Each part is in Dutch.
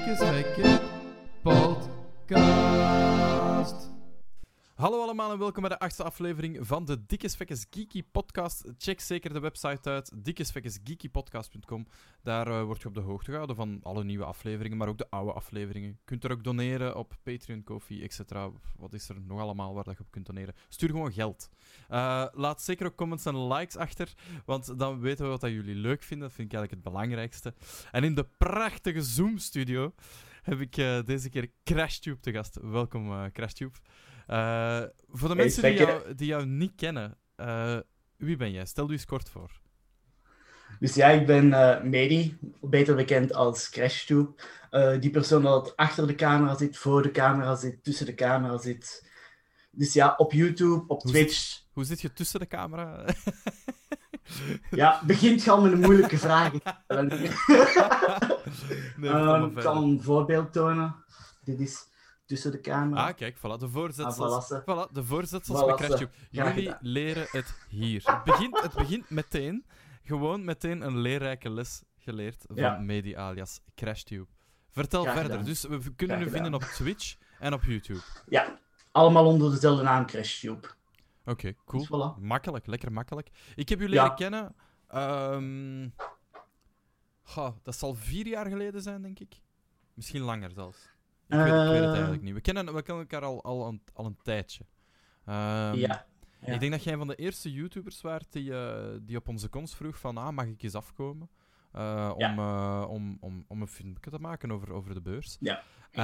Dikke Svekke Podcast. Hallo allemaal en welkom bij de 8e aflevering van de Dikke Svekkes Geeky Podcast. Check zeker de website uit, dikkesvekkesgeekypodcast.com. Daar word je op de hoogte gehouden van alle nieuwe afleveringen, maar ook de oude afleveringen. Je kunt er ook doneren op Patreon, Ko-fi, etc. Wat is er nog allemaal waar je op kunt doneren? Stuur gewoon geld. Laat zeker ook comments en likes achter, want dan weten we wat dat jullie leuk vinden. Dat vind ik eigenlijk het belangrijkste. En in de prachtige Zoom-studio heb ik deze keer CrashTube te gast. Welkom, CrashTube. Voor de mensen die jou niet kennen, wie ben jij? Stel u eens kort voor. Dus ja, ik ben Medi, beter bekend als CrashTube. Die persoon dat achter de camera zit, voor de camera zit, tussen de camera zit. Dus ja, op YouTube, op Twitch. Hoe zit je tussen de camera? Ja, begint je al met een moeilijke vraag. Ik kan een voorbeeld tonen. Dit is tussen de camera. Ah, kijk, voilà, de voorzetsels. Voilà. De voorzetsels van CrashTube. Jullie leren het hier. Het begint meteen, gewoon meteen een leerrijke les geleerd van Medi alias CrashTube. Vertel verder. Dus we kunnen u vinden op Twitch en op YouTube. Ja, allemaal onder dezelfde naam CrashTube. Oké, cool. Dus voilà. Makkelijk, lekker makkelijk. Ik heb u leren kennen... dat zal 4 jaar geleden zijn, denk ik. Misschien langer zelfs. Ik weet het eigenlijk niet. We kennen elkaar al een tijdje. Ik denk dat jij een van de eerste YouTubers waart die op onze komst vroeg van mag ik eens afkomen? Om een filmpje te maken over de beurs. Ja,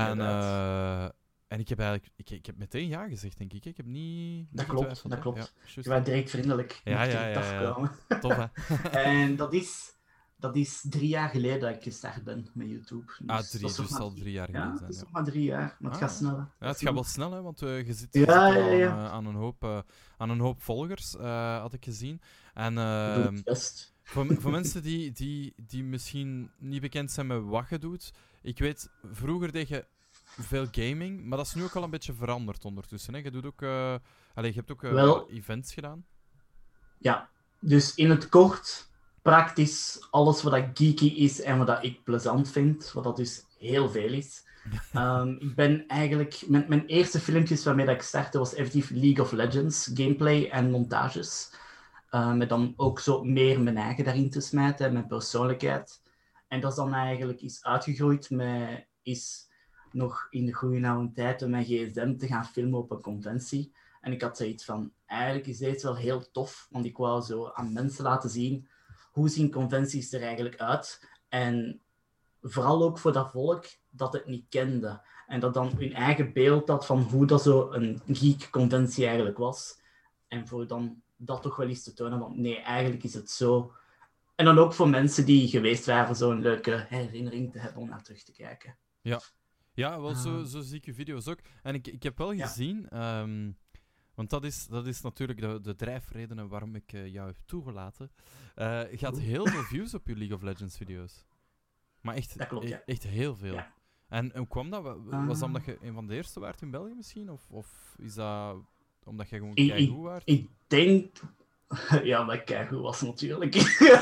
en ik heb eigenlijk... Ik heb meteen ja gezegd, denk ik. Ik heb niet dat klopt. Ja, je was direct vriendelijk. Ja. Tof, hè? En dat is 3 jaar geleden dat ik gestart ben met YouTube. Dus dus zal 3 jaar geleden zijn. Ja, dat is nog maar 3 jaar, maar het gaat snel. Ja, het gaat wel snel, hè, want je zit aan een hoop volgers, had ik gezien. En voor mensen die misschien niet bekend zijn met wat je doet, ik weet, vroeger deed je veel gaming, maar dat is nu ook al een beetje veranderd ondertussen. Hè? Je doet ook, je hebt ook events gedaan. Ja, dus in het kort... praktisch alles wat dat geeky is en wat dat ik plezant vind, wat dat dus heel veel is. Ik ben eigenlijk... Mijn eerste filmpjes waarmee dat ik startte was effectief League of Legends, gameplay en montages. Met dan ook zo meer mijn eigen daarin te smijten, mijn persoonlijkheid. En dat is dan eigenlijk uitgegroeid met nog in de goede oude tijd met mijn gsm te gaan filmen op een conventie. En ik had zoiets van, eigenlijk is dit wel heel tof, want ik wou zo aan mensen laten zien hoe zien conventies er eigenlijk uit? En vooral ook voor dat volk dat het niet kende. En dat dan hun eigen beeld had van hoe dat zo een geek-conventie eigenlijk was. En voor dan dat toch wel eens te tonen, want nee, eigenlijk is het zo. En dan ook voor mensen die geweest waren voor zo'n leuke herinnering te hebben om naar terug te kijken. Ja, wel zo zie ik je video's ook. En ik heb wel gezien... Want dat is natuurlijk de drijfredenen waarom ik jou heb toegelaten. Je had heel veel views op je League of Legends video's. Maar echt, dat klopt, echt heel veel. Ja. En hoe kwam dat? Was dat omdat je een van de eerste waart in België misschien? Of is dat omdat je gewoon keigoed waart? Ik denk... Ja, dat keigoed was natuurlijk.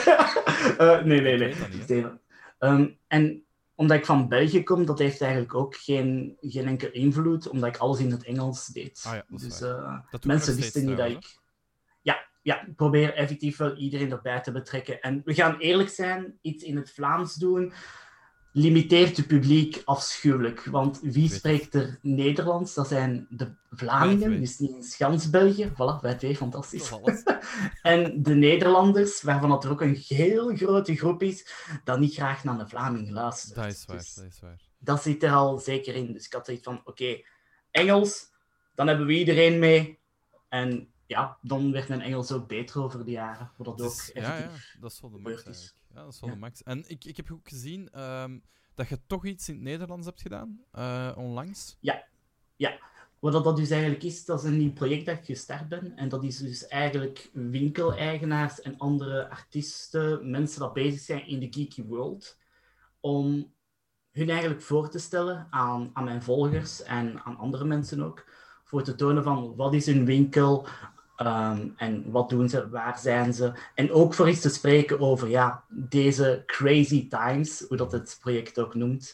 Nee. En omdat ik van België kom, dat heeft eigenlijk ook geen enkele invloed, omdat ik alles in het Engels deed. Dus mensen wisten niet dat ik... Ja, ik probeer effectief wel iedereen erbij te betrekken. En we gaan eerlijk zijn, iets in het Vlaams doen limiteert het publiek afschuwelijk. Want wie spreekt er Nederlands? Dat zijn de Vlamingen, dus niet in Schans-België. Voilà, wij twee, fantastisch. En de Nederlanders, waarvan dat er ook een heel grote groep is, dat niet graag naar de Vlaming luistert. Dat is waar. Dat zit er al zeker in. Dus ik had zoiets van, oké, Engels, dan hebben we iedereen mee. En ja, dan werd mijn Engels ook beter over de jaren. Wat dat ook effectief dat is wel de max eigenlijk. Ja, dat is wel de max. En ik heb ook gezien dat je toch iets in het Nederlands hebt gedaan, onlangs. Ja. Wat dat dus eigenlijk is, dat is een nieuw project dat ik gestart ben. En dat is dus eigenlijk winkeleigenaars en andere artiesten, mensen dat bezig zijn in de geeky world, om hun eigenlijk voor te stellen aan mijn volgers en aan andere mensen ook, voor te tonen van wat is hun winkel, en wat doen ze, waar zijn ze. En ook voor eens te spreken over deze crazy times, hoe dat het project ook noemt.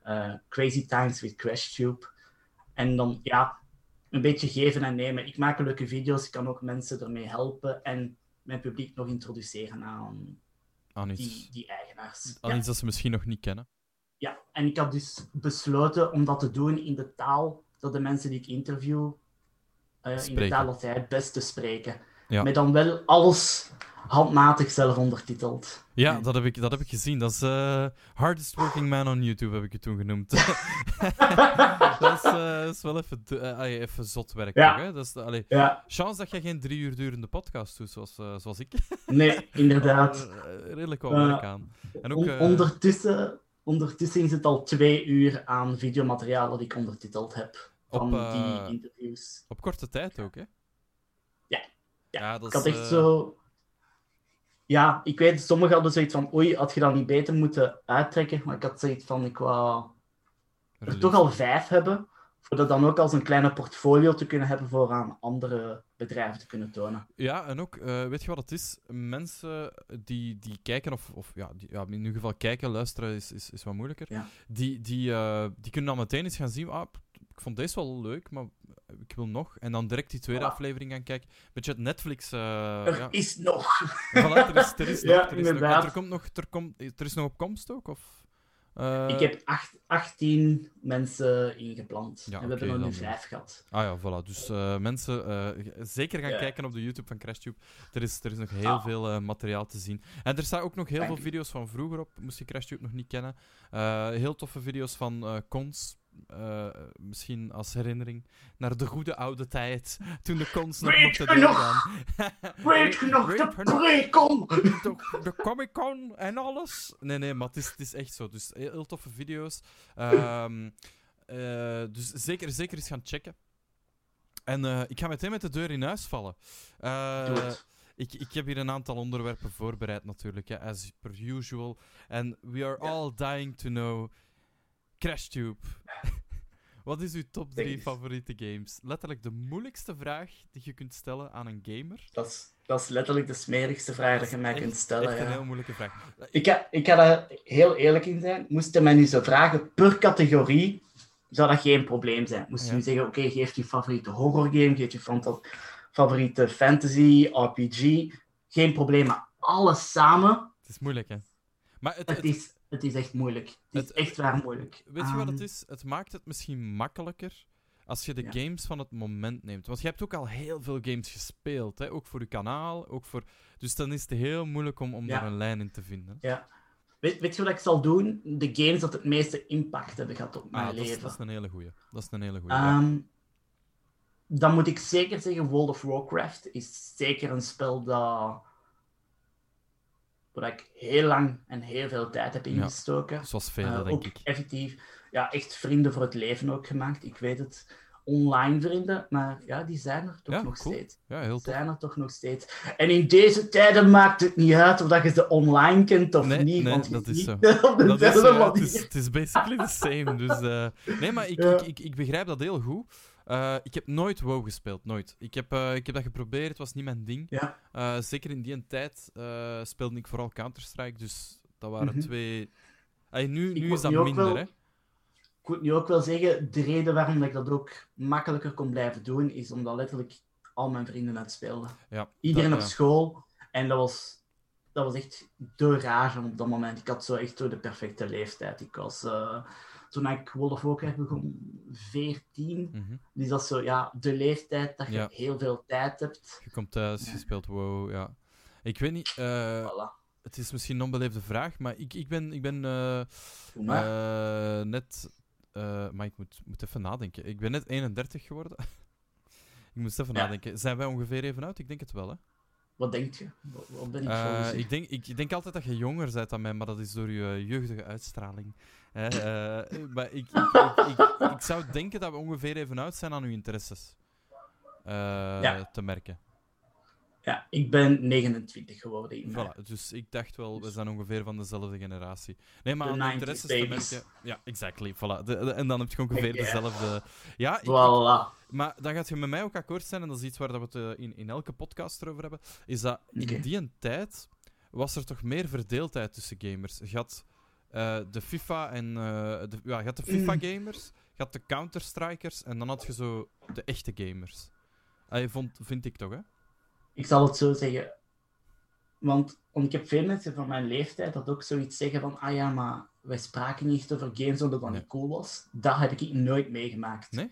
Crazy Times with CrashTube. En dan, ja, een beetje geven en nemen. Ik maak leuke video's, ik kan ook mensen ermee helpen en mijn publiek nog introduceren aan die eigenaars. Aan iets dat ze misschien nog niet kennen. Ja, en ik heb dus besloten om dat te doen in de taal dat de mensen die ik interview, in de taal dat zij het beste spreken. Ja. Met dan wel alles handmatig zelf ondertiteld. Ja, dat heb ik gezien. Dat is Hardest Working Man on YouTube, heb ik het toen genoemd. Dat is wel even zot werk, ja. toch? Hè? Dat is, chance dat jij geen 3 uur durende podcast doet, zoals ik. Nee, inderdaad. Redelijk wat werk aan. En ook, ondertussen is het al 2 uur aan videomateriaal dat ik ondertiteld heb van die interviews. Op korte tijd ook, hè? Ja, dat ik had echt zo... Ja, ik weet, sommigen hadden zoiets van, oei, had je dat niet beter moeten uittrekken? Maar ik had zoiets van, ik wou er toch al 5 hebben, voor dat dan ook als een kleine portfolio te kunnen hebben voor aan andere bedrijven te kunnen tonen. Ja, en ook, weet je wat het is? Mensen die kijken, in ieder geval kijken, luisteren is wat moeilijker. Ja. Die kunnen dan meteen eens gaan zien, ik vond deze wel leuk, maar ik wil nog. En dan direct die tweede aflevering gaan kijken. Beetje het Netflix... is nog. Voilà, er is nog. Er is nog op komst ook? Of, ik heb 18 mensen ingepland. Ja, en we hebben er nu 5 gehad. Ah ja, voilà. Dus mensen, zeker gaan kijken op de YouTube van CrashTube. Er is nog heel veel materiaal te zien. En er staan ook nog heel veel video's van vroeger op. Moest je CrashTube nog niet kennen. Heel toffe video's van cons. Misschien als herinnering naar de goede oude tijd, toen de cons nog mochten doorgaan. Weet je nog, de pre-con! De Comic-Con en alles. Nee, maar het is echt zo. Dus heel toffe video's. Dus zeker eens gaan checken. En ik ga meteen met de deur in huis vallen. Ik heb hier een aantal onderwerpen voorbereid natuurlijk, hè, as per usual. En we are all dying to know... CrashTube. Wat is uw top 3 favoriete games? Letterlijk de moeilijkste vraag die je kunt stellen aan een gamer. Dat is letterlijk de smerigste vraag dat je mij kunt stellen. Echt een heel moeilijke vraag. Ik ga daar heel eerlijk in zijn. Moest je mij nu zo vragen per categorie, zou dat geen probleem zijn. Moest je nu zeggen, oké, geef je favoriete horrorgame, geef je favoriete fantasy, RPG. Geen probleem, maar alles samen... Het is moeilijk, hè? Maar het is echt moeilijk. Het is echt waar moeilijk. Weet je wat het is? Het maakt het misschien makkelijker als je de games van het moment neemt. Want je hebt ook al heel veel games gespeeld, hè? Ook voor je kanaal. Dus dan is het heel moeilijk om daar een lijn in te vinden. Ja. Weet je wat ik zal doen? De games dat het meeste impact hebben gehad op mijn leven. Dat is een hele goeie. Dan moet ik zeker zeggen, World of Warcraft is zeker een spel waar ik heel lang en heel veel tijd heb ingestoken. Zoals velen, denk ik. Effectief. Ja, echt vrienden voor het leven ook gemaakt. Ik weet het. Online vrienden, maar ja, die zijn er toch nog steeds. Ja, heel tof. Zijn er toch nog steeds. En in deze tijden maakt het niet uit of dat je ze online kent of niet. Nee, want dat is zo. Het is basically the same. Dus, nee, maar ik begrijp dat heel goed. Ik heb nooit WoW gespeeld, nooit. Ik heb dat geprobeerd, het was niet mijn ding. Ja. Zeker in die tijd speelde ik vooral Counter-Strike, dus dat waren twee... Nu is dat minder, hè. Ik moet nu ook wel zeggen, de reden waarom ik dat ook makkelijker kon blijven doen, is omdat letterlijk al mijn vrienden uitspeelden. Ja, iedereen op school. En dat was echt de rage op dat moment. Ik had zo echt de perfecte leeftijd. Ik was... Toen ik World of Warcraft begon, 14. Mm-hmm. Dus dat is zo, de leeftijd dat je heel veel tijd hebt. Je komt thuis, je speelt WoW, ja. Ik weet niet... Voilà. Het is misschien een onbeleefde vraag, maar ik ben net... maar ik moet even nadenken. Ik ben net 31 geworden. Ik moest even nadenken. Zijn wij ongeveer even oud? Ik denk het wel, hè? Wat denk je? Wat ben ik volgens ik denk altijd dat je jonger bent dan mij, maar dat is door je jeugdige uitstraling. Maar ik zou denken dat we ongeveer even oud zijn aan uw interesses. Te merken. Ja, ik ben 29 geworden. Voilà, dus ik dacht wel, we zijn ongeveer van dezelfde generatie. Nee, maar aan de interesses te merken... Ja, exactly, voilà. En dan heb je ongeveer dezelfde... Ja, voilà. Maar dan gaat je met mij ook akkoord zijn, en dat is iets waar we het in elke podcast erover hebben, is dat in die tijd was er toch meer verdeeldheid tussen gamers. Je had de FIFA en... je had de FIFA-gamers, je had de Counter-Strikers en dan had je zo de echte gamers. Vind ik toch, hè? Ik zal het zo zeggen. Want ik heb veel mensen van mijn leeftijd dat ook zoiets zeggen van ah ja, maar wij spraken niet over games omdat dat niet cool was. Dat heb ik nooit meegemaakt. Nee?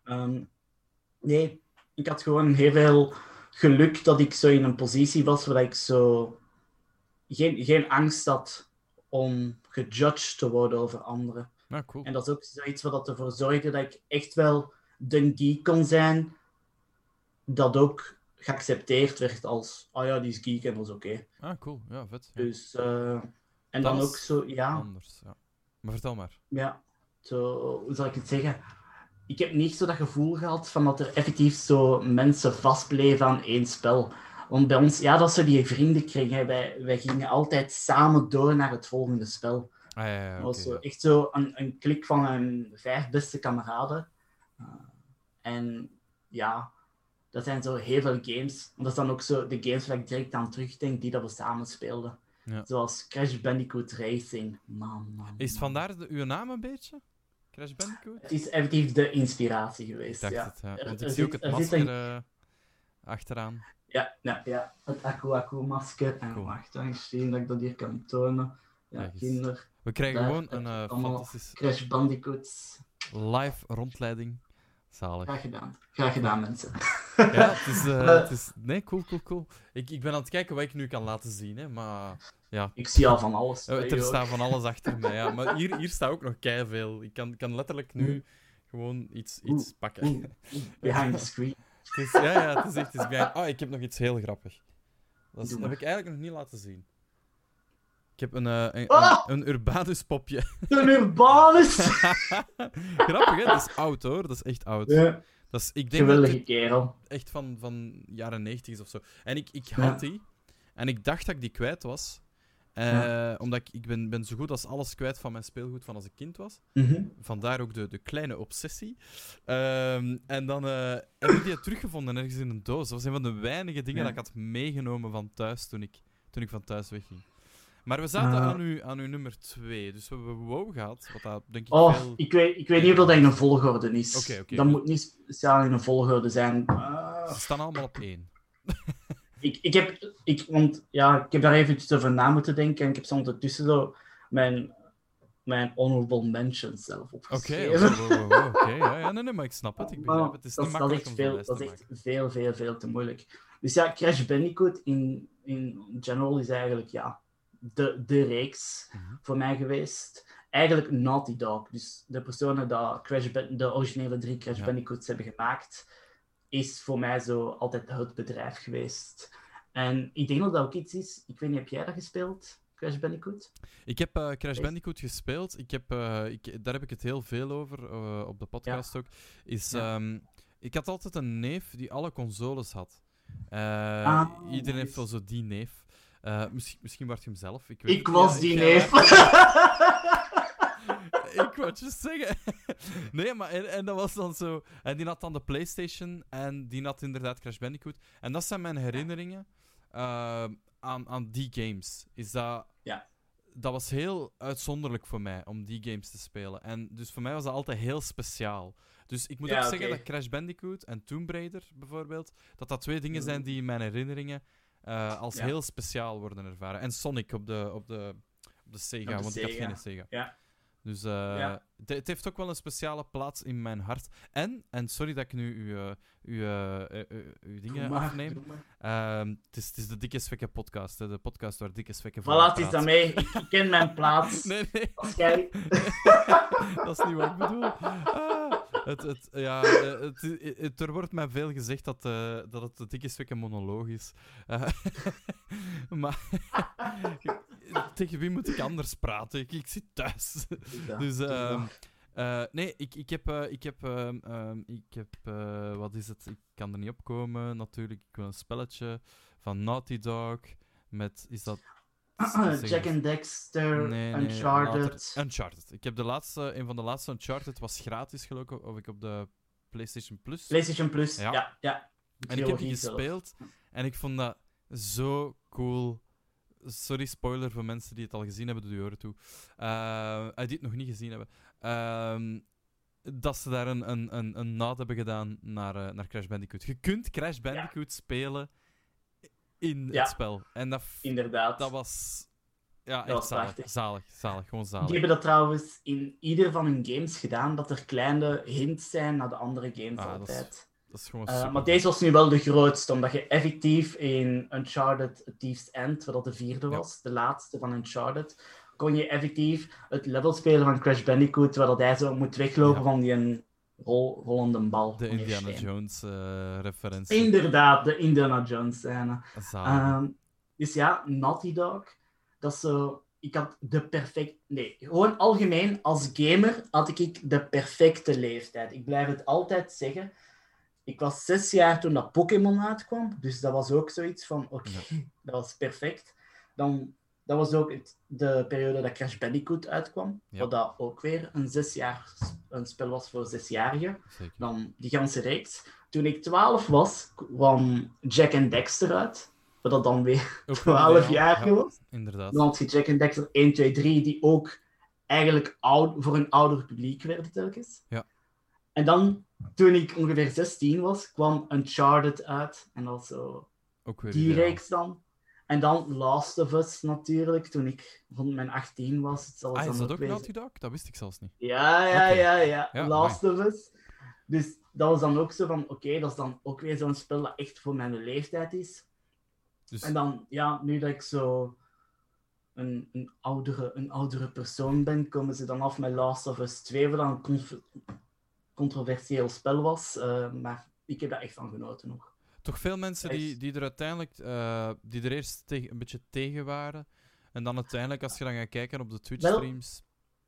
Nee, ik had gewoon heel veel geluk dat ik zo in een positie was waar ik zo geen angst had om gejudged te worden over anderen. Ja, cool. En dat is ook zoiets wat ervoor zorgde dat ik echt wel de geek kon zijn dat ook geaccepteerd werd als oh ja, die is geek en dat is oké. Ah, cool. Ja, vet. Ja. Dus, en dat dan ook zo, ja. Anders, ja. Maar vertel maar. Ja, zo, hoe zal ik het zeggen? Ik heb niet zo dat gevoel gehad van dat er effectief zo mensen vastbleven aan één spel. Want bij ons, ja, dat ze die vriendenkring, hè. Wij gingen altijd samen door naar het volgende spel. Ja, Dat was oké, zo, echt zo een klik van mijn 5 beste kameraden. En ja, dat zijn zo heel veel games. En dat zijn ook zo de games waar ik direct aan terugdenk die dat we samen speelden. Ja. Zoals Crash Bandicoot Racing. Man. Is het vandaar uw naam een beetje? Crash Bandicoot? Het is effectief de inspiratie geweest. Ik dacht ja. het, ja. Want ik zie ook het masker achteraan. Ja. Het Aku-Aku-masker. En Cool. wacht, dan zien dat ik dat hier kan tonen. Ja, Kijk eens. kinder. We krijgen Daar gewoon heb een je allemaal fantastische Crash Bandicoots. live rondleiding. Zalig. Graag gedaan, mensen. Ja, het is... Nee, cool. Ik ben aan het kijken wat ik nu kan laten zien, hè. Maar ja, Ik zie al van alles. er staat van alles achter mij, ja. Maar hier staat ook nog keiveel. Ik kan letterlijk nu gewoon iets pakken. Behind the screen. Het is, het is echt... Oh, ik heb nog iets heel grappig. Dat heb ik eigenlijk nog niet laten zien. Ik heb een Urbanus popje. Een Urbanus! Grappig, hè? Dat is oud, hoor. Dat is echt oud. Ja. Dat is, ik denk Geweldige dat dit kerel. echt van jaren 90 is of zo. En ik had die. En ik dacht dat ik die kwijt was. Omdat ik ben zo goed als alles kwijt van mijn speelgoed van als ik kind was. Vandaar ook de kleine obsessie. En dan heb ik die teruggevonden ergens in een doos. Dat was een van de weinige dingen dat ik had meegenomen van thuis toen ik van thuis wegging. Maar we zaten aan uw nummer 2. Dus we hebben WoW gehad. Wat dat, denk ik, veel... ik weet niet of dat in een volgorde is. Oké. Dat moet niet speciaal in een volgorde zijn. Ze staan allemaal op 1. Ik heb daar eventjes over na moeten denken en ik heb zo ondertussen zo mijn honorable mentions zelf opgeschreven. Oké. Ja, nee, maar ik snap het. Ik begrijp het. Het is niet makkelijk om zo'n lijst te maken. Dat is echt veel te moeilijk. Dus ja, Crash Bandicoot in general is eigenlijk de reeks voor mij geweest. Eigenlijk Naughty Dog. Dus de personen die de originele 3 Crash Bandicoots hebben gemaakt, is voor mij zo altijd het bedrijf geweest. En ik denk dat ook iets is... Ik weet niet, heb jij dat gespeeld? Crash Bandicoot? Ik heb Crash Bandicoot gespeeld. Daar heb ik het heel veel over, op de podcast ook. Ik had altijd een neef die alle consoles had. Iedereen heeft wel zo die neef. Misschien was je hem zelf. Ik was die neef. Ik wou het je zeggen. Nee, maar en dat was dan zo... En die had dan de PlayStation en die had inderdaad Crash Bandicoot. En dat zijn mijn herinneringen aan die games. Dat was heel uitzonderlijk voor mij om die games te spelen. En dus voor mij was dat altijd heel speciaal. Dus ik moet ook zeggen dat Crash Bandicoot en Tomb Raider bijvoorbeeld, dat 2 dingen zijn die in mijn herinneringen als heel speciaal worden ervaren. En Sonic op de Sega, want ik had geen Sega. Ja. Dus het heeft ook wel een speciale plaats in mijn hart. En sorry dat ik nu uw dingen afneem. Het is de Dikke Svekke podcast. Hè, de podcast waar Dikke Svekke voor Wat is dat mee? Ik ken mijn plaats. Nee. Als jij... Dat is niet wat ik bedoel. Er wordt mij veel gezegd dat het de Dikke Svekke monoloog is. Maar... Tegen wie moet ik anders praten? Ik zit thuis. Dus, nee, ik heb wat is het? Ik kan er niet op komen, natuurlijk. Ik wil een spelletje van Naughty Dog met, is dat... Jack and Dexter, nee, Uncharted. Uncharted. Ik heb een van de laatste Uncharted was gratis, geloof ik, of ik op de PlayStation Plus. PlayStation Plus, ja. En ik heb die gespeeld en ik vond dat zo cool. sorry, spoiler voor mensen die het al gezien hebben, doe je oren toe. Die het nog niet gezien hebben. Dat ze daar een nod hebben gedaan naar Crash Bandicoot. Je kunt Crash Bandicoot spelen in het spel. En inderdaad. Dat was... Ja, Dat echt was zalig. Gewoon zalig. Die hebben dat trouwens in ieder van hun games gedaan, dat er kleine hints zijn naar de andere games altijd. Dat is gewoon super. Maar deze was nu wel de grootste, omdat je effectief in Uncharted Thief's End, wat de 4e was, de laatste van Uncharted, kon je effectief het level spelen van Crash Bandicoot, waar dat hij zo moet weglopen van die rollende bal. De Indiana Jones referentie. Inderdaad, de Indiana Jones scène. Dus ja, Naughty Dog, dat is zo... Ik had gewoon algemeen, als gamer had ik de perfecte leeftijd. Ik blijf het altijd zeggen. Ik was 6 jaar toen dat Pokémon uitkwam, dus dat was ook zoiets van, dat was perfect. Dat was ook de periode dat Crash Bandicoot uitkwam, wat dat ook weer een spel was voor 6-jarigen. Dan die ganse reeks. Toen ik 12 was, kwam Jack and Dexter uit. Wat dat dan weer 12 jaar was. Inderdaad. Dan had je Jack and Dexter 1, 2, 3, die ook eigenlijk voor een ouder publiek werden telkens. Ja. En dan, toen ik ongeveer 16 was, kwam Uncharted uit. En dat zo die reeks dan. En dan Last of Us natuurlijk, toen ik rond mijn 18 was. Is dat ook Naughty Dog? Dat wist ik zelfs niet. Ja. Last of Us. Dus dat was dan ook zo van, dat is dan ook weer zo'n spel dat echt voor mijn leeftijd is. Dus... En dan, nu dat ik zo een oudere persoon ben, komen ze dan af met Last of Us 2, wat dan een controversieel spel was. Maar ik heb daar echt van genoten nog. Toch veel mensen die er uiteindelijk, die er eerst een beetje tegen waren. En dan uiteindelijk, als je dan gaat kijken op de Twitch-streams,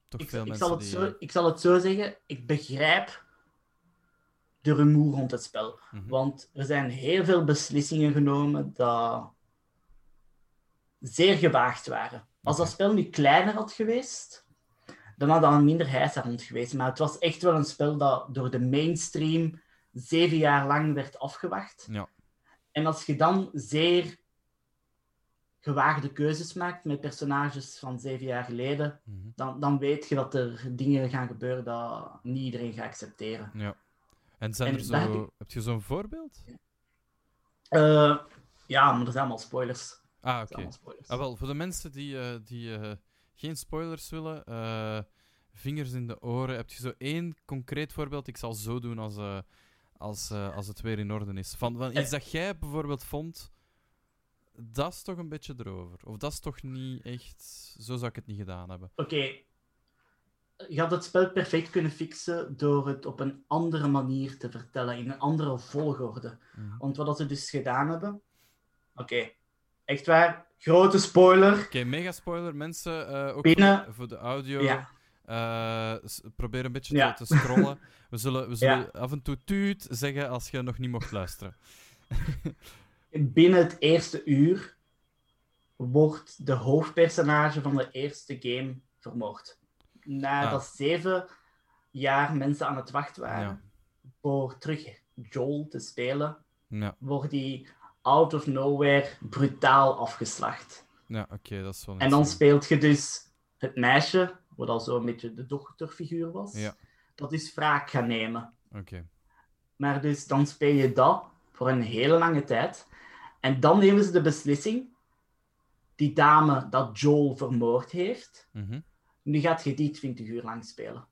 ik zal het zo zeggen, ik begrijp de rumoer rond het spel. Mm-hmm. Want er zijn heel veel beslissingen genomen dat zeer gewaagd waren. Als dat spel nu kleiner had geweest, dan had dat een minder heisa rond geweest. Maar het was echt wel een spel dat door de mainstream 7 jaar lang werd afgewacht. Ja. En als je dan zeer gewaagde keuzes maakt met personages van 7 jaar geleden, dan weet je dat er dingen gaan gebeuren dat niet iedereen gaat accepteren. Ja. En heb je zo'n voorbeeld? Ja, maar dat zijn allemaal spoilers. Oké. Wel, voor de mensen die geen spoilers willen, vingers in de oren, heb je zo 1 concreet voorbeeld? Ik zal zo doen als het weer in orde is. Van iets dat jij bijvoorbeeld vond, dat is toch een beetje erover. Of dat is toch niet echt... Zo zou ik het niet gedaan hebben. Oké. Je had het spel perfect kunnen fixen door het op een andere manier te vertellen, in een andere volgorde. Mm-hmm. Want wat ze dus gedaan hebben... Oké. Echt waar. Grote spoiler. Oké, mega spoiler. Mensen, ook voor de audio... Ja. Probeer een beetje te scrollen. We zullen af en toe tuut zeggen als je nog niet mocht luisteren. Binnen het eerste uur wordt de hoofdpersonage van de eerste game vermoord. Nadat 7 jaar mensen aan het wachten waren voor terug Joel te spelen, wordt die out of nowhere brutaal afgeslacht. Ja, oké, dat is wel... En dan speelt je dus het meisje, wat al zo een beetje de dochterfiguur was, dat is wraak gaan nemen. Oké. Maar dus dan speel je dat voor een hele lange tijd. En dan nemen ze de beslissing, die dame dat Joel vermoord heeft, nu gaat je die 20 uur lang spelen.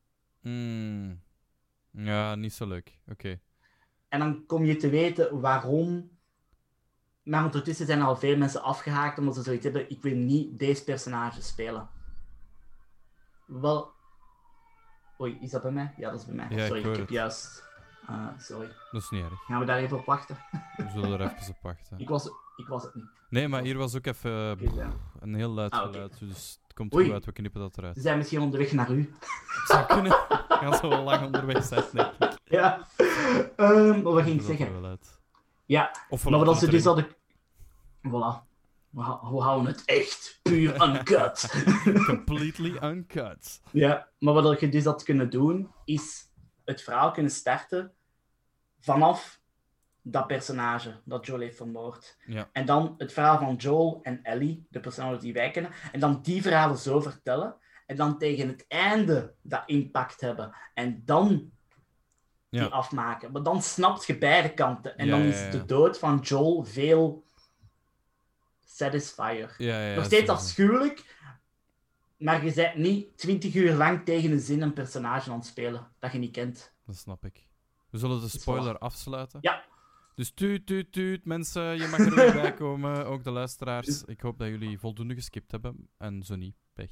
Ja, niet zo leuk. Oké. En dan kom je te weten waarom... Maar ondertussen zijn er al veel mensen afgehaakt omdat ze zoiets hebben, ik wil niet deze personage spelen. Wel... Oei, is dat bij mij? Ja, dat is bij mij. Ja, sorry, ik heb juist... sorry. Dat is niet erg. Gaan we daar even op wachten? We zullen er even op wachten. Ik was het niet. Nee, maar hier was ook even een heel luid geluid, dus het komt goed uit, we knippen dat eruit. Ze zijn misschien onderweg naar u. Zou kunnen. Gaan ze wel lang onderweg zijn, denk ik. Ja. Wat ging ik zeggen? Ja, of maar wat ze dus hadden... Voilà. We houden het echt puur uncut. Completely uncut. Ja, maar wat je dus had kunnen doen, is het verhaal kunnen starten vanaf dat personage dat Joel heeft vermoord. Ja. En dan het verhaal van Joel en Ellie, de personages die wij kennen. En dan die verhalen zo vertellen. En dan tegen het einde dat impact hebben. En dan die afmaken. Maar dan snapt je beide kanten. En dan is de dood van Joel veel satisfier. Nog steeds afschuwelijk, maar je bent niet 20 uur lang tegen een zin een personage aan het spelen dat je niet kent. Dat snap ik. We zullen de spoiler afsluiten. Ja. Dus tuut, mensen, je mag er weer bij komen, ook de luisteraars. Ik hoop dat jullie voldoende geskipt hebben, en zo niet, pech.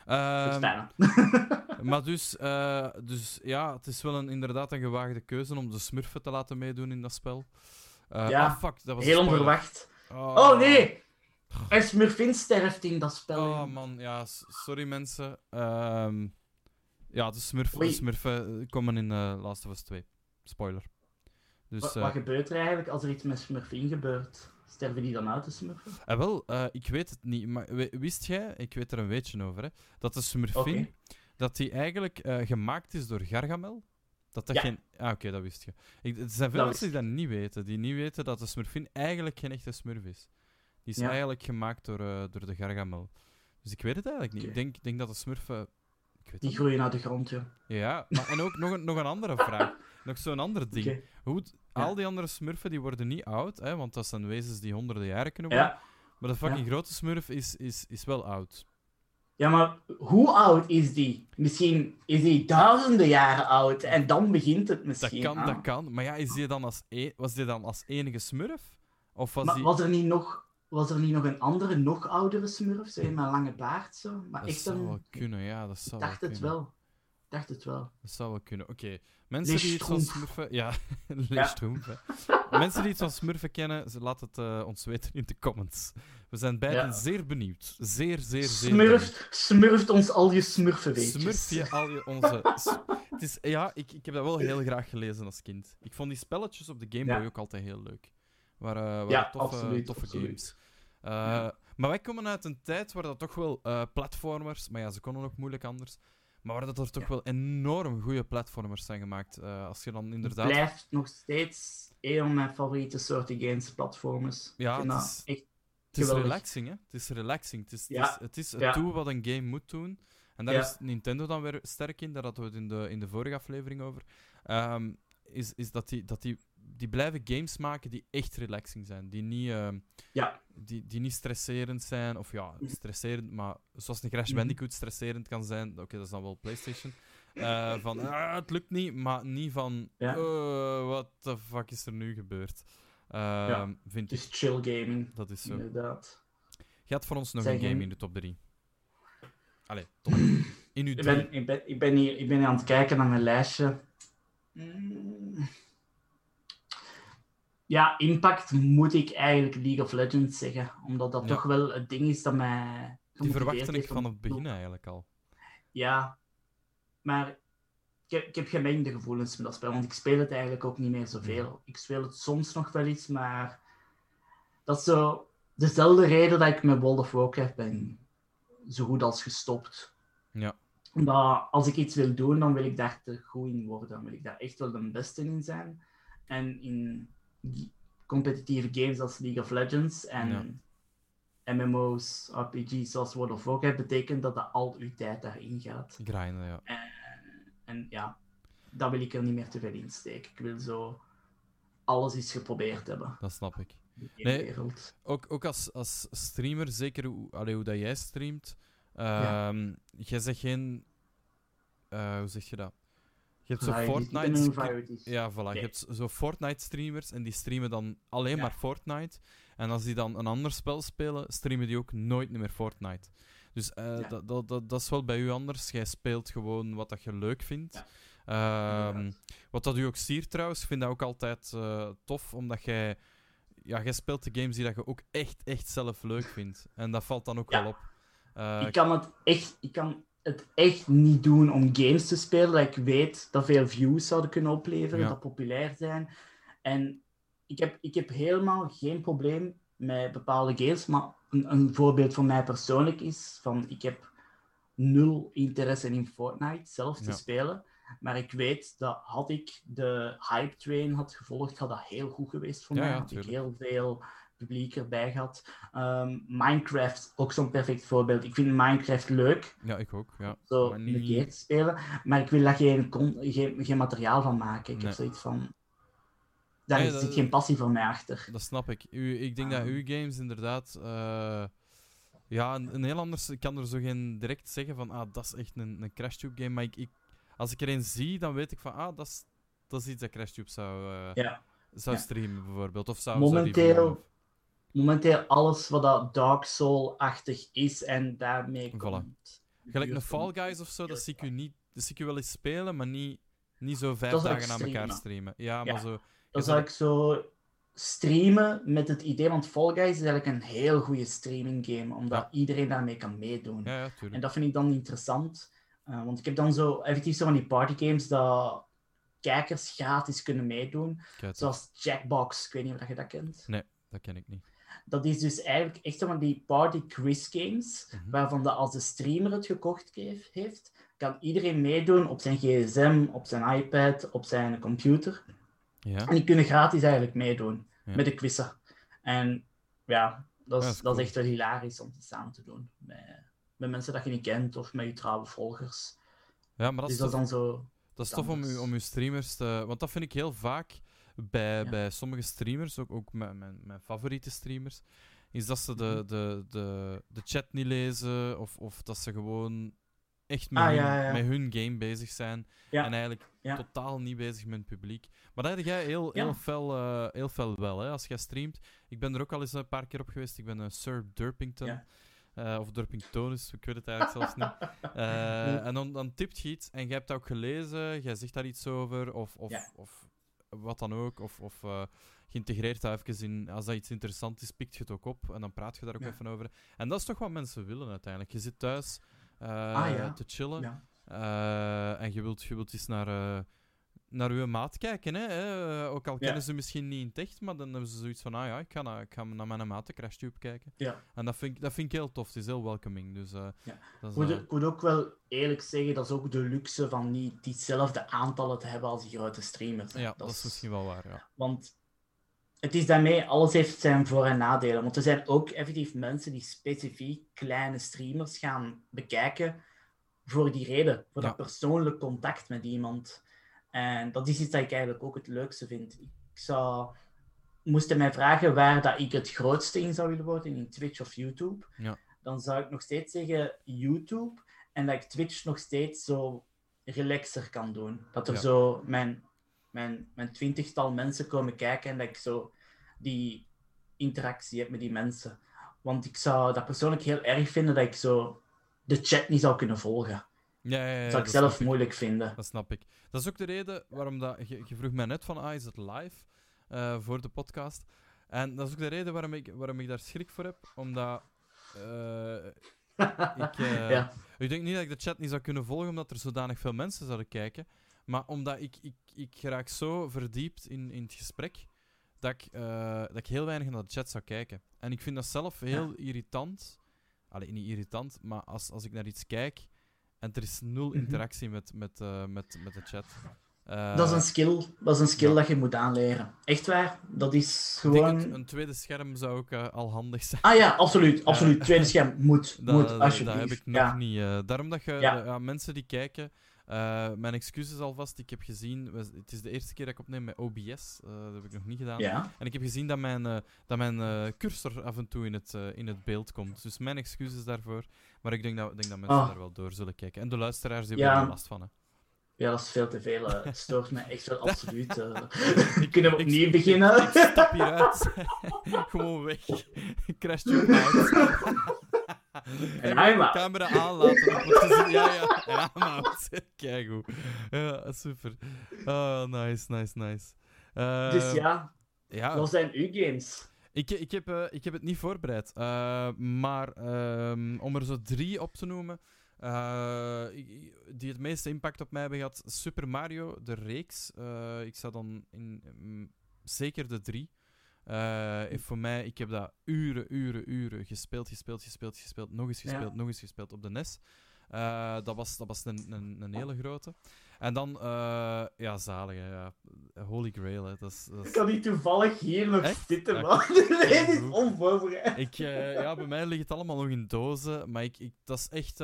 Maar dus ja, het is wel inderdaad een gewaagde keuze om de smurfen te laten meedoen in dat spel. Fuck, dat was heel onverwacht. Oh nee! Een smurfin sterft in dat spel. Oh man, ja, sorry mensen. Ja, de smurfen komen in Last of Us 2. Spoiler. Dus, wat gebeurt er eigenlijk als er iets met smurfin gebeurt? Sterven die dan uit, de smurfen? Ik weet het niet, maar wist jij, ik weet er een weetje over, hè, dat de smurfin, dat die eigenlijk gemaakt is door Gargamel? Geen... Oké, dat wist je. Er zijn veel mensen die dat niet weten. Die niet weten dat de smurfin eigenlijk geen echte smurf is. Die is eigenlijk gemaakt door de Gargamel. Dus ik weet het eigenlijk niet. Ik denk dat de smurfen... Die groeien uit de grond, joh. Ja, en ook nog een andere vraag. Nog zo'n ander ding. Al die andere smurfen die worden niet oud, hè, want dat zijn wezens die honderden jaren kunnen worden. Ja. Maar de fucking grote smurf is wel oud. Ja, maar hoe oud is die? Misschien is die duizenden jaren oud en dan begint het misschien. Dat kan. Maar ja, was die dan als enige smurf? Of was er niet nog een andere, nog oudere smurf? Zo, met een lange baard zo? Maar dat zou wel kunnen, ja. Dat zou dacht het wel. Dat zou wel kunnen. Oké. Mensen die iets van smurfen... Ja, Leestroemp, hè. Mensen die iets van smurfen kennen, laat het ons weten in de comments. We zijn beiden zeer benieuwd. Zeer benieuwd. Smurft ons al je smurfenweetjes. Smurf je al je onze... Het is, ik heb dat wel heel graag gelezen als kind. Ik vond die spelletjes op de Game Boy ook altijd heel leuk. Waren toffe games. Maar wij komen uit een tijd waar dat toch wel platformers... Maar ja, ze konden ook moeilijk anders... Maar waar dat er toch wel enorm goede platformers zijn gemaakt. Als je dan inderdaad... Het blijft nog steeds een van mijn favoriete soorten games, platformers. Ja, het is relaxing, hè. Het is relaxing. Het is het doen wat een game moet doen. En daar is Nintendo dan weer sterk in. Daar hadden we het in de vorige aflevering over. Is dat die blijven games maken die echt relaxing zijn. Die niet... Die niet stresserend zijn, of stresserend, maar zoals een Crash Bandicoot stresserend kan zijn, oké, dat is dan wel PlayStation. Het lukt niet, maar niet van, what the fuck is er nu gebeurd? Vind het is chill gaming. Dat is zo. Inderdaad. Je had voor ons nog een game in de top 3. Allee, top. In uw 3. Ik ben hier aan het kijken naar mijn lijstje. Ja, impact moet ik eigenlijk League of Legends zeggen. Omdat dat toch wel het ding is dat mij... Die verwachtte ik van het begin eigenlijk al. Ja, maar ik heb gemengde gevoelens met dat spel. Want ik speel het eigenlijk ook niet meer zoveel. Ik speel het soms nog wel eens, maar... Dat is zo dezelfde reden dat ik met World of Warcraft ben zo goed als gestopt. Ja. Omdat als ik iets wil doen, dan wil ik daar te goed in worden. Dan wil ik daar echt wel de beste in zijn. En in... competitieve games als League of Legends en MMO's, RPG's zoals World of Warcraft betekent dat al uw tijd daarin gaat. Grinden, ja. En ja, dat wil ik er niet meer te veel in steken. Ik wil zo alles eens geprobeerd hebben. Dat snap ik. Nee, ook als streamer, zeker hoe dat jij streamt, jij zegt geen... hoe zeg je dat? Je hebt zo Fortnite... Ja, voilà. Okay. Je hebt zo Fortnite-streamers en die streamen dan alleen maar Fortnite. En als die dan een ander spel spelen, streamen die ook nooit meer Fortnite. Dus dat is wel bij u anders. Jij speelt gewoon wat dat je leuk vindt. Wat dat u ook siert trouwens, ik vind dat ook altijd tof, omdat jij speelt de games die dat je ook echt zelf leuk vindt. En dat valt dan ook wel op. Ik kan het echt niet doen om games te spelen dat ik weet dat veel views zouden kunnen opleveren, dat populair zijn. En ik heb helemaal geen probleem met bepaalde games, maar een voorbeeld van mij persoonlijk is, ik heb nul interesse in Fortnite zelf te Ja. spelen. Maar ik weet dat had ik de hype train had gevolgd, had dat heel goed geweest voor mij. Had ik tuurlijk. heel veel publiek erbij gehad. Minecraft, ook zo'n perfect voorbeeld. Ik vind Minecraft leuk, Ja, ik ook. Ja. zo Maar een keer te spelen, maar ik wil daar geen materiaal van maken. Ik heb Nee. zoiets van... Daar Nee, zit geen passie voor mij achter. Dat snap ik. Ik denk dat uw games inderdaad... ja, een heel anders... Ik kan er zo geen direct zeggen van... dat is echt een CrashTube game. Maar als ik er een zie, dan weet ik van... dat is iets dat CrashTube zou streamen, bijvoorbeeld. Of zou reviewen. Momenteel alles wat dat Dark Soul-achtig is en daarmee komt... Gelijk een Fall Guys of zo, dat zie ik u wel eens spelen, maar niet zo 5 Dat zou dagen ik aan elkaar streamen. Ja, maar zo... Dan zou ik zo streamen met het idee, want Fall Guys is eigenlijk een heel goede streaming game, omdat iedereen daarmee kan meedoen. Ja, tuurlijk. En dat vind ik dan interessant, want ik heb dan zo effectief zo van die partygames dat kijkers gratis kunnen meedoen, zoals Jackbox, ik weet niet of je dat kent. Nee, dat ken ik niet. Dat is dus eigenlijk echt zo van die party quiz games, waarvan dat als de streamer het gekocht heeft, kan iedereen meedoen op zijn gsm, op zijn iPad, op zijn computer. Ja. En die kunnen gratis eigenlijk meedoen met de quizzen. En ja, dat is echt wel hilarisch om samen te doen. Met mensen dat je niet kent of met je trouwe volgers. Ja, maar dat dus is dat is dan zo... Dat is tof om uw streamers te... Want dat vind ik heel vaak bij sommige streamers, ook mijn favoriete streamers, is dat ze de chat niet lezen of dat ze gewoon echt met hun game bezig zijn en eigenlijk totaal niet bezig met het publiek. Maar dat heb jij heel fel wel, hè, als jij streamt. Ik ben er ook al eens een paar keer op geweest. Ik ben Sir Durpington. Of Durpingtonus, ik weet het eigenlijk zelfs niet. En dan tipt je iets en jij hebt dat ook gelezen, jij zegt daar iets over, of wat dan ook, of geïntegreerd dat even in, als dat iets interessant is, pikt je het ook op en dan praat je daar ook even over. En dat is toch wat mensen willen uiteindelijk. Je zit thuis te chillen en je wilt eens naar uw maat kijken. Hè? Ook al kennen ze misschien niet in het echt, maar dan hebben ze zoiets van, ik ga naar mijn maat de CrashTube kijken. Ja. En dat vind ik heel tof. Het is heel welcoming. Dus, ik moet ook wel eerlijk zeggen, dat is ook de luxe van niet diezelfde aantallen te hebben als die grote streamers. Ja, dat is misschien wel waar, ja. Want het is daarmee, alles heeft zijn voor- en nadelen. Want er zijn ook effectief mensen die specifiek kleine streamers gaan bekijken voor die reden. Voor dat persoonlijk contact met iemand. En dat is iets dat ik eigenlijk ook het leukste vind. Moest je mij vragen waar dat ik het grootste in zou willen worden, in Twitch of YouTube, dan zou ik nog steeds zeggen YouTube. En dat ik Twitch nog steeds zo relaxer kan doen. Dat er zo mijn 20-tal mensen komen kijken en dat ik zo die interactie heb met die mensen. Want ik zou dat persoonlijk heel erg vinden dat ik zo de chat niet zou kunnen volgen. Dat zou ik zelf moeilijk vinden. Dat snap ik. Dat is ook de reden waarom dat... Je vroeg mij net van, is het live voor de podcast? En dat is ook de reden waarom ik daar schrik voor heb. Omdat... Ik denk niet dat ik de chat niet zou kunnen volgen, omdat er zodanig veel mensen zouden kijken. Maar omdat ik raak zo verdiept in het gesprek, dat ik heel weinig naar de chat zou kijken. En ik vind dat zelf heel irritant. Allee, niet irritant, maar als ik naar iets kijk en er is nul interactie met de chat. Dat is een skill dat je moet aanleren. Echt waar. Dat is gewoon... Ik denk een tweede scherm zou ook al handig zijn. Ja, absoluut. Tweede scherm moet, alsjeblieft. Dat heb ik nog niet. Daarom dat je mensen die kijken... mijn excuses alvast. Ik heb gezien... Het is de eerste keer dat ik opneem met OBS. Dat heb ik nog niet gedaan. Ja. En ik heb gezien dat mijn cursor af en toe in het beeld komt. Dus mijn excuses daarvoor. Maar ik denk dat mensen daar wel door zullen kijken. En de luisteraars die hebben er last van. Hè. Ja, dat is veel te veel. Het stoort me echt wel absoluut. Kunnen we opnieuw beginnen? Ik stap hieruit. Gewoon weg. Crash you out. En de camera aanlaten. Ja. En I'm out. Kijk hoe. Ja, super. Oh, nice. Dus wat zijn uw games? Ik heb het niet voorbereid. Maar om er zo 3 op te noemen... die het meeste impact op mij hebben gehad, Super Mario, de reeks. Ik zou dan in zeker de 3. Voor mij, ik heb dat uren gespeeld. Nog eens gespeeld op de NES. Dat was een hele grote. En dan, zalig, hè, ja. Holy Grail, hè. Ik kan niet toevallig hier nog Echt? zitten, Oké. man. Nee, dit is onvoorbereid. Bij mij ligt het allemaal nog in dozen, maar dat is echt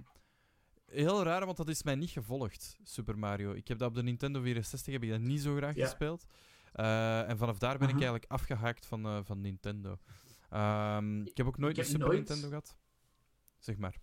heel raar, want dat is mij niet gevolgd, Super Mario. Ik heb dat op de Nintendo 64 heb ik dat niet zo graag gespeeld. En vanaf daar ben ik eigenlijk afgehaakt van Nintendo. Ik heb ook nooit een Super Nintendo gehad. Zeg maar.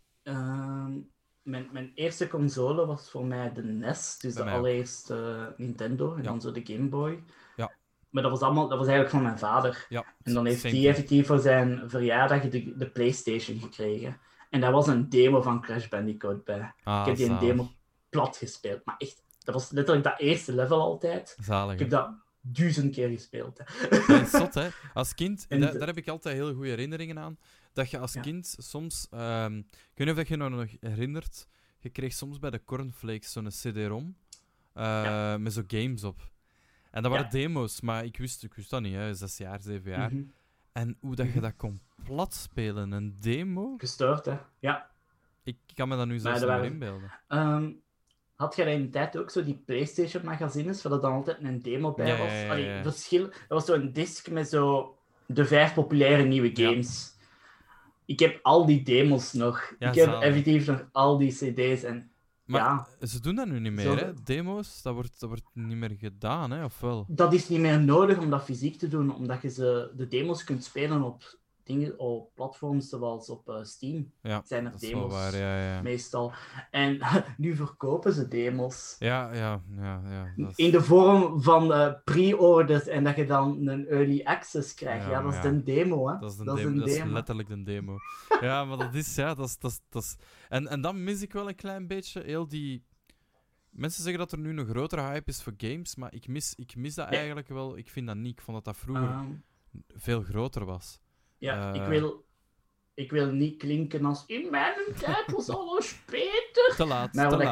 Mijn eerste console was voor mij de NES, dus de allereerste Nintendo, en dan zo de Game Boy. Ja. Maar dat was eigenlijk van mijn vader. Ja, en dan heeft hij effectief voor zijn verjaardag de PlayStation gekregen. En daar was een demo van Crash Bandicoot bij. Ik heb die een demo plat gespeeld, maar echt, dat was letterlijk dat eerste level altijd. Zalig, ik heb dat 1000 keer gespeeld. Hè. Dat is zot, hè. Als kind, daar heb ik altijd heel goede herinneringen aan, dat je als kind soms... ik weet niet of je je nog herinnert, je kreeg soms bij de Cornflakes zo'n CD-ROM met zo games op. En dat waren demo's, maar ik wist dat niet, hè. 6 jaar, 7 jaar. Mm-hmm. En hoe dat je dat kon plat spelen, een demo... Gestoord, hè. Ja. Ik kan me dat nu zelfs niet meer inbeelden. Had jij in de tijd ook zo die PlayStation-magazines, waar er dan altijd een demo bij was? Ja. Dat was zo'n disc met zo de 5 populaire nieuwe games. Ja. Ik heb al die demos nog. Ik heb effectief nog al die cd's. Maar ze doen dat nu niet meer, hè? Demo's, dat wordt niet meer gedaan, hè? Of wel? Dat is niet meer nodig om dat fysiek te doen, omdat je de demo's kunt spelen op platforms zoals op Steam. Ja, zijn er dat demos is wel waar, meestal. En nu verkopen ze demos. Ja. In de vorm van pre-orders en dat je dan een early access krijgt. Dat is de demo, hè. Dat is letterlijk de demo. Ja, maar dat is... dat is... En dan mis ik wel een klein beetje heel die... Mensen zeggen dat er nu een grotere hype is voor games, maar ik mis dat eigenlijk wel. Ik vind dat niet. Ik vond dat vroeger veel groter was. Ja, ik wil niet klinken als in mijn tijd was alles beter. Te laat, maar wat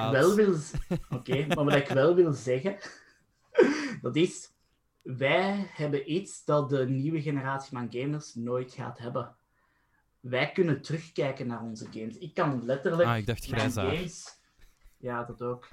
ik wel wil zeggen, dat is, wij hebben iets dat de nieuwe generatie van gamers nooit gaat hebben. Wij kunnen terugkijken naar onze games. Ik kan letterlijk ik dacht games... Ja, dat ook.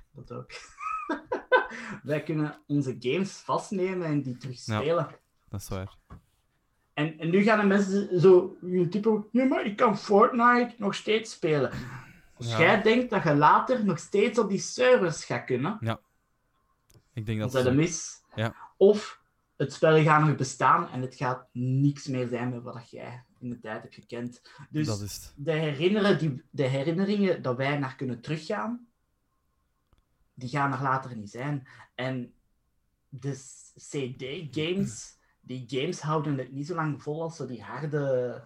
Wij kunnen onze games vastnemen en die terugspelen. Ja, dat is waar. En nu gaan de mensen zo typen, ja, maar ik kan Fortnite nog steeds spelen. Als jij denkt dat je later nog steeds op die servers gaat kunnen, ik denk dat dan zijn mis. Ja. Of het spel gaat nog bestaan en het gaat niks meer zijn met wat jij in de tijd hebt gekend. Dus dat is het. de herinneringen dat wij naar kunnen teruggaan, die gaan er later niet zijn. En de CD-games... Die games houden het niet zo lang vol als zo die harde,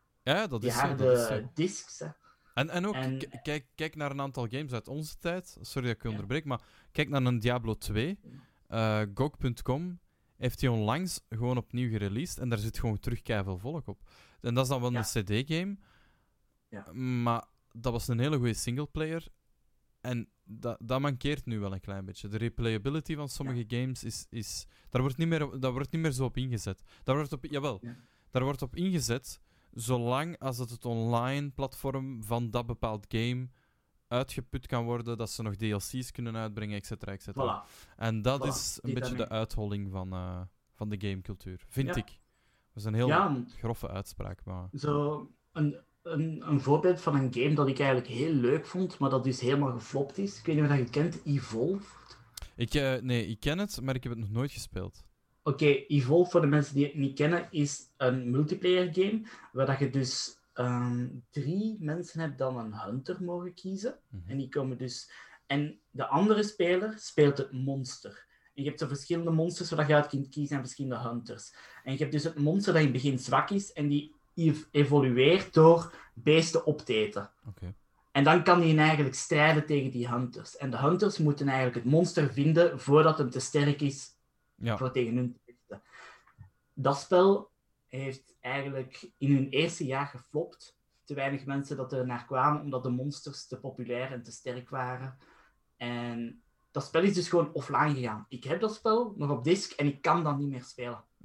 discs. Hè. En ook, kijk naar een aantal games uit onze tijd. Sorry dat ik je onderbreek, maar kijk naar een Diablo 2. GOG.com heeft die onlangs gewoon opnieuw gereleased en daar zit gewoon terug keiveel volk op. En dat is dan wel een CD-game, maar dat was een hele goede singleplayer. En dat mankeert nu wel een klein beetje. De replayability van sommige games is daar wordt niet meer zo op ingezet. Daar wordt op ingezet zolang als het online platform van dat bepaald game uitgeput kan worden, dat ze nog DLC's kunnen uitbrengen, et cetera. Voilà. En dat is een beetje de uitholling van de gamecultuur, vind ik. Dat is een heel grove uitspraak. Maar... Zo een voorbeeld van een game dat ik eigenlijk heel leuk vond, maar dat dus helemaal geflopt is. Ik weet niet of je het kent, Evolved. Nee, ik ken het, maar ik heb het nog nooit gespeeld. Oké, Evolved, voor de mensen die het niet kennen, is een multiplayer game, waar dat je dus 3 mensen hebt dan een hunter mogen kiezen. Mm-hmm. En die komen dus... En de andere speler speelt het monster. En je hebt zo verschillende monsters waar je uit kunt kiezen en verschillende hunters. En je hebt dus het monster dat in het begin zwak is en die evolueert door beesten op te eten. Okay. En dan kan hij eigenlijk strijden tegen die hunters. En de hunters moeten eigenlijk het monster vinden voordat het te sterk is voor tegen hun te vechten. Dat spel heeft eigenlijk in hun eerste jaar geflopt. Te weinig mensen dat er naar kwamen, omdat de monsters te populair en te sterk waren. En dat spel is dus gewoon offline gegaan. Ik heb dat spel nog op disc en ik kan dat niet meer spelen. Ja.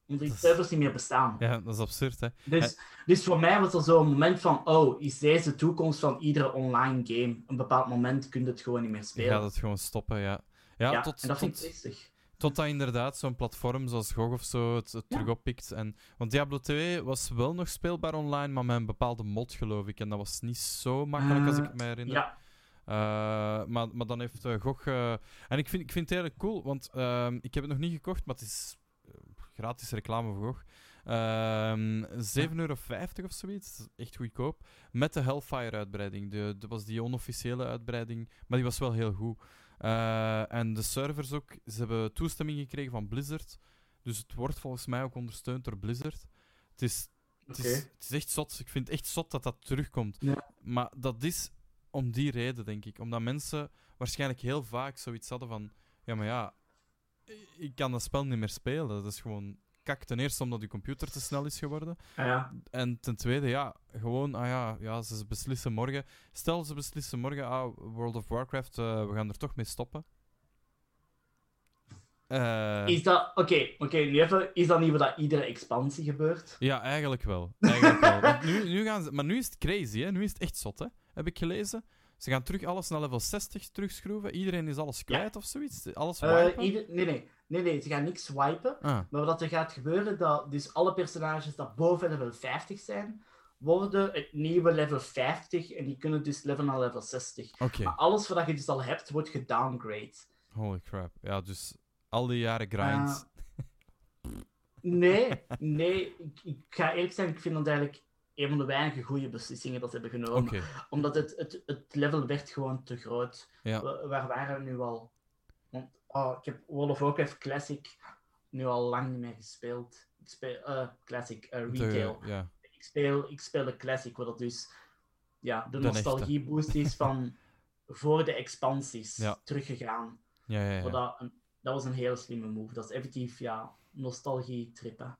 Omdat die servers niet meer bestaan. Ja, dat is absurd, hè. Dus voor mij was er zo'n moment van, oh, is deze de toekomst van iedere online game? Een bepaald moment kun je het gewoon niet meer Je spelen. gaat het gewoon stoppen, ja. Ja, En dat vind ik triestig. Totdat inderdaad zo'n platform zoals GOG of zo het terug oppikt. Want Diablo 2 was wel nog speelbaar online, maar met een bepaalde mod, geloof ik. En dat was niet zo makkelijk als ik me herinner. Ja. Maar dan heeft GOG... En ik vind het eigenlijk cool, want ik heb het nog niet gekocht, maar het is gratis reclame voor GOG. €7,50 of zoiets. Dat is echt goedkoop. Met de Hellfire-uitbreiding. Dat was die onofficiële uitbreiding, maar die was wel heel goed. En de servers ook. Ze hebben toestemming gekregen van Blizzard. Dus het wordt volgens mij ook ondersteund door Blizzard. Het is echt zot. Ik vind het echt zot dat dat terugkomt. Ja. Maar dat is om die reden, denk ik. Omdat mensen waarschijnlijk heel vaak zoiets hadden van... Ja, maar ja, ik kan dat spel niet meer spelen. Dat is gewoon kak. Ten eerste omdat je computer te snel is geworden. Ja. En ten tweede, gewoon... ze beslissen morgen... Stel, ze beslissen morgen... World of Warcraft, we gaan er toch mee stoppen. Is dat... Oké, nu even... Is dat niet wat dat iedere expansie gebeurt? Ja, eigenlijk wel. Want nu gaan ze... Maar nu is het crazy, hè. Nu is het echt zot, hè. Heb ik gelezen. Ze gaan terug alles naar level 60 terugschroeven. Iedereen is alles kwijt of zoiets. Alles wipen. Nee, ze gaan niks swipen. Maar wat er gaat gebeuren, dat dus alle personages dat boven level 50 zijn, worden het nieuwe level 50 en die kunnen dus levelen naar level 60. Okay. Maar alles wat je dus al hebt, wordt gedowngrade. Holy crap. Ja, dus al die jaren grind. Nee. Ik ga eerlijk zijn, ik vind dat eigenlijk een van de weinige goede beslissingen dat ze hebben genomen. Okay. Omdat het level werd gewoon te groot. Ja. Waar waren we nu al? Want ik heb World of Warcraft Classic nu al lang niet meer gespeeld. Ik speel Classic Retail. Ik speel de Classic, wat dat dus de nostalgieboost is van voor de expansies teruggegaan. Ja. Dat was een hele slimme move. Dat is effectief nostalgie trippen.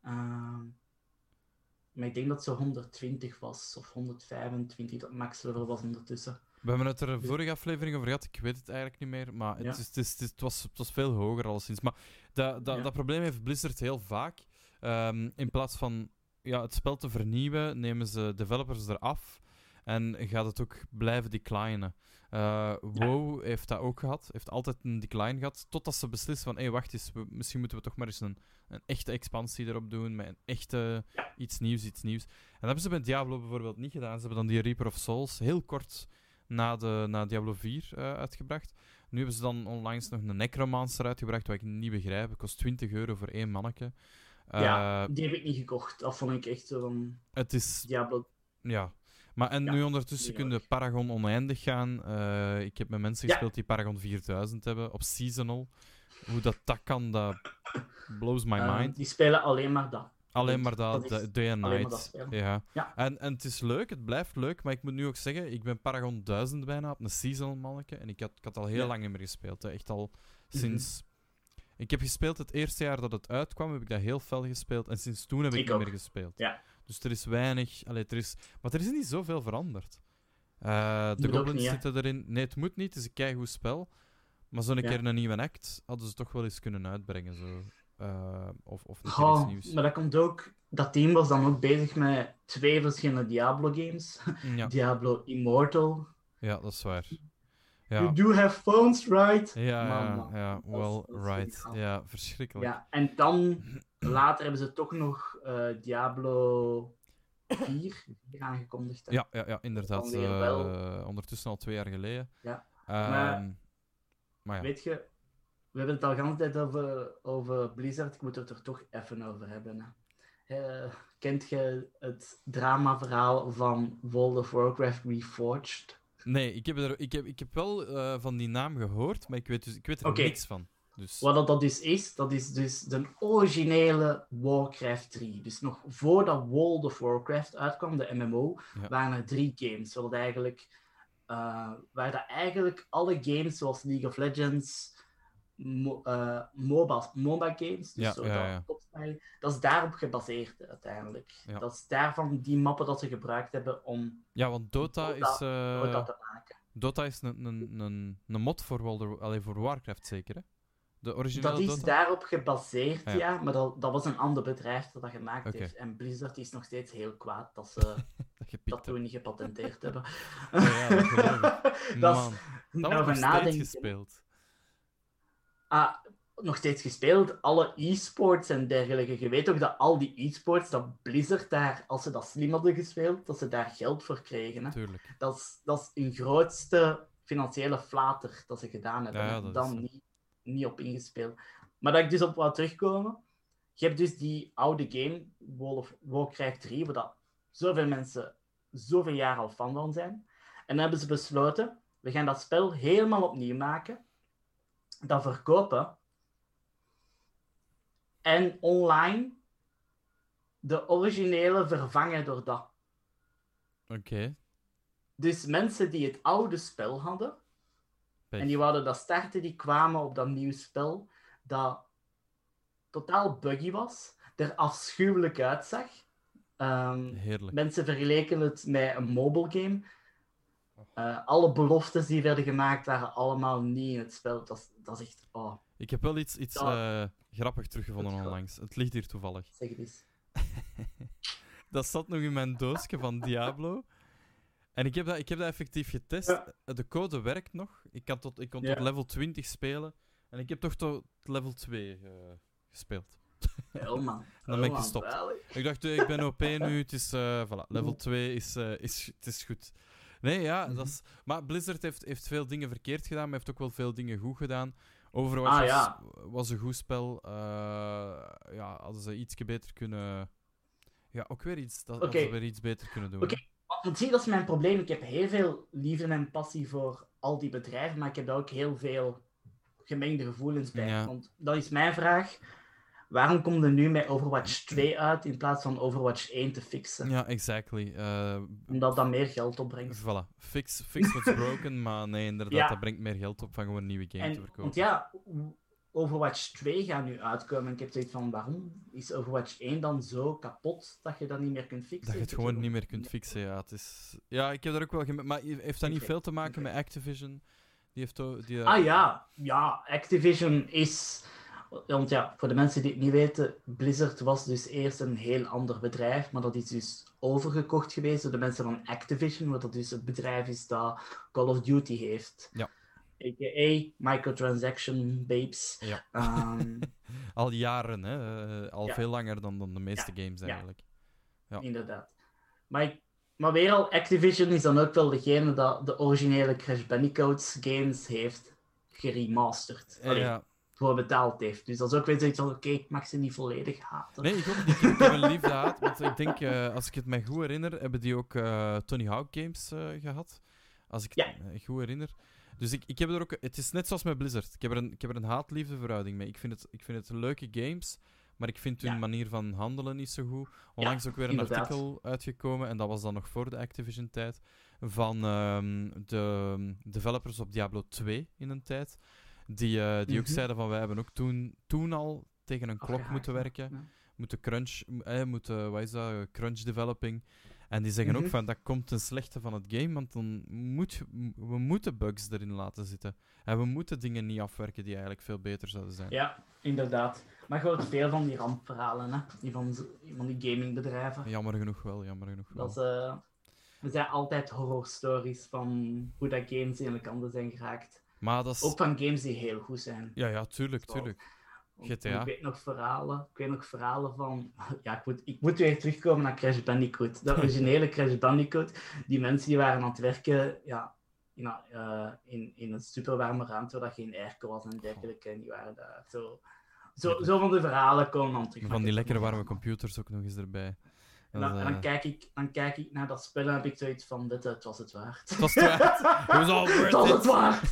Maar ik denk dat het zo 120 was, of 125, dat max level was ondertussen. We hebben het er een vorige aflevering over gehad, ik weet het eigenlijk niet meer, maar het was veel hoger alleszins. Maar dat probleem heeft Blizzard heel vaak. In plaats van het spel te vernieuwen, nemen ze developers eraf en gaat het ook blijven declinen. WoW heeft dat ook gehad, heeft altijd een decline gehad, totdat ze beslissen van, wacht eens, misschien moeten we toch maar eens een echte expansie erop doen, met een echte iets nieuws. En dat hebben ze bij Diablo bijvoorbeeld niet gedaan. Ze hebben dan die Reaper of Souls heel kort na Diablo 4 uitgebracht. Nu hebben ze dan onlangs nog een Necromancer uitgebracht, wat ik niet begrijp. Het kost €20 voor 1 manneke. Die heb ik niet gekocht. Dat vond ik echt van het is Diablo. Ja. Maar nu ondertussen kun je Paragon oneindig gaan. Ik heb met mensen gespeeld die Paragon 4000 hebben, op seasonal. Hoe dat kan, dat blows my mind. Die spelen alleen maar dat. Alleen maar dat, day and night. Ja. En het is leuk, het blijft leuk, maar ik moet nu ook zeggen, ik ben Paragon 1000 bijna op een seasonal manneke en ik had al heel lang niet meer gespeeld. Hè. Echt al sinds... Ik heb gespeeld het eerste jaar dat het uitkwam, heb ik dat heel fel gespeeld en sinds toen heb ik niet meer gespeeld. Ja. Dus er is weinig... maar er is niet zoveel veranderd. De goblins zitten erin. Nee, het moet niet. Het is een keigoed spel. Maar zo'n keer een nieuwe act hadden ze toch wel eens kunnen uitbrengen. Zo. Of een keer iets nieuws. Maar dat komt ook... Dat team was dan ook bezig met 2 verschillende Diablo-games. Diablo Immortal. Ja, dat is waar. Ja. You do have phones, right? Ja, well, right. Ja, verschrikkelijk. Ja, en dan later hebben ze toch nog Diablo 4 aangekondigd. Ja, inderdaad. Ondertussen al 2 jaar geleden. Ja. Maar weet je, we hebben het al de hele tijd over Blizzard. Ik moet het er toch even over hebben. Kent je het dramaverhaal van World of Warcraft Reforged? Nee, ik heb wel van die naam gehoord, maar ik weet er niks van. Dus... Wat dat dus is, dat is dus de originele Warcraft 3. Dus nog voordat World of Warcraft uitkwam, de MMO, waren er 3 games. Waar eigenlijk alle games zoals League of Legends, MOBA games, dus dat is daarop gebaseerd uiteindelijk. Ja. Dat is daarvan die mappen dat ze gebruikt hebben om want Dota is te maken. Dota is een mod voor Warcraft zeker, hè? De originele Dat is Dota? daarop gebaseerd, Ja. ja. Maar dat was een ander bedrijf dat gemaakt Oké. heeft. En Blizzard is nog steeds heel kwaad dat ze Dat je dat pikt toen niet gepatenteerd hebben. ja, dat geloof ik. Dat Man, is dat wordt daarover nog steeds nadenken. gespeeld. Nog steeds gespeeld. Alle e-sports en dergelijke. Je weet ook dat al die e-sports, dat Blizzard daar, als ze dat slim hadden gespeeld, dat ze daar geld voor kregen. Hè. Tuurlijk. Dat is hun grootste financiële flater dat ze gedaan hebben. Ja, Hè. dat is Dan zo. niet op ingespeeld. Maar dat ik dus op wou terugkomen. Je hebt dus die oude game, World of Warcraft 3, waar dat zoveel mensen zoveel jaar al fan van zijn. En dan hebben ze besloten, we gaan dat spel helemaal opnieuw maken. Dat verkopen. En online de originele vervangen door dat. Oké. Dus mensen die het oude spel hadden, Pech. en die wouden dat starten, die kwamen op dat nieuwe spel, dat totaal buggy was, er afschuwelijk uitzag. Heerlijk. Mensen vergeleken het met een mobile game. Alle beloftes die werden gemaakt waren allemaal niet in het spel. Dat is echt... Oh, Ik heb wel iets grappig teruggevonden Goed. onlangs. Het ligt hier toevallig. zeg het eens. Dat zat nog in mijn doosje van Diablo. En ik heb dat effectief getest. Ja. De code werkt nog. Ik kon tot level 20 spelen. En ik heb toch tot level 2 gespeeld. Heel man. Dan ben ik gestopt. Ik dacht, ik ben OP nu. Het is, voilà, level 2 is goed. Nee, ja, dat is... Maar Blizzard heeft veel dingen verkeerd gedaan, maar heeft ook wel veel dingen goed gedaan. Overwatch was een goed spel. Ja, hadden ze ietsje beter kunnen... Ja, ook weer iets... Hadden ze weer iets beter kunnen doen. Oké. Want zie, dat is mijn probleem. Ik heb heel veel liefde en passie voor al die bedrijven, maar ik heb daar ook heel veel gemengde gevoelens bij. Ja. Want dat is mijn vraag. Waarom komt er nu met Overwatch 2 uit in plaats van Overwatch 1 te fixen? Ja, exactly. Omdat dat meer geld opbrengt. Voilà. Fix what's broken, maar nee, inderdaad, Ja. dat brengt meer geld op van gewoon een nieuwe game te verkopen. Want ja, Overwatch 2 gaat nu uitkomen. En ik heb zoiets van, waarom is Overwatch 1 dan zo kapot dat je dat niet meer kunt fixen? Dat je het gewoon niet meer kunt fixen, ja. Het is... Ja, ik heb daar ook wel... Maar heeft dat niet veel te maken met Activision? Die heeft Ja, Activision is... Want ja, voor de mensen die het niet weten, Blizzard was dus eerst een heel ander bedrijf, maar dat is dus overgekocht geweest door de mensen van Activision, wat dat dus het bedrijf is dat Call of Duty heeft. Ja. A.k.a. microtransaction babes. Ja. Al jaren, hè. Al veel langer dan de meeste games eigenlijk. Ja. Inderdaad. Maar weer al, Activision is dan ook wel degene dat de originele Crash Bandicoot games heeft geremasterd. Ja. Voor betaald heeft. Dus dat is ook weer zoiets van, oké, ik mag ze niet volledig haten. Nee, ik ook niet. Ik heb een liefde haat, want ik denk, als ik het me goed herinner, hebben die ook Tony Hawk games gehad. Als ik het me goed herinner. Dus ik heb er ook... Het is net zoals met Blizzard. Ik heb er een haat-liefde verhouding mee. Ik vind het leuke games, maar ik vind hun manier van handelen niet zo goed. Onlangs ook weer een artikel uitgekomen, en dat was dan nog voor de Activision-tijd, van de developers op Diablo 2 in een tijd. Die ook zeiden van, wij hebben ook toen al tegen een klok moeten werken. Ja. Moeten crunch developing. En die zeggen ook van, dat komt ten slechte van het game, want dan we moeten bugs erin laten zitten. En we moeten dingen niet afwerken die eigenlijk veel beter zouden zijn. Ja, inderdaad. Maar je hoort veel van die rampverhalen, hè? Die van die gamingbedrijven. Jammer genoeg wel. Er zijn altijd horrorstories van hoe dat games in de kanten zijn geraakt. Maar dat is... Ook van games die heel goed zijn. Ja, tuurlijk. GTA. Ik weet nog verhalen van... Ja, ik moet weer terugkomen naar Crash Bandicoot. De originele Crash Bandicoot. Die mensen die waren aan het werken in een superwarme ruimte waar geen airco was en dergelijke. En die waren daar zo van de verhalen komen dan terug. Van die lekkere warme computers ook nog eens erbij. En dan kijk ik naar dat spel en heb ik zoiets van, het was het waard. Het was het waard. Het was al worth het was het waard.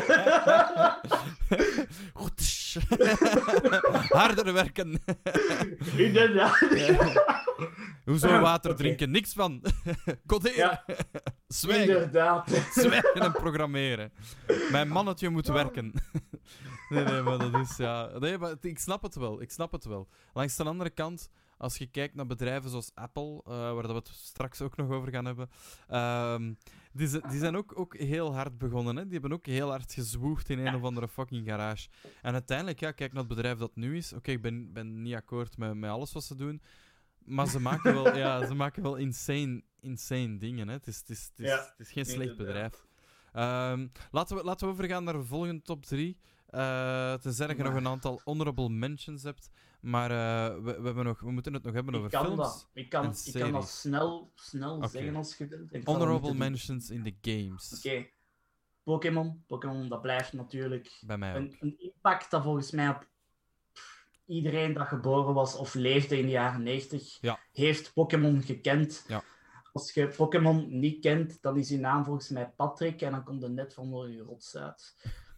Harder werken. Inderdaad. Hoezo water drinken? Niks van. Coderen. Ja. Zwijgen. Inderdaad. Zwijgen en programmeren. Mijn mannetje moet werken. Nee, maar dat is ja... Nee, maar ik snap het wel. Langs de andere kant, als je kijkt naar bedrijven zoals Apple, waar we het straks ook nog over gaan hebben, Die zijn ook heel hard begonnen. Hè? Die hebben ook heel hard gezwoegd in een of andere fucking garage. En uiteindelijk, kijk naar het bedrijf dat nu is. Oké, ik ben niet akkoord met alles wat ze doen. Maar ze maken wel insane dingen. Hè? Het is geen slecht bedrijf. Laten we overgaan naar de volgende top 3. Tenzij dat je nog een aantal honorable mentions hebt. Maar we moeten het nog hebben over films. Ik kan dat snel zeggen als je wilt. Honorable mentions in de games. Oké. Pokémon, dat blijft natuurlijk bij mij ook. Een impact dat volgens mij op iedereen dat geboren was of leefde in de jaren 90, heeft Pokémon gekend. Ja. Als je Pokémon niet kent, dan is je naam volgens mij Patrick en dan komt er net van je rots uit.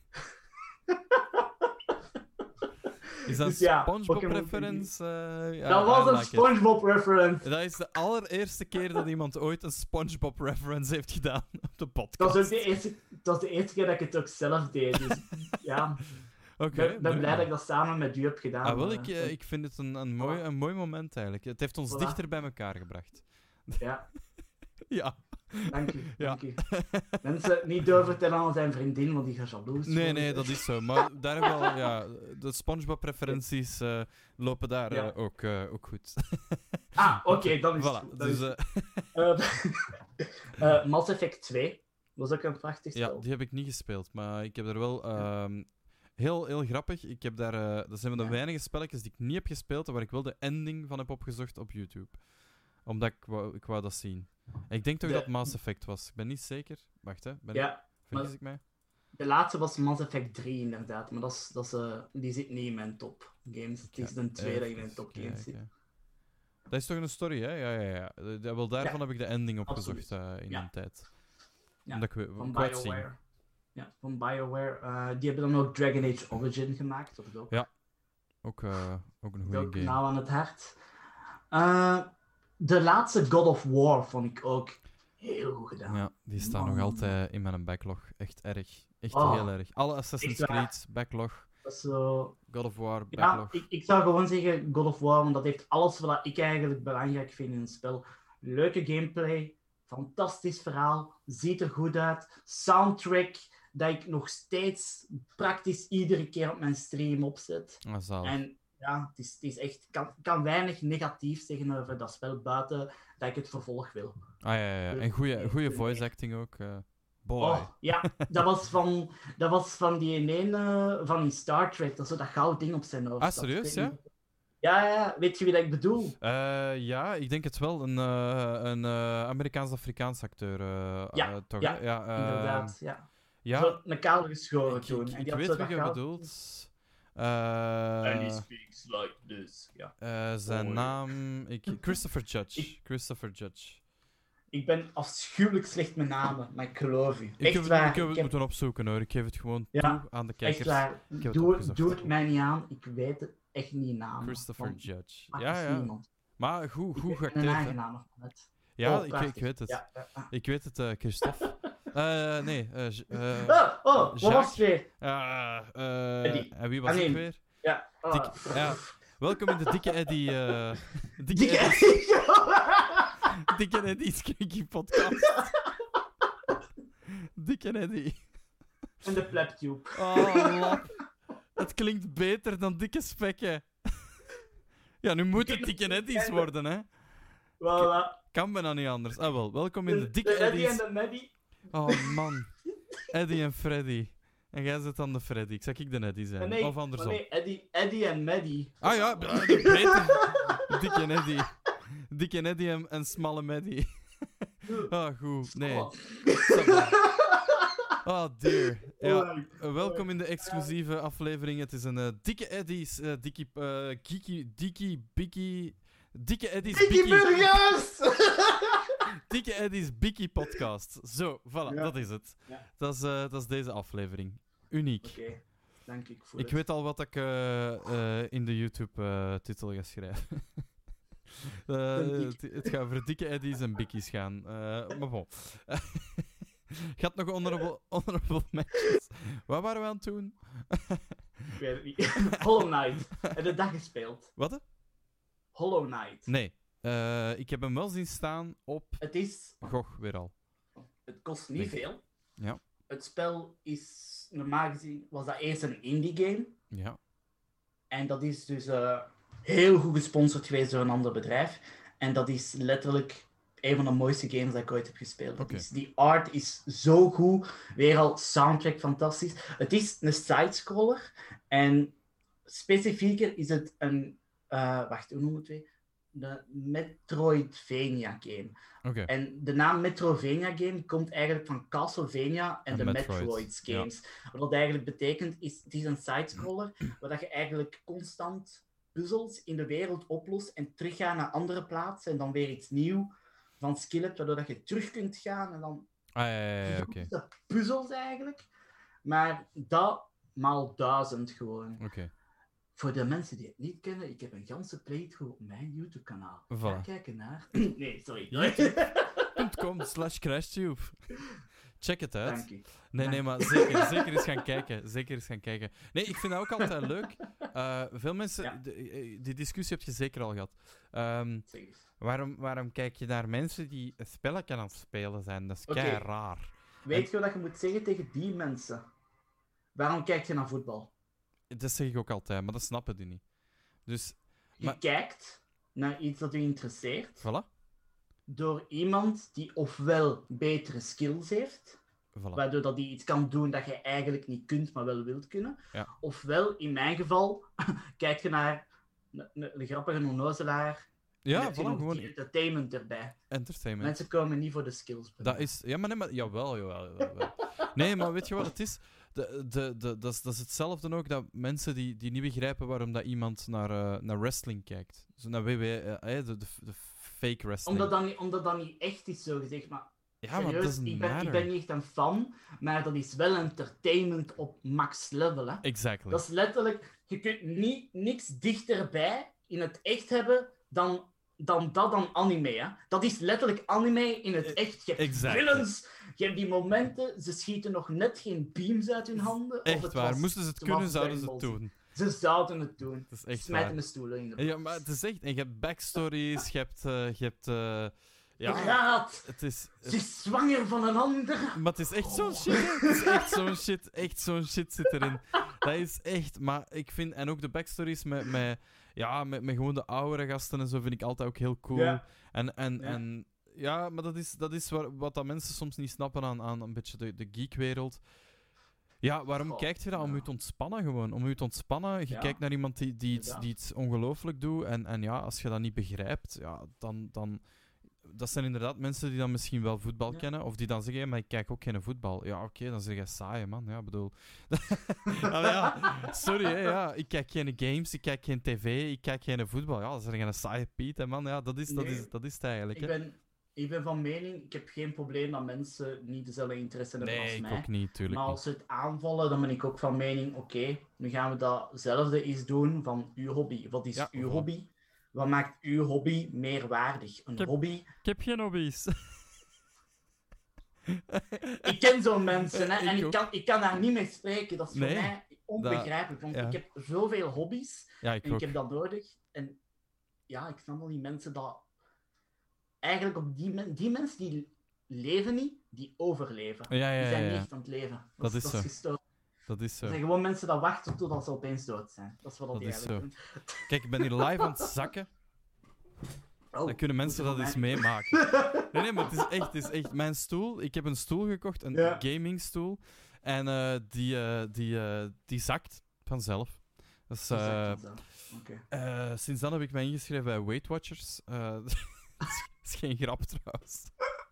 Is dat een SpongeBob-reference? Dat was een SpongeBob-reference. Dat is de allereerste keer dat iemand ooit een SpongeBob-reference heeft gedaan op de podcast. Dat is de eerste keer dat ik het ook zelf deed. Dus ja, ik ben blij dat ik dat samen met u heb gedaan. Ik vind het een mooi moment eigenlijk. Het heeft ons dichter bij elkaar gebracht. Ja. Ja. Dank u. Mensen, niet doorvertellen aan zijn vriendin, want die gaat jaloers worden. Nee, dat is zo. Maar daar hebben we al, de SpongeBob-referenties lopen daar ook goed. Oké, dan is voilà, het goed. Mass Effect 2 was ook een prachtig spel. Ja, die heb ik niet gespeeld, maar ik heb er wel... Heel grappig. Ik heb daar... dat zijn de weinige spelletjes die ik niet heb gespeeld en waar ik wel de ending van heb opgezocht op YouTube. Omdat ik wou dat zien. En ik denk toch dat Mass Effect was. Ik ben niet zeker. Wacht, hè. Vergis ik mij? De laatste was Mass Effect 3, inderdaad. Maar die zit niet in mijn top games. Het is de tweede in mijn top games zit. Dat is toch een story, hè? Ja. Wel, daarvan heb ik de ending opgezocht in een tijd. Ja, omdat ik van BioWare. Zien. Ja, van BioWare. Die hebben dan ook Dragon Age Origin gemaakt. Ook. Ja. Ook een goede game. Nauw aan het hart. De laatste God of War vond ik ook heel goed gedaan. Ja, die staan nog altijd in mijn backlog. Echt erg. Echt heel erg. Alle Assassin's Creed, backlog. Dat is zo... God of War, backlog. Ja, ik zou gewoon zeggen God of War, want dat heeft alles wat ik eigenlijk belangrijk vind in een spel. Leuke gameplay, fantastisch verhaal, ziet er goed uit, soundtrack dat ik nog steeds praktisch iedere keer op mijn stream opzet. En ja, het is echt... Ik kan weinig negatief zeggen over dat spel, buiten dat ik het vervolg wil. Ja. En goede voice acting ook. Boy. Ja, dat was van die ene van die Star Trek, dat zo dat gouden ding op zijn hoofd. Serieus, ja? Ja, weet je wie dat ik bedoel? Ja, ik denk het wel. Een Amerikaans-Afrikaans acteur. Toch, ja, inderdaad, ja. Zo een kaal geschoren toen. Ik weet wie je bedoelt. And he speaks like this. Zijn naam... Christopher Judge. Christopher Judge. Ik ben afschuwelijk slecht met namen, maar ik geloof u. Ik heb het moeten opzoeken, hoor. Ik geef het gewoon toe aan de kijkers. Echt waar. Doe het mij niet aan. Ik weet het echt niet namen. Christopher Judge. Ja. Maar goed geacteerd. Een aangename van het. Ja, ik weet het. Ja. Ik weet het, Christophe. Nee. Wat was het weer? En wie was het weer? Ja. Welkom in de Dikke Eddie... Dikke Eddie's Kinky Podcast. Dikke Eddie. En de Plebtube. Lap. Het klinkt beter dan Dikke Spekken. Ja, nu moet het Dikke Eddie's worden, hè. Kan bijna niet anders. Wel, welkom in de Dikke Eddie's... Eddie en de Maddie. Oh, man. Eddie en Freddy. En jij zit dan de Freddy. Ik zeg ik de Eddie zijn. Of andersom. Nee, Eddie en Maddie. Ah ja, beter. Dikke Eddie. Dikke Eddie en smalle Maddie. Goed. Nee. Oh, dear. Ja, welkom in de exclusieve aflevering. Het is een Dikke Eddie's... Dikke Eddie's Bikkie Burgers! Dikke Eddie's Bikkie podcast. Zo, voilà, dat is het. Ja. Dat is deze aflevering. Uniek. Oké, dank ik voor Ik weet al wat ik in de YouTube-titel ga schrijven. Het gaat over Dikke Eddie's en Bikkies gaan. Maar bon. Gaat nog honorable mentions. Wat waren we aan het doen? Ik weet het niet. Hollow Knight. Heb je de dag gespeeld? Wat? Hollow Knight. Nee. Ik heb hem wel zien staan op... Het is... Gog, weer al. Het kost niet veel. Ja. Het spel is, normaal gezien, was dat eerst een indie game. Ja. En dat is dus heel goed gesponsord geweest door een ander bedrijf. En dat is letterlijk een van de mooiste games dat ik ooit heb gespeeld. Oké. Die art is zo goed. Weer al soundtrack fantastisch. Het is een sidescroller. En specifieker is het een... wacht, hoe noemen we het weer? De Metroidvania game. Oké. En de naam Metrovania game komt eigenlijk van Castlevania en de Metroids games. Wat dat eigenlijk betekent, is het is een sidescroller waar dat je eigenlijk constant puzzels in de wereld oplost en teruggaat naar andere plaatsen en dan weer iets nieuws van skill hebt, waardoor dat je terug kunt gaan en dan... Ja, oké. De puzzels eigenlijk. Maar dat maal 1000 gewoon. Oké. Voor de mensen die het niet kennen, ik heb een ganse playthrough op mijn YouTube-kanaal. Voilà. Ga kijken naar... Nee, sorry. .com/crashtube. Check het uit. Dank je. Nee, maar zeker eens gaan kijken. Zeker eens gaan kijken. Nee, ik vind dat ook altijd leuk. Veel mensen... Ja. Die discussie heb je zeker al gehad. Zeg eens. Waarom kijk je naar mensen die een spelletje aan het spelen zijn? Dat is Oké. kei raar. Weet je wat je moet zeggen tegen die mensen? Waarom kijk je naar voetbal? Dat zeg ik ook altijd, maar dat snappen die niet. Dus, Je Maar- kijkt naar iets dat je interesseert voilà. door iemand die ofwel betere skills heeft, waardoor dat die iets kan doen dat je eigenlijk niet kunt, maar wel wilt kunnen. Ja. Ofwel, in mijn geval, kijk je naar een grappige onnozelaar. Ja, met voilà, genoeg gewoon entertainment erbij. entertainment. Mensen komen niet voor de skills. Dat is... Ja, maar nee, maar... Jawel. Nee, maar weet je wat het is? Dat is hetzelfde ook, dat mensen die niet begrijpen waarom dat iemand naar wrestling kijkt. Zo naar WWE, de fake wrestling. Omdat dat niet echt is, zo gezegd. Maar Ja, maar serieus, dat is ik ben niet echt een fan, maar dat is wel entertainment op max level. Hè. Exactly. Dat is letterlijk... Je kunt niks dichterbij in het echt hebben dan anime. Hè. Dat is letterlijk anime in het echt. Je hebt Exactly. villains, je hebt die momenten, ze schieten nog net geen beams uit hun handen. of Echt het waar. was Moesten ze het zoals kunnen, zouden ze Dragon het Ball Z. doen. Ze zouden het doen. Dat is echt Smijten waar. de stoelen in de Ja, maar het is echt... En je hebt backstories, je hebt ja, Raad! het is... Ze is zwanger van een ander! Maar het is echt zo'n shit, hè. Het is echt zo'n shit. Echt zo'n shit zit erin. Dat is echt... Maar ik vind... En ook de backstories met gewoon de oudere gasten en zo vind ik altijd ook heel cool. Ja. En ja, maar dat is wat dat mensen soms niet snappen aan een beetje de geekwereld. Ja, waarom Goh, kijkt je dat? Om ja. je te ontspannen gewoon. Om je te ontspannen. Je Ja. kijkt naar iemand die Inderdaad. iets ongelooflijk doet. En ja, als je dat niet begrijpt, ja, dan... Dat zijn inderdaad mensen die dan misschien wel voetbal Ja. kennen. Of die dan zeggen, maar ik kijk ook geen voetbal. Ja, oké, dan zeg je saai, man. Ja, bedoel... Allee, ja, sorry, hè, ja. Ik kijk geen games, ik kijk geen tv, ik kijk geen voetbal. Ja, dan zeg je een saaie Piet, hè, man. Ja, dat is het eigenlijk, hè. Ik ben van mening, ik heb geen probleem dat mensen niet dezelfde interesse hebben Nee, als ik mij. ook niet, tuurlijk Maar niet. als ze het aanvallen, dan ben ik ook van mening, oké, nu gaan we datzelfde eens doen van uw hobby. Wat is Ja, uw voilà. hobby? Wat maakt uw hobby meer waardig? Een heb- hobby... Ik heb geen hobby's. Ik ken zo'n mensen, hè, en Ik ook. ik kan daar niet mee spreken. Dat is voor Nee, mij onbegrijpelijk, want ja. ik heb zoveel hobby's Ja, ik en ik ook. heb dat nodig. En ja, ik snap wel die mensen dat... Eigenlijk op die mensen die leven niet, die overleven. Ja, Die zijn ja. niet echt aan het leven. Dat is dat zo. is gestoord. Dat is Er zo. zijn gewoon mensen dat wachten totdat ze opeens dood zijn. Dat is wat Dat die is eigenlijk doen. Kijk, ik ben hier live aan het zakken. Oh, Dan kunnen mensen moet dat je eens van mij- meemaken. Nee, maar het is echt... Mijn stoel... Ik heb een stoel gekocht, een Ja. gamingstoel. En die zakt vanzelf. Dat is, Dat is echt zo. Oké. sinds dan heb ik mij ingeschreven bij Weight Watchers. Dat is geen grap, trouwens.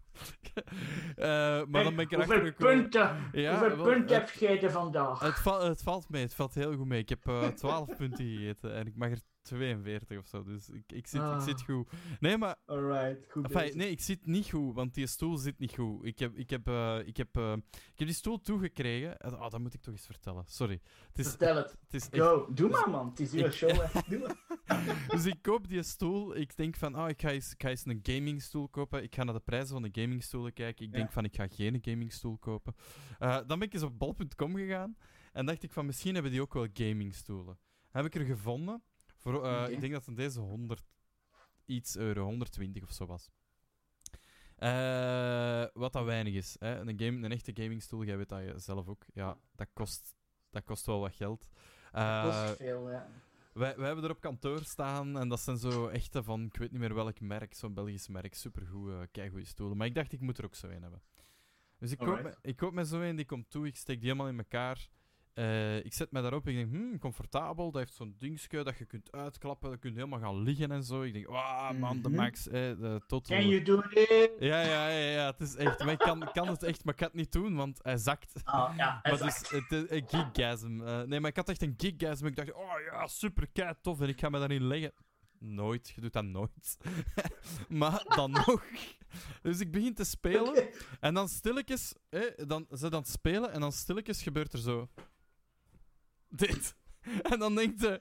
Maar dan ben ik erachter Hoeveel gekomen... punten, Ja, hoeveel wel, punten heb je gegeten vandaag? Het valt mee, het valt heel goed mee. Ik heb 12 punten gegeten en ik mag er 42 of zo, dus ik zit goed. Nee, maar... Alright, goed Enfin, bezig. nee, ik zit niet goed, want die stoel zit niet goed. Ik heb die stoel toegekregen. Dat moet ik toch eens vertellen. Sorry. Vertel het. Het is echt... Go, doe maar man, het is uw show. Hè. Doe maar. Dus ik koop die stoel. Ik denk van, ik ga eens een gamingstoel kopen. Ik ga naar de prijzen van de gamingstoelen kijken. Ik denk van, ik ga geen gamingstoel kopen. Dan ben ik eens op bol.com gegaan. En dacht ik van, misschien hebben die ook wel gamingstoelen. Heb ik er gevonden. Voor, Oké. Ik denk dat het deze 100 iets euro, 120 of zo was. Wat dat weinig is. Hè. Een echte gamingstoel, jij weet dat je zelf ook. Ja, dat kost wel wat geld. Dat kost veel, ja. Wij hebben er op kantoor staan en dat zijn zo echte van, ik weet niet meer welk merk, zo'n Belgisch merk, supergoed, keigoeie stoelen. Maar ik dacht, ik moet er ook zo een hebben. Dus ik koop me zo een, die komt toe, ik steek die helemaal in elkaar. Ik zet mij daarop en ik denk, comfortabel, dat heeft zo'n dingetje dat je kunt uitklappen, dat kun je helemaal gaan liggen en zo. Ik denk, man, de max, total... Can you do it? Ja, het is echt, maar ik kan het echt, maar ik kan het niet doen, want hij zakt. Ja, hij zakt. Het is een geekgasm. Nee, maar ik had echt een geekgasm. Ik dacht, super, kei tof, en ik ga me daarin leggen. Nooit, je doet dat nooit. Maar dan nog. Dus ik begin te spelen, en dan stilletjes, dan ze dan spelen, en dan stilletjes gebeurt er zo... Dit. En dan denkt ze...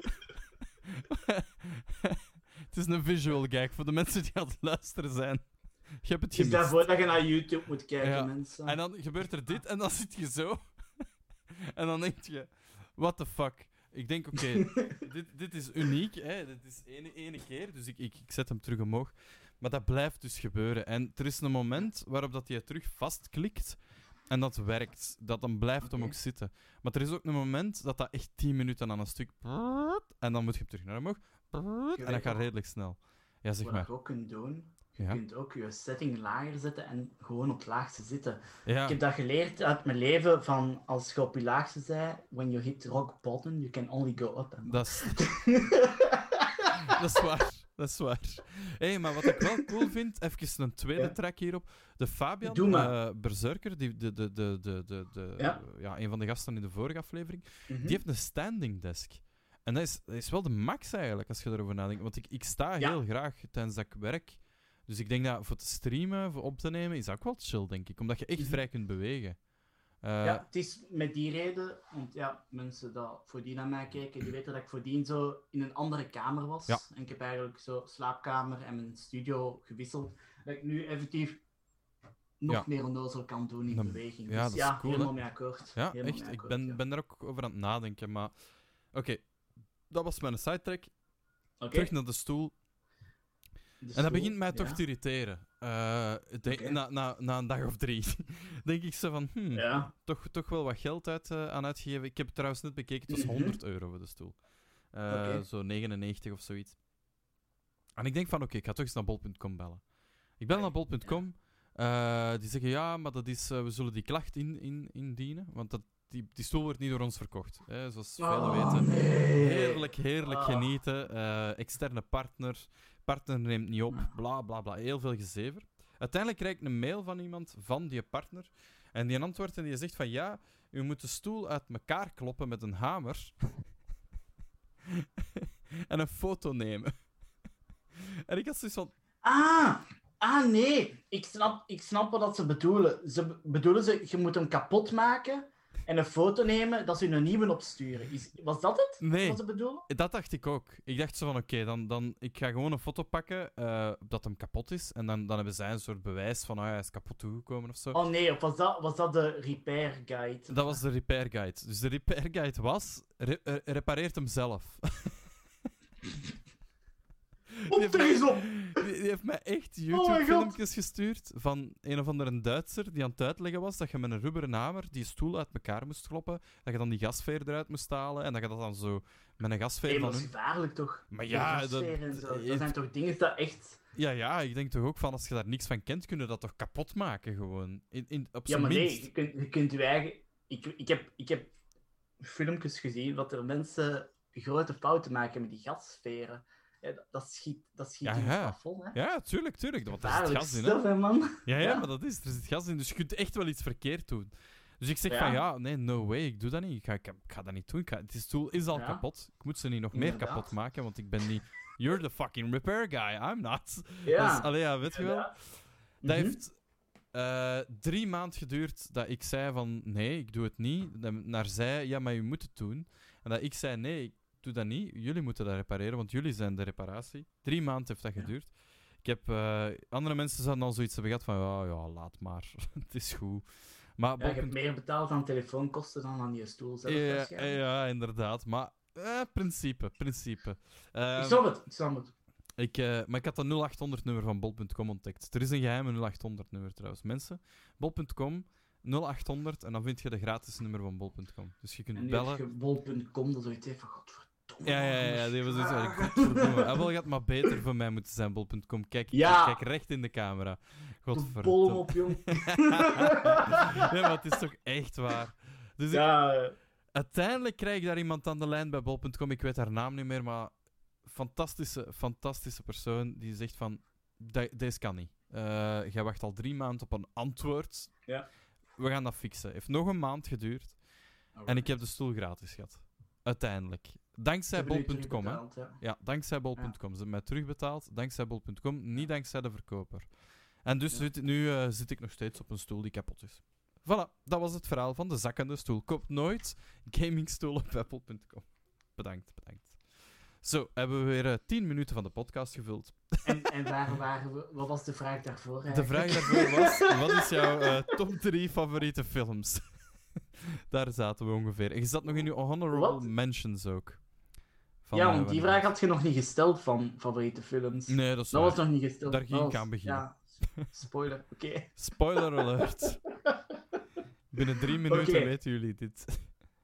Het is een visual gag voor de mensen die aan het luisteren zijn. Je hebt het gemist. Is daarvoor dat je naar YouTube moet kijken, mensen. En dan gebeurt er dit en dan zit je zo. En dan denk je... What the fuck? Ik denk, oké, dit is uniek. Hè? Dit is ene keer, dus ik zet hem terug omhoog. Maar dat blijft dus gebeuren. En er is een moment waarop dat hij terug vastklikt... En dat werkt. Dat dan blijft hem ook zitten. Maar er is ook een moment dat echt 10 minuten aan een stuk... En dan moet je hem terug naar omhoog. En dat gaat redelijk snel. Ja, zeg maar. Wat je ook kunt doen... Je kunt ook je setting lager zetten en gewoon op het laagste zitten. Ja. Ik heb dat geleerd uit mijn leven van... Als je op je laagste bent... When you hit rock bottom, you can only go up. Dat is waar. Dat is waar. Maar wat ik wel cool vind, even een tweede track hierop. De Fabian Berserker, een van de gasten in de vorige aflevering, die heeft een standing desk. En dat is wel de max eigenlijk, als je erover nadenkt. Want ik sta heel graag tijdens dat ik werk. Dus ik denk dat voor te streamen, voor op te nemen, is dat ook wel chill, denk ik. Omdat je echt vrij kunt bewegen. Het is met die reden, want mensen die voordien naar mij kijken, die weten dat ik voordien zo in een andere kamer was. Ja. En ik heb eigenlijk zo slaapkamer en mijn studio gewisseld. Dat ik nu effectief nog meer onnozel kan doen in beweging. Dus dat is cool, helemaal mee akkoord. Ja, echt. Ik ben daar ook over aan het nadenken. Maar oké, dat was mijn sidetrack. Terug naar de stoel. En dat begint mij toch te irriteren. Na een dag of 3 denk ik zo van... toch wel wat geld aan uitgegeven. Ik heb het trouwens net bekeken, het was €100 voor de stoel. Zo 99 of zoiets. En ik denk van, ik ga toch eens naar bol.com bellen. Ik bel naar bol.com. Die zeggen, maar dat is, we zullen die klacht indienen. Want die stoel wordt niet door ons verkocht. Zoals velen weten. Nee. Heerlijk genieten. Externe partner neemt niet op. Bla, bla, bla. Heel veel gezever. Uiteindelijk krijg ik een mail van iemand van die partner. En die antwoordt en die zegt van, u moet de stoel uit elkaar kloppen met een hamer. En een foto nemen. En ik had zoiets van... Nee. Ik snap wat ze bedoelen. Je moet hem kapot maken en een foto nemen dat ze een nieuwe opsturen. Was dat het? Nee. Wat ze bedoelen? Dat dacht ik ook. Ik dacht zo van, oké, dan ik ga gewoon een foto pakken dat hem kapot is. En dan hebben zij een soort bewijs van, hij is kapot toegekomen of zo. Oh nee, of was dat de repair guide? Dat was de repair guide. Dus de repair guide was, repareert hem zelf. Die heeft mij echt YouTube-filmpjes gestuurd van een of andere Duitser die aan het uitleggen was dat je met een rubberen hamer die stoel uit elkaar moest kloppen, dat je dan die gasveer eruit moest halen en dat je dat dan zo met een gasveer dat is gevaarlijk toch? Maar ja, dat zijn toch dingen dat echt... Ja, ik denk toch ook van als je daar niks van kent, kun je dat toch kapot maken gewoon. Op zijn maar minst. Nee, je kunt je eigen... Ik heb filmpjes gezien dat er mensen grote fouten maken met die gasveren. Dat schiet in het plafond, hè? Ja, tuurlijk. Want er zit gas in, stuff, hè, man. Ja, maar dat is... Er zit gas in, dus je kunt echt wel iets verkeerd doen. Dus ik zeg van, nee, no way, ik doe dat niet. Ik ga dat niet doen. Die stoel is al kapot. Ik moet ze niet nog meer kapot maken, want ik ben niet... You're the fucking repair guy, I'm not. Ja. Dus, weet je wel? Dat heeft 3 maanden geduurd dat ik zei van, nee, ik doe het niet. Naar zij, ja, maar je moet het doen. En dat ik zei, nee, ik doe dat niet. Jullie moeten dat repareren, want jullie zijn de reparatie. 3 maanden heeft dat geduurd. Ik heb... andere mensen zouden al zoiets hebben gehad van, ja, laat maar. Het is goed. Maar je hebt meer betaald aan telefoonkosten dan aan je stoel zelf. Ja, inderdaad. Maar principe. Ik snap het. Maar ik had dat 0800-nummer van bol.com ontdekt. Er is een geheime 0800-nummer trouwens. Mensen, bol.com, 0800, en dan vind je de gratis nummer van bol.com. Dus je kunt En nu bellen. heb je bol.com, dat zoiets heeft van godverdomme. Ja, die was zoiets van, godverdomme. Wel gaat maar beter voor mij moeten zijn, bol.com. Kijk, Ja. kijk recht in de camera. Doe Godverdomme. bol op, jong. Nee, maar het is toch echt waar. Dus Ja, uiteindelijk krijg ik daar iemand aan de lijn bij bol.com. Ik weet haar naam niet meer, maar fantastische persoon die zegt van, deze kan niet. Jij wacht al 3 maanden op een antwoord. Ja. We gaan dat fixen. Heeft nog een maand geduurd. En ik heb de stoel gratis gehad. Uiteindelijk. Dankzij bol.com, hè. Ja, dankzij bol.com. Ze hebben mij terugbetaald. Dankzij bol.com, niet dankzij de verkoper. En dus zit ik nog steeds op een stoel die kapot is. Voilà, dat was het verhaal van de zakkende stoel. Koop nooit gamingstoel op apple.com. Bedankt. Zo, hebben we weer 10 minuten van de podcast gevuld. En waar waren we? Wat was de vraag daarvoor? De vraag daarvoor was, wat is jouw top 3 favoriete films? Daar zaten we ongeveer. En je zat nog in je honorable mentions ook. Ja, want die vraag had je nog niet gesteld van favoriete films. Nee, dat is Dat waar. was nog niet gesteld. Daar ging ik aan beginnen. Ja, spoiler, oké. Spoiler alert. Binnen 3 minuten Oké. weten jullie dit.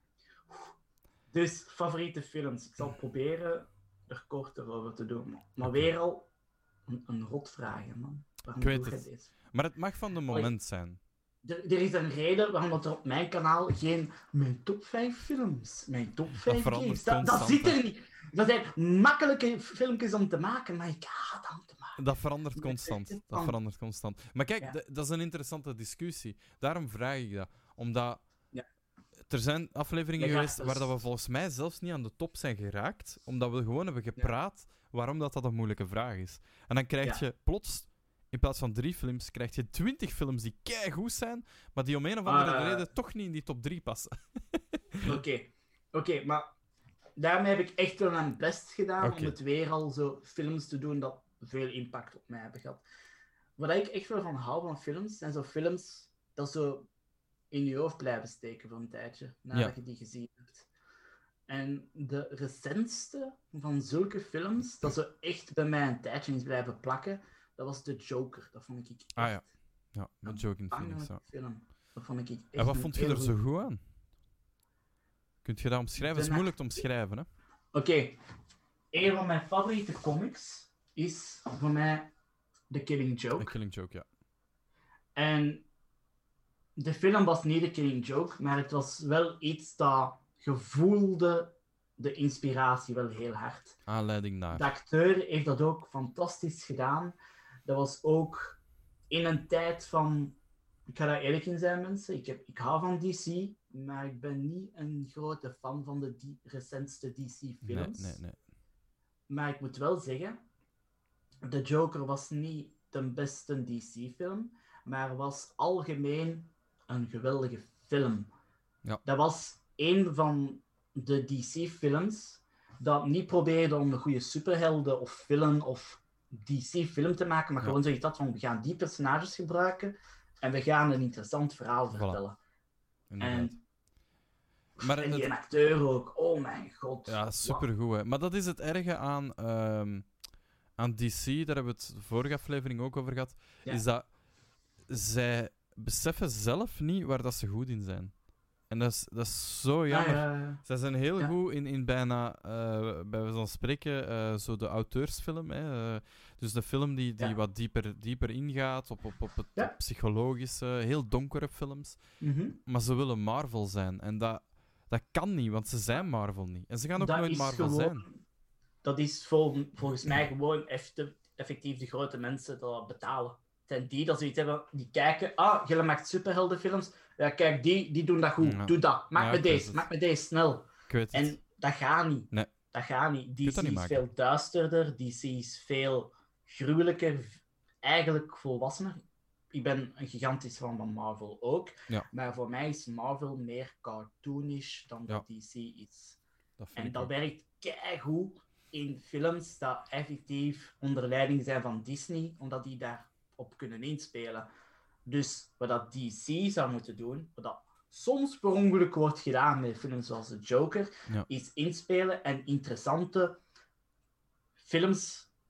Dus, favoriete films. Ik zal proberen er korter over te doen. Maar weer al een rotvraag, hè, man. Waarom Ik weet doe je het. deze? Maar het mag van de moment zijn. Er is een reden waarom dat er op mijn kanaal geen mijn top 5 films, mijn top 5 verandert games, dat constant, zit hè. er niet. Dat zijn makkelijke filmpjes om te maken, maar ik haat om te maken. Dat verandert Nee, constant. echt Dat van. verandert constant. Maar kijk, Ja. dat is een interessante discussie. Daarom vraag ik dat. Omdat Ja. er zijn afleveringen Ja, geweest dus- waar dat we volgens mij zelfs niet aan de top zijn geraakt, omdat we gewoon hebben gepraat waarom dat een moeilijke vraag is. En dan krijg je plots, in plaats van 3 films, krijg je 20 films die keigoed zijn, maar die om een of andere reden toch niet in die top 3 passen. Oké, maar daarmee heb ik echt wel mijn best gedaan Oké. om het weer al zo films te doen dat veel impact op mij hebben gehad. Wat ik echt wel van hou van films, zijn zo films dat zo in je hoofd blijven steken voor een tijdje, nadat je die gezien hebt. En de recentste van zulke films, dat zo echt bij mij een tijdje is blijven plakken, dat was The Joker. Dat vond ik echt Ah ja. Ja, met Joaquin Phoenix. Ja. film. Dat vond ik echt En wat een vond je heel er zo goed- goed aan? Kunt je dat omschrijven? Het is moeilijk te omschrijven, hè? Oké, een van mijn favoriete comics is voor mij The Killing The Joke. Killing Joke, ja. En de film was niet The Killing Joke, maar het was wel iets dat gevoelde de inspiratie wel heel hard. Aanleiding naar. De acteur heeft dat ook fantastisch gedaan. Dat was ook in een tijd van... Ik ga daar eerlijk in zijn, mensen. Ik hou van DC, maar ik ben niet een grote fan van de recentste DC-films. Nee. Maar ik moet wel zeggen, The Joker was niet de beste DC-film, maar was algemeen een geweldige film. Ja. Dat was een van de DC-films dat niet probeerde om een goede superhelden of villain of DC-film te maken, maar gewoon zoiets had van, we gaan die personages gebruiken en we gaan een interessant verhaal vertellen. Inderdaad. En die acteur ook, oh mijn god. Ja, supergoed. Hè. Maar dat is het erge aan DC, daar hebben we het de vorige aflevering ook over gehad, is dat zij beseffen zelf niet waar dat ze goed in zijn. En dat is zo jammer. Ja. Zij zijn heel goed in bijna, bij wijze van spreken, zo de auteursfilm. Hè. Dus de film die wat dieper ingaat op het psychologische, heel donkere films. Mm-hmm. Maar ze willen Marvel zijn. En dat kan niet, want ze zijn Marvel niet. En ze gaan ook Dat nooit is Marvel gewoon, zijn. Dat is volgens mij gewoon effectief de grote mensen dat betalen. Het zijn die dat zoiets hebben, die kijken, jullie maakt superheldenfilms. Ja, kijk, die doen dat goed. Ja. Doe dat. Maak me deze snel. Ik weet het. En dat gaat niet. Nee. Dat gaat niet. kunt DC dat niet is maken. veel duisterder. DC is veel gruwelijker. Eigenlijk volwassener. Ik ben een gigantisch fan van Marvel ook. Ja. Maar voor mij is Marvel meer cartoonish dan dat DC is. Dat vind En ik dat ook. werkt keigoed in films dat effectief onder leiding zijn van Disney, omdat die daarop kunnen inspelen. Dus wat dat DC zou moeten doen, wat dat soms per ongeluk wordt gedaan met films zoals The Joker, is inspelen en interessante films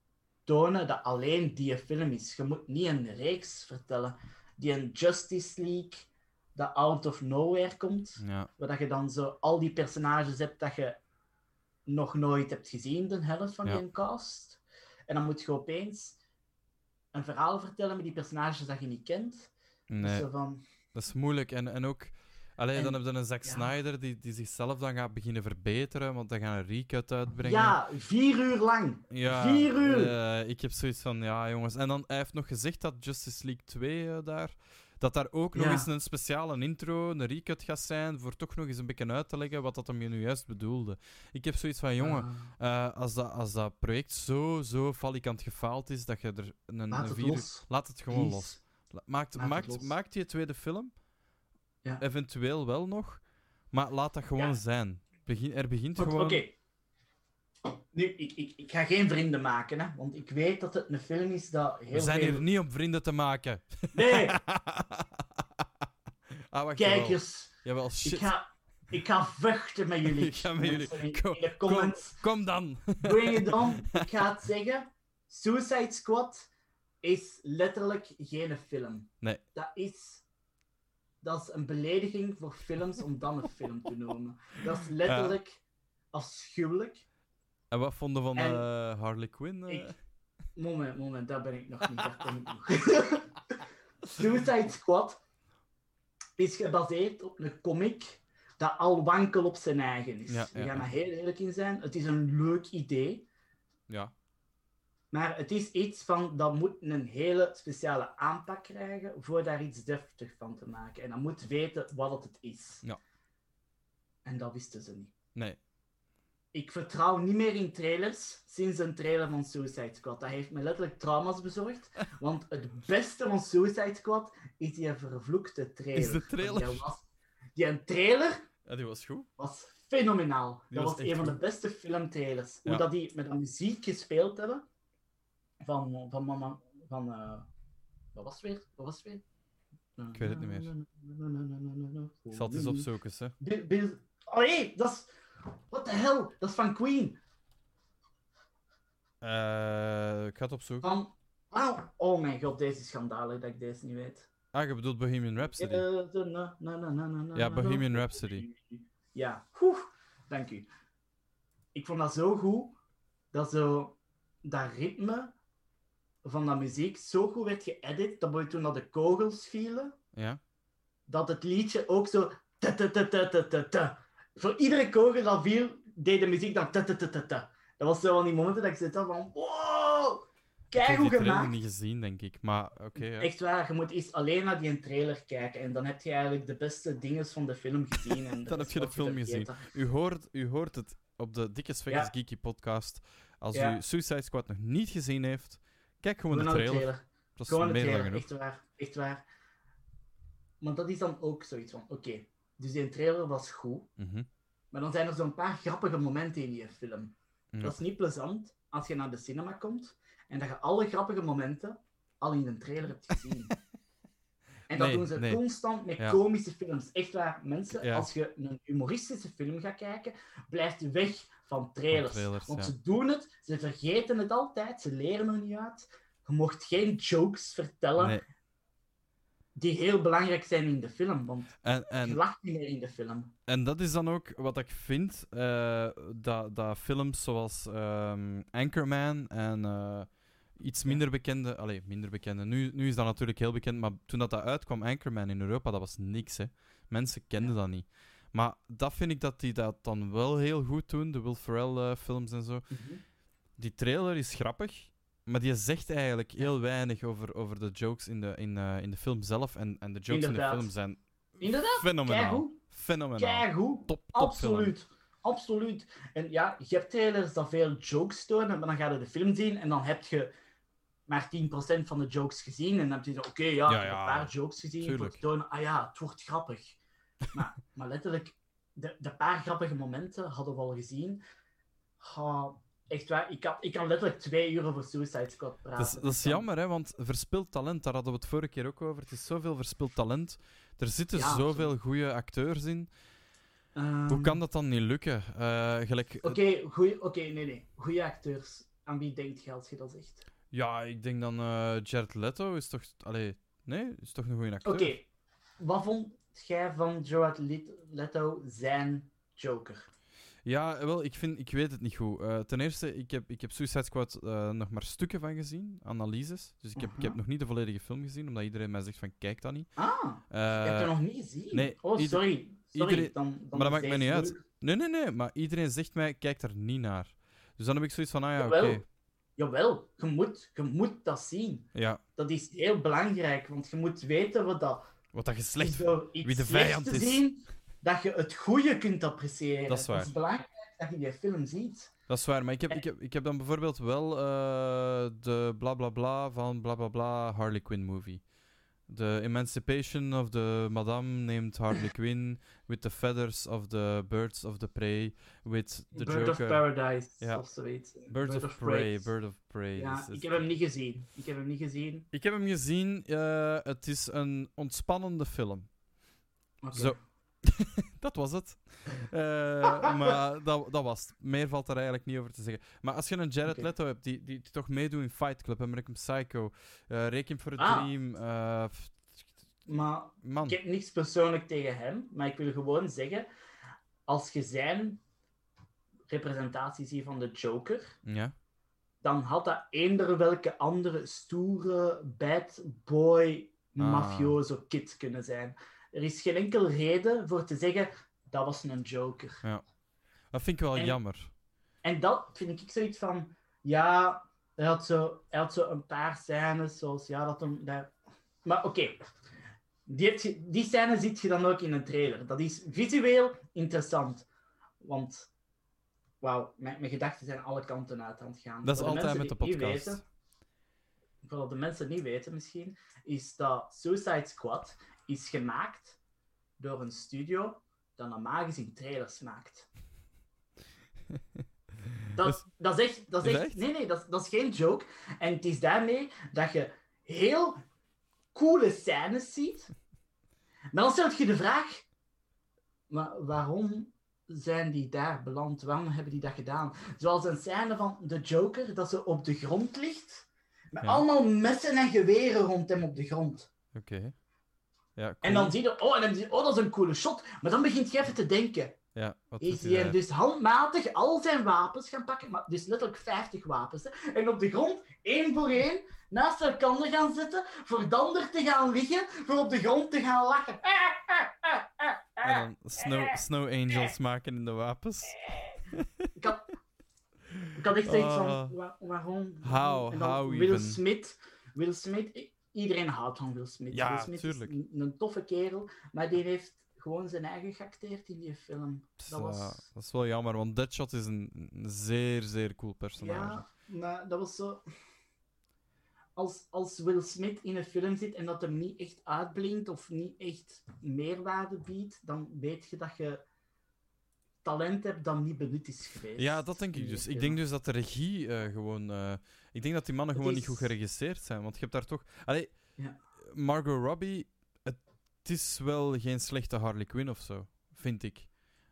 tonen dat alleen die film is. Je moet niet een reeks vertellen. Die een Justice League dat out of nowhere komt, Ja. waar dat je dan zo al die personages hebt dat je nog nooit hebt gezien, de helft van die cast. En dan moet je opeens een verhaal vertellen met die personages dat je niet kent. Nee, Zo van... dat is moeilijk. En ook... Allee, En- dan heb je een Zack ja. Snyder die zichzelf dan gaat beginnen verbeteren, want dan gaan een recut uitbrengen. Ja, 4 uur lang. Ja, 4 uur! ik heb zoiets van, ja jongens. En dan, hij heeft nog gezegd dat Justice League 2 dat daar ook nog eens een speciale intro, een recut gaat zijn, voor toch nog eens een beetje uit te leggen wat dat hem nu juist bedoelde. Ik heb zoiets van, jongen, als dat project zo falikant gefaald is, dat je er Laat het 4 uur... los. Laat het gewoon Please. los. Laat het los. Maakt die tweede film, Ja. eventueel wel nog, maar laat dat gewoon zijn. Er begint Want, gewoon... Oké. Nu, ik ga geen vrienden maken, hè, want ik weet dat het een film is dat heel We zijn veel... hier niet om vrienden te maken. Nee, Wacht, kijkers, Jawel, shit. ik ga vechten met jullie. Ik ga met jullie. Mensen in de Kom, comments. kom dan. Bring it on. Ik ga het zeggen. Suicide Squad is letterlijk geen film. Nee. Dat is een belediging voor films om dan een film te noemen. Dat is letterlijk afschuwelijk. En wat vonden van En Harley Quinn? Moment, daar ben ik nog niet. Daar kom ik nog. Suicide Squad is gebaseerd op een comic dat al wankel op zijn eigen is. Ja, We ja, gaan ja. er heel eerlijk in zijn. Het is een leuk idee. Ja. Maar het is iets van, dat moet een hele speciale aanpak krijgen voor daar iets deftig van te maken. En dan moet weten wat het is. Ja. En dat wisten ze niet. Nee. Ik vertrouw niet meer in trailers sinds een trailer van Suicide Squad. Dat heeft me letterlijk trauma's bezorgd. Want het beste van Suicide Squad is die vervloekte trailer. Is de trailer? Die een trailer Ja, die was goed. was fenomenaal. Die Dat was was echt een van de goed. beste filmtrailers. Ja. Hoe dat die met de muziek gespeeld hebben. Van wat was het weer? Ik weet het niet meer. Ik zal het eens opzoeken, hè. Allee, dat is... What the hell? Dat is van Queen. Ik ga het opzoeken. Van... Oh mijn god, deze is schandalig dat ik deze niet weet. Ah, je bedoelt Bohemian Rhapsody. Ja, Bohemian Rhapsody. Ja, dank u. Ik vond dat zo goed, dat ritme van dat muziek zo goed werd geëdit, dat toen dat de kogels vielen, Ja. dat het liedje ook zo... Voor iedere kogel dat viel, deed de muziek dan... Dat was zo van die momenten dat ik zit van... Wow! Ik heb Keigoed die trailer gemaakt. niet gezien, denk ik. Maar oké, ja. Echt waar, je moet eens alleen naar die trailer kijken en dan heb je eigenlijk de beste dingen van de film gezien. En Dan heb je de film gezien. U hoort het op de Dikke Svekkers Geeky podcast. Als u Suicide Squad nog niet gezien heeft, kijk gewoon de trailer. Dat is Gewoon de meer dan trailer, genoeg. echt waar. Maar dat is dan ook zoiets van, oké, dus die trailer was goed, Mhm. maar dan zijn er zo'n paar grappige momenten in die film. Ja. Dat is niet plezant als je naar de cinema komt en dat je alle grappige momenten al in een trailer hebt gezien. En dat doen ze constant met komische films. Echt waar, mensen, als je een humoristische film gaat kijken, blijft weg van trailers. Want ze doen het, ze vergeten het altijd, ze leren er niet uit. Je mocht geen jokes vertellen die heel belangrijk zijn in de film, want je lacht niet meer in de film. En dat is dan ook wat ik vind, dat films zoals Anchorman en iets minder bekende... minder bekende. Nu is dat natuurlijk heel bekend, maar toen dat uitkwam, Anchorman in Europa, dat was niks, hè. Mensen kenden dat niet. Maar dat vind ik dat die dat dan wel heel goed doen, de Will Ferrell films en zo. Mhm. Die trailer is grappig, maar die zegt eigenlijk heel weinig over de jokes in de film zelf. En de jokes in de film zijn fenomenaal. Keigoed. Top Absoluut. film. Absoluut. En ja, je hebt trailers dat veel jokes tonen, maar dan ga je de film zien en dan heb je maar 10% van de jokes gezien. En dan heb je zo, oké, ik heb een paar jokes gezien voor te tonen, het wordt grappig. maar letterlijk, de paar grappige momenten hadden we al gezien. Echt waar, ik kan letterlijk 2 uur over Suicide Squad praten. Dat is jammer, hè, want verspild talent, daar hadden we het vorige keer ook over. Het is zoveel verspild talent. Er zitten zoveel goede acteurs in. Hoe kan dat dan niet lukken? Oké, nee. Goede acteurs. Aan wie denkt je als je dat zegt? Ja, ik denk dan Jared Leto is toch... Allee, nee? Is toch een goede acteur? Oké, wat vond jij van Jared Leto zijn Joker? Ja, wel, ik weet het niet goed. Ten eerste, ik heb Suicide Squad nog maar stukken van gezien, analyses. Dus ik heb nog niet de volledige film gezien, omdat iedereen mij zegt van, kijk dat niet. Ah, je hebt het nog niet gezien? Nee, oh, sorry. iedereen- Dan maar dat maakt mij niet uit. moeilijk. Nee, maar iedereen zegt mij, kijk daar niet naar. Dus dan heb ik zoiets van, ah ja, Jawel. oké. Jawel, je moet dat zien. Ja, Dat is heel belangrijk, want je moet weten wat wat dat je is slecht... door iets wie de slechts vijand te is. zien, dat je het goede kunt appreciëren. Dat is waar. Het is belangrijk dat je die film ziet. Dat is waar, maar ik heb dan bijvoorbeeld wel de bla bla bla van bla bla bla Harley Quinn movie. The Emancipation of the Madame named Harley Quinn with the feathers of the birds of the prey with the Bird Joker. of Paradise, Ja. of zoiets. Birds of Prey, Bird of Prey. Ja, Dus- ik heb hem niet gezien. Ik Ik heb hem gezien. Het is een ontspannende film. Oké. Zo. Dat was het. Maar dat was het. Meer valt er eigenlijk niet over te zeggen. Maar als je een Jared Oké. Leto hebt die toch meedoet in Fight Club, American Psycho, Requiem for a Ah. Dream... Maar man. ik heb niks persoonlijk tegen hem, maar ik wil gewoon zeggen, als je zijn representatie ziet van de Joker, Ja. dan had dat eender welke andere stoere bad boy mafioso kid kunnen zijn. Er is geen enkel reden voor te zeggen, dat was een Joker. Dat vind ik wel En- jammer. En dat vind ik zoiets van, ja, hij had zo een paar scènes, zoals, ja, dat hem daar... Maar oké, die scène ziet je dan ook in een trailer. Dat is visueel interessant. Want, wauw, mijn gedachten zijn alle kanten uit aan het gaan. Dat is Voor altijd met de mensen die het niet podcast. weten, voor de mensen het niet weten misschien, is dat Suicide Squad is gemaakt door een studio dat normaal gezien trailers maakt. Dat is echt... Nee, dat is geen joke. En het is daarmee dat je heel coole scènes ziet. Maar dan stel je de vraag... Maar waarom zijn die daar beland? Waarom hebben die dat gedaan? Zoals een scène van de Joker, dat ze op de grond ligt. Met Ja. allemaal messen en geweren rond hem op de grond. Oké. Ja, cool. En dan zie je... Oh, dat is een coole shot. Maar dan begint je even te denken... Ja, wat Is doet hij hij daar? dus handmatig al zijn wapens gaan pakken, maar dus letterlijk 50 wapens. Hè, en op de grond, één voor één, naast elkaar gaan zitten, voor dan er te gaan liggen, voor op de grond te gaan lachen. En dan snow Angels maken in de wapens. Ik had echt zoiets van, Ah. waarom? How? En dan How Will even? Smith, iedereen houdt van Will Smith. Ja, Will Smith tuurlijk. is een toffe kerel, maar die heeft gewoon zijn eigen geacteerd in die film. Dat is wel jammer, want Deadshot is een zeer, zeer cool personage. Ja, maar dat was zo... Als Will Smith in een film zit en dat hem niet echt uitblinkt of niet echt meerwaarde biedt, dan weet je dat je talent hebt dat niet benut is geweest. Ja, dat denk ik in die dus. Ik film. denk dus dat de regie gewoon... ik denk dat die mannen Het gewoon is- niet goed geregisseerd zijn, want je hebt daar toch... Allee, Ja. Margot Robbie, het is wel geen slechte Harley Quinn of zo, vind ik.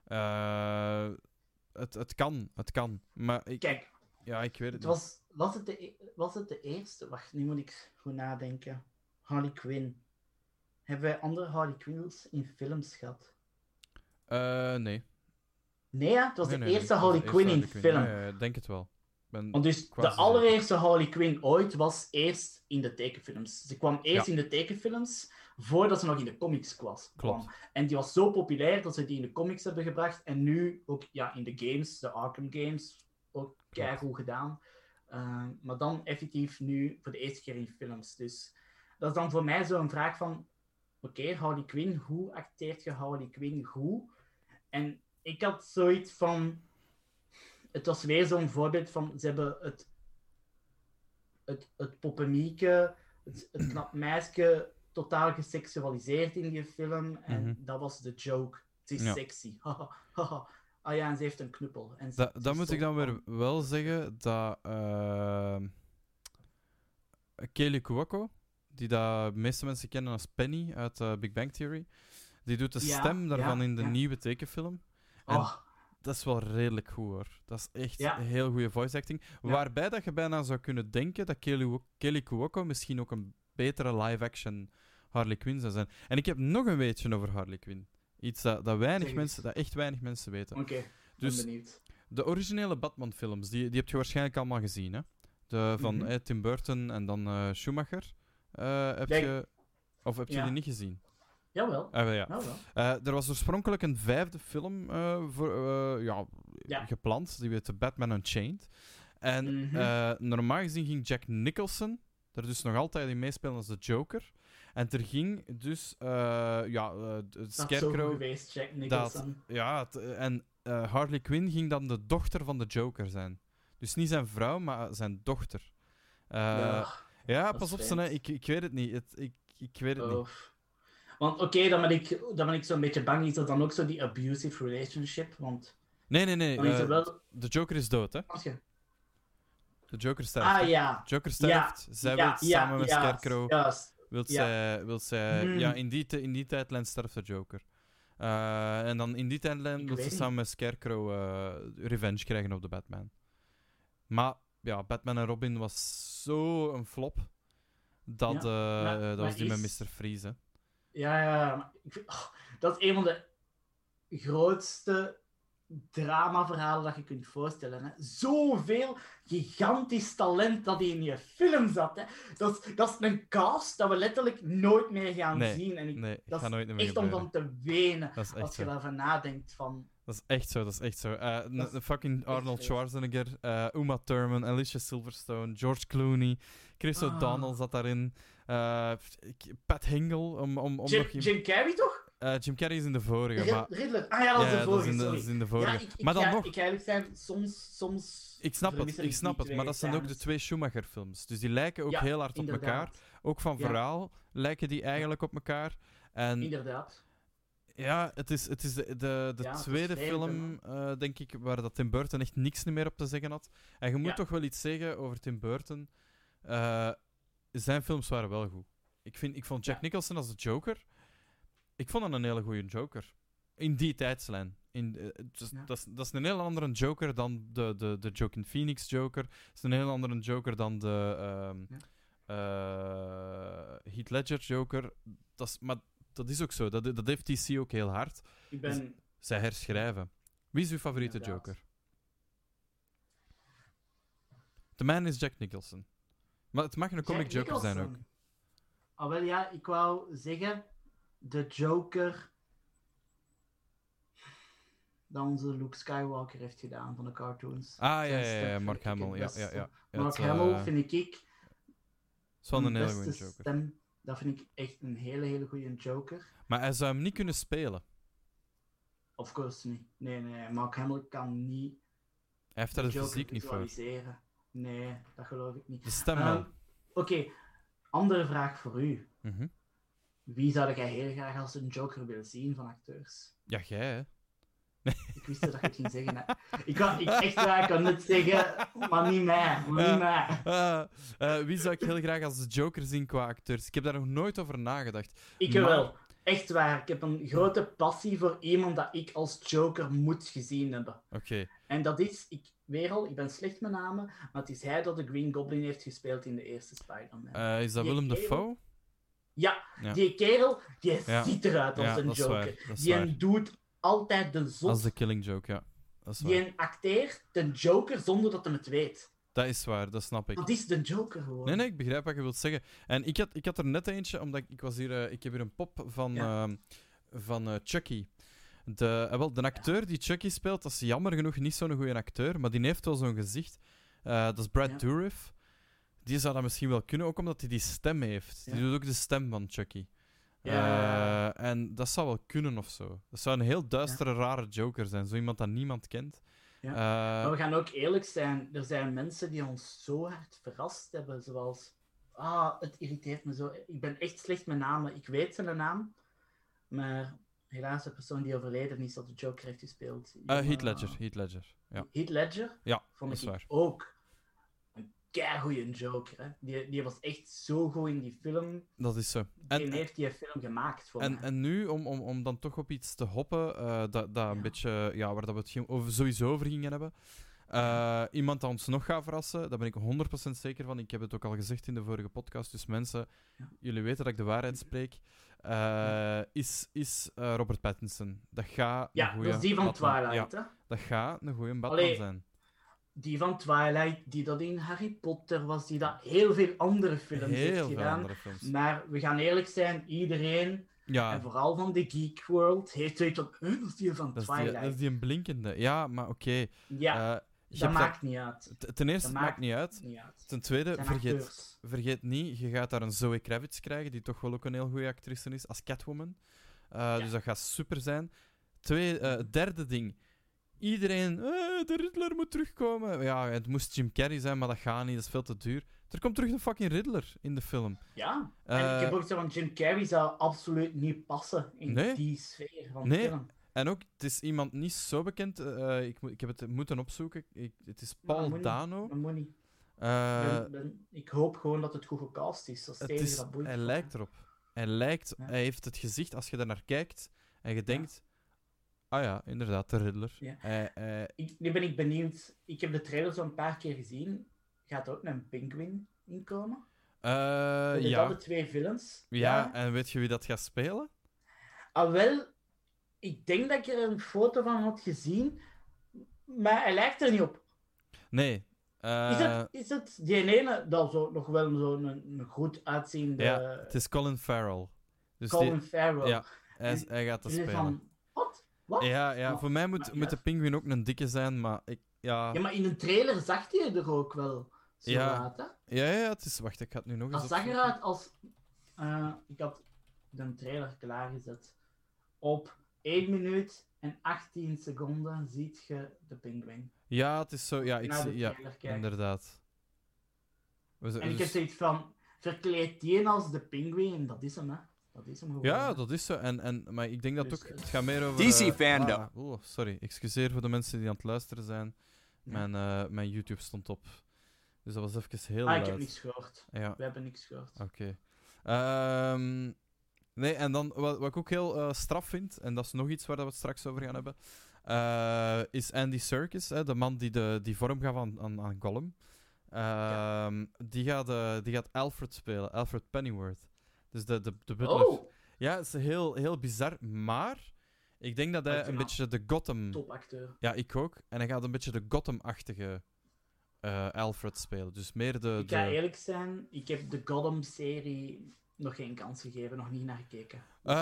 Het kan. Maar ik weet het Het niet. was het de eerste? Wacht, nu moet ik goed nadenken. Harley Quinn. Hebben wij andere Harley Quinns in films gehad? Nee. Nee, ja, het was Nee, de nee, eerste het was Harley de Quinn in eerste Harley film. Ja, denk het wel. Want dus quasi de allereerste Harley Quinn ooit was eerst in de tekenfilms. Ze kwam eerst Ja. in de tekenfilms voordat ze nog in de comics kwam. Klopt. En die was zo populair dat ze die in de comics hebben gebracht. En nu ook in de games, de Arkham games, ook keigoed gedaan. Maar dan effectief nu voor de eerste keer in films. Dus dat is dan voor mij zo'n vraag van... Oké, Harley Quinn, hoe acteert je Harley Quinn goed? En ik had zoiets van... Het was weer zo'n voorbeeld van... Ze hebben het poppemieke, het knap meisje totaal geseksualiseerd in die film. En Mhm. dat was de joke. Het is Ja. sexy. Haha, haha. Ah ja, en ze heeft een knuppel. En ze Dat is moet ik zo dan weer van- wel zeggen dat Kaley Cuoco, die de meeste mensen kennen als Penny uit Big Bang Theory, die doet de Ja, stem daarvan ja, in de ja. nieuwe tekenfilm. En Oh, dat is wel redelijk goed, hoor. Dat is echt Ja. heel goede voice acting. Ja. Waarbij dat je bijna zou kunnen denken dat Kelly Cuoco misschien ook een betere live-action Harley Quinn zou zijn. En ik heb nog een weetje over Harley Quinn. Iets dat echt weinig mensen weten. Oké, Dus ben benieuwd. de originele Batman-films, die heb je waarschijnlijk allemaal gezien, hè? De van Mhm. Tim Burton en dan Schumacher. Heb Kijk. je... Of heb je Ja. die niet gezien? Jawel. Ah, wel, ja. Jawel. Er was oorspronkelijk een 5e film Ja. gepland, die heette Batman Unchained. En normaal gezien ging Jack Nicholson er dus nog altijd in meespelen als de Joker. En er ging dus Dat is zo goed Scarecrow... geweest, Jack Nicholson. Harley Quinn ging dan de dochter van de Joker zijn. Dus niet zijn vrouw, maar zijn dochter. Ja, Ja, dat pas is op, vreemd. Sanne, ik weet het niet. Ik weet het niet. Oh. Want oké, dan ben ik zo'n beetje bang. Is er dan ook zo die abusive relationship? Want Nee. dan is er wel... De Joker is dood, hè? Als je... De Joker sterft. Ah hè? ja. Joker sterft. Zij wil samen met Scarecrow... Juist. Wilt Ja. zij Hmm. ja, in die tijdlijn sterft de Joker. En dan in die tijdlijn Ik wil ze weet samen met Scarecrow revenge krijgen op de Batman. Maar ja, Batman en Robin was zo een flop. Dat, dat was die met Mr. Freeze. Hè. Ja. Maar dat is een van de grootste dramaverhalen dat je kunt voorstellen. Hè. Zoveel gigantisch talent dat in je film zat. Hè. Dat is een cast dat we letterlijk nooit meer gaan zien. En Nee, dat gaat is nooit meer echt om gebeuren. van te wenen Dat is echt als je zo. daarvan nadenkt. Van... Dat is echt zo. Dat is Fucking Arnold echt Schwarzenegger, Uma Thurman, Alicia Silverstone, George Clooney, Chris O'Donnell zat daarin, Pat Hingle, om nog... Jim Carrey toch? Jim Carrey is in de vorige, maar... Riddler. Ah ja, dat is de vorige, dat sorry. is in de vorige. Ja, ik maar dan ga, nog... ik eigenlijk zijn soms... Ik snap verwissel het, die twee maar dat zijn ook de scènes. 2 Schumacher-films. Dus die lijken ook Ja, heel hard op inderdaad. elkaar. Ook van Ja. verhaal lijken die eigenlijk op elkaar. En Inderdaad. ja, het is de Ja, het is tweede vreemd, film, denk ik, waar dat Tim Burton echt niks meer op te zeggen had. En je moet Ja. toch wel iets zeggen over Tim Burton. Zijn films waren wel goed. Ik vond Jack Ja. Nicholson als de Joker... Ik vond hem een hele goede Joker. In die tijdslijn. Ja. Dat is een heel andere Joker dan de Joaquin Phoenix Joker. Het is een heel andere Joker dan de Heath Ledger Joker. Maar dat is ook zo. Dat heeft DC ook heel hard. Ik ben... Zij herschrijven. Wie is uw favoriete Inderdaad. Joker? De man is Jack Nicholson. Maar het mag een comic Jack Joker zijn ook. Nicholson. Ah, wel ja, ik wou zeggen... De Joker... Dat onze Luke Skywalker heeft gedaan van de cartoons. Ah, Zijn ja, stem Mark vind ik Hamill. het Ja. beste. Ja, Mark het, Hamill vind ik... is wel een de hele beste goede Joker. stem. Dat vind ik echt een hele goede Joker. Maar hij zou hem niet kunnen spelen. Of course niet. Nee. Mark Hamill kan niet Hij heeft daar de Joker fysiek niet voor. visualiseren. Nee, dat geloof ik niet. De stem wel. Oké, andere vraag voor u. Mhm. Wie zou jij heel graag als een Joker willen zien van acteurs? Ja, jij, hè? Ik wist dat je het ging zeggen. Hè. Ik kan het zeggen, maar niet mij. Wie zou ik heel graag als de Joker zien qua acteurs? Ik heb daar nog nooit over nagedacht. Ik Maar- wel. Echt waar. Ik heb een grote passie voor iemand dat ik als Joker moet gezien hebben. Oké. En dat is, ik ben slecht met namen, maar het is hij dat de Green Goblin heeft gespeeld in de eerste Spider-Man. Is dat Die Willem kerel- Dafoe? Ja, Ja. die kerel, die Ja. ziet eruit als Ja, een dat is Joker. waar, dat is Die waar. doet altijd de Als zot. de Killing Joke, ja. Dat is waar. Die acteert de Joker zonder dat hij het weet. Dat is waar, dat snap ik. Dat is de Joker gewoon. Nee, ik begrijp wat je wilt zeggen. En ik had er net eentje, omdat ik was hier... ik heb hier een pop van Chucky. De acteur die Chucky speelt, dat is jammer genoeg niet zo'n goede acteur, maar die heeft wel zo'n gezicht. Dat is Brad Ja. Dourif. Die zou dat misschien wel kunnen, ook omdat hij die stem heeft. Ja. Die doet ook de stem van Chucky. Ja. En dat zou wel kunnen of zo. Dat zou een heel duistere, rare Joker zijn. Zo iemand dat niemand kent. Ja. Eh, Maar we gaan ook eerlijk zijn, er zijn mensen die ons zo hard verrast hebben, zoals... het irriteert me zo. Ik ben echt slecht met namen. Ik weet zijn naam, maar helaas de persoon die overleden is dat de Joker heeft gespeeld. Heath Ledger. Ja, Heath Ledger ja vond dat is ik waar. ook een keigoeie Joker. Hè. Die was echt zo goed in die film. Dat is zo. Die heeft die film gemaakt voor mij. En nu, om dan toch op iets te hoppen, dat een beetje, ja, waar dat we het sowieso over gingen hebben. Iemand dat ons nog gaat verrassen, daar ben ik 100% zeker van. Ik heb het ook al gezegd in de vorige podcast. Dus mensen, jullie weten dat ik de waarheid spreek. Is Robert Pattinson. Dat gaat een goeie dat is die van Batman. Twilight. Hè? Dat gaat een goede Batman zijn. Die van Twilight, die dat in Harry Potter was, die dat heel veel andere films heeft gedaan. Maar we gaan eerlijk zijn, iedereen, en vooral van de Geek World, heeft zoiets van, dat is die van Twilight. Dat is die een blinkende. Ja, maar oké. Dat maakt niet uit. Ten eerste, het maakt niet uit. Ten tweede, vergeet niet, je gaat daar een Zoe Kravitz krijgen, die toch wel ook een heel goede actrice is, als Catwoman. Dus dat gaat super zijn. Derde ding. Iedereen, de Riddler moet terugkomen. Ja, het moest Jim Carrey zijn, maar dat gaat niet, dat is veel te duur. Er komt terug een fucking Riddler in de film. Ja, en ik heb ook gezegd, van Jim Carrey zou absoluut niet passen in die sfeer van de film. En ook, het is iemand niet zo bekend. Ik heb het moeten opzoeken. Het is Paul Dano. Dat moet niet. Ik hoop gewoon dat het goed gecast is. Hij lijkt erop. Hij heeft het gezicht, als je daar naar kijkt en je denkt... Ah ja, inderdaad, de Riddler. Ja. Nu ben ik benieuwd. Ik heb de trailer zo een paar keer gezien. Gaat er ook een Penguin inkomen? Ja. Dat de twee villains. Ja, en weet je wie dat gaat spelen? Wel, ik denk dat ik er een foto van had gezien, maar hij lijkt er niet op. Nee. Is het die ene dat zo nog wel zo'n goed uitziende... Ja, het is Colin Farrell. Dus Colin Farrell. Ja, hij gaat dat spelen. Wat? Ja, voor mij moet de pinguïn ook een dikke zijn, maar Ja, maar in een trailer zag hij er ook wel zo uit, hè? Ja, het is... Wacht, ik ga het nu nog eens opzoeken. Dat zag eruit als... ik had de trailer klaargezet. Op 1 minuut en 18 seconden ziet je de pinguïn. Ja, het is zo... Ja, inderdaad. Ik heb zoiets van... Verkleed die als de pinguïn, dat is hem, hè? Dat is hem gewoon. Ja, dat is zo. Maar ik denk dat dus, ook... Het gaat meer over... DC fandom. Sorry. Excuseer voor de mensen die aan het luisteren zijn. Mijn YouTube stond op. Dus dat was even heel luid. Ik heb niks gehoord. Ja. We hebben niks gehoord. Oké. Nee, en dan wat ik ook heel straf vind, en dat is nog iets waar we het straks over gaan hebben, is Andy Serkis, de man die vorm gaf aan Gollum. Die gaat Alfred spelen, Alfred Pennyworth. Dus de butler. Oh. Ja, het is heel bizar, maar ik denk dat hij een beetje de Gotham... Topacteur. Ja, ik ook. En hij gaat een beetje de Gotham-achtige Alfred spelen. Dus meer Ik ga eerlijk zijn, ik heb de Gotham-serie nog geen kans gegeven, nog niet naar gekeken.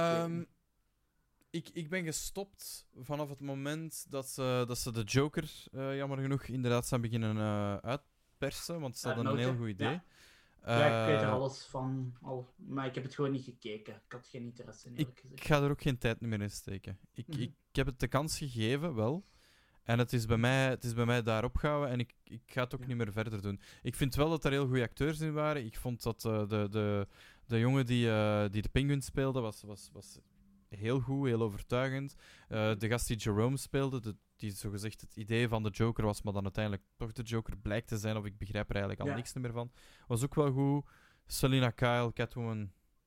Ik ben gestopt vanaf het moment dat ze de Joker, jammer genoeg, inderdaad zijn beginnen uitpersen, want ze hadden een heel goed idee. Ja, ik weet er alles van, maar ik heb het gewoon niet gekeken. Ik had geen interesse in, eerlijk gezegd. Ik ga er ook geen tijd meer in steken. Ik heb het de kans gegeven, wel. En het is bij mij daar opgehouden en ik ga het ook niet meer verder doen. Ik vind wel dat er heel goede acteurs in waren. Ik vond dat de jongen die de Penguin speelde, was heel goed, heel overtuigend. De gast die Jerome speelde, die zogezegd het idee van de Joker was, maar dan uiteindelijk toch de Joker blijkt te zijn, of ik begrijp er eigenlijk al niks meer van. Was ook wel goed. Selina Kyle, Catwoman,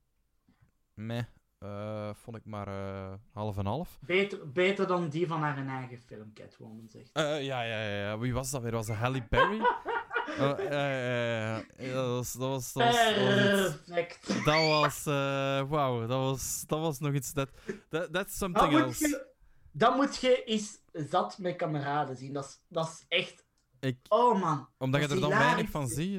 vond ik maar half en half. Beter dan die van haar eigen film, Catwoman, zegt. Ja. Wie was dat weer? Was dat Halle Berry? Dat was perfect. Wauw, dat was nog iets... That's something else. Dat moet je eens zat met kameraden zien. Dat is echt... Oh, man. Omdat je er dan weinig van ziet.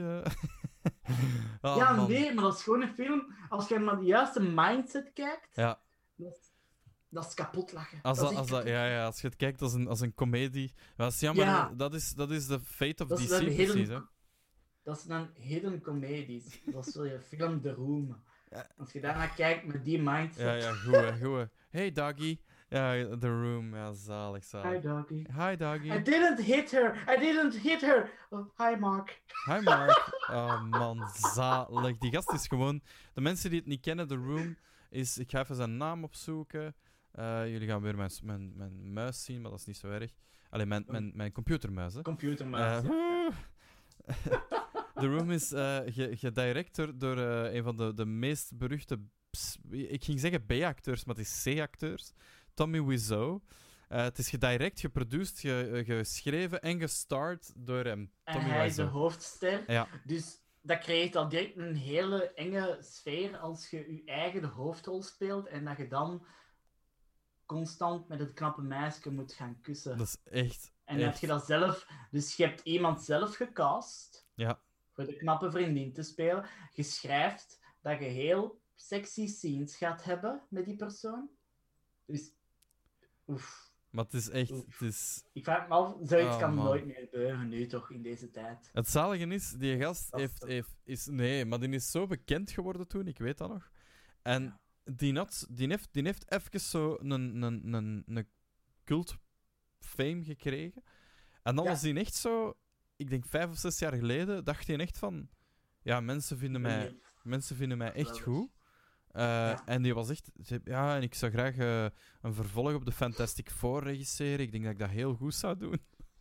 Nee, maar dat is gewoon een film... Als je naar de juiste mindset kijkt... Ja. Dat is kapot lachen. Als je het kijkt als een komedie... Dat is jammer. Ja. Dat is de fate of DC, precies. Hè? Dat zijn hidden comedies. Dat is zo je film The Room. Als je daarnaar kijkt met die mindset... Ja, goed. Hey, doggy. Ja, The Room. Ja, zalig. Hi, doggy. Hi, doggy. I didn't hit her. Oh, hi, Mark. Hi, Mark. Oh, man, zalig. Die gast is gewoon... De mensen die het niet kennen, The Room, is... Ik ga even zijn naam opzoeken. Jullie gaan weer mijn muis zien, maar dat is niet zo erg. Alleen mijn computermuis, hè. Computermuis, The Room is gedirect door een van de meest beruchte... ik ging zeggen B-acteurs, maar het is C-acteurs. Tommy Wiseau. Het is gedirect, geproduceerd, geschreven en gestart door hem. En Tommy hij is de Wiseau. hoofdster. Ja. Dus dat creëert al direct een hele enge sfeer als je je eigen de hoofdrol speelt en dat je dan constant met het knappe meisje moet gaan kussen. Dat is echt... En dan heb je dat zelf... Dus je hebt iemand zelf gecast Ja. voor de knappe vriendin te spelen. Je schrijft dat je heel sexy scenes gaat hebben met die persoon. Dus... Oef. Maar het is echt... Oef. Het is... Ik vraag me af, zoiets Oh, kan man. nooit meer gebeuren nu toch, in deze tijd. Het zalige is, die gast Dat is nee, maar die is zo bekend geworden toen, ik weet dat nog. En Ja. die heeft even zo een cult fame gekregen. En dan Ja. was die echt zo, ik denk 5 of 6 jaar geleden, dacht hij echt van, ja, mensen vinden mij echt Geweldig. goed. Ja. En die was echt, ja, en ik zou graag een vervolg op de Fantastic Four regisseren. Ik denk dat ik dat heel goed zou doen.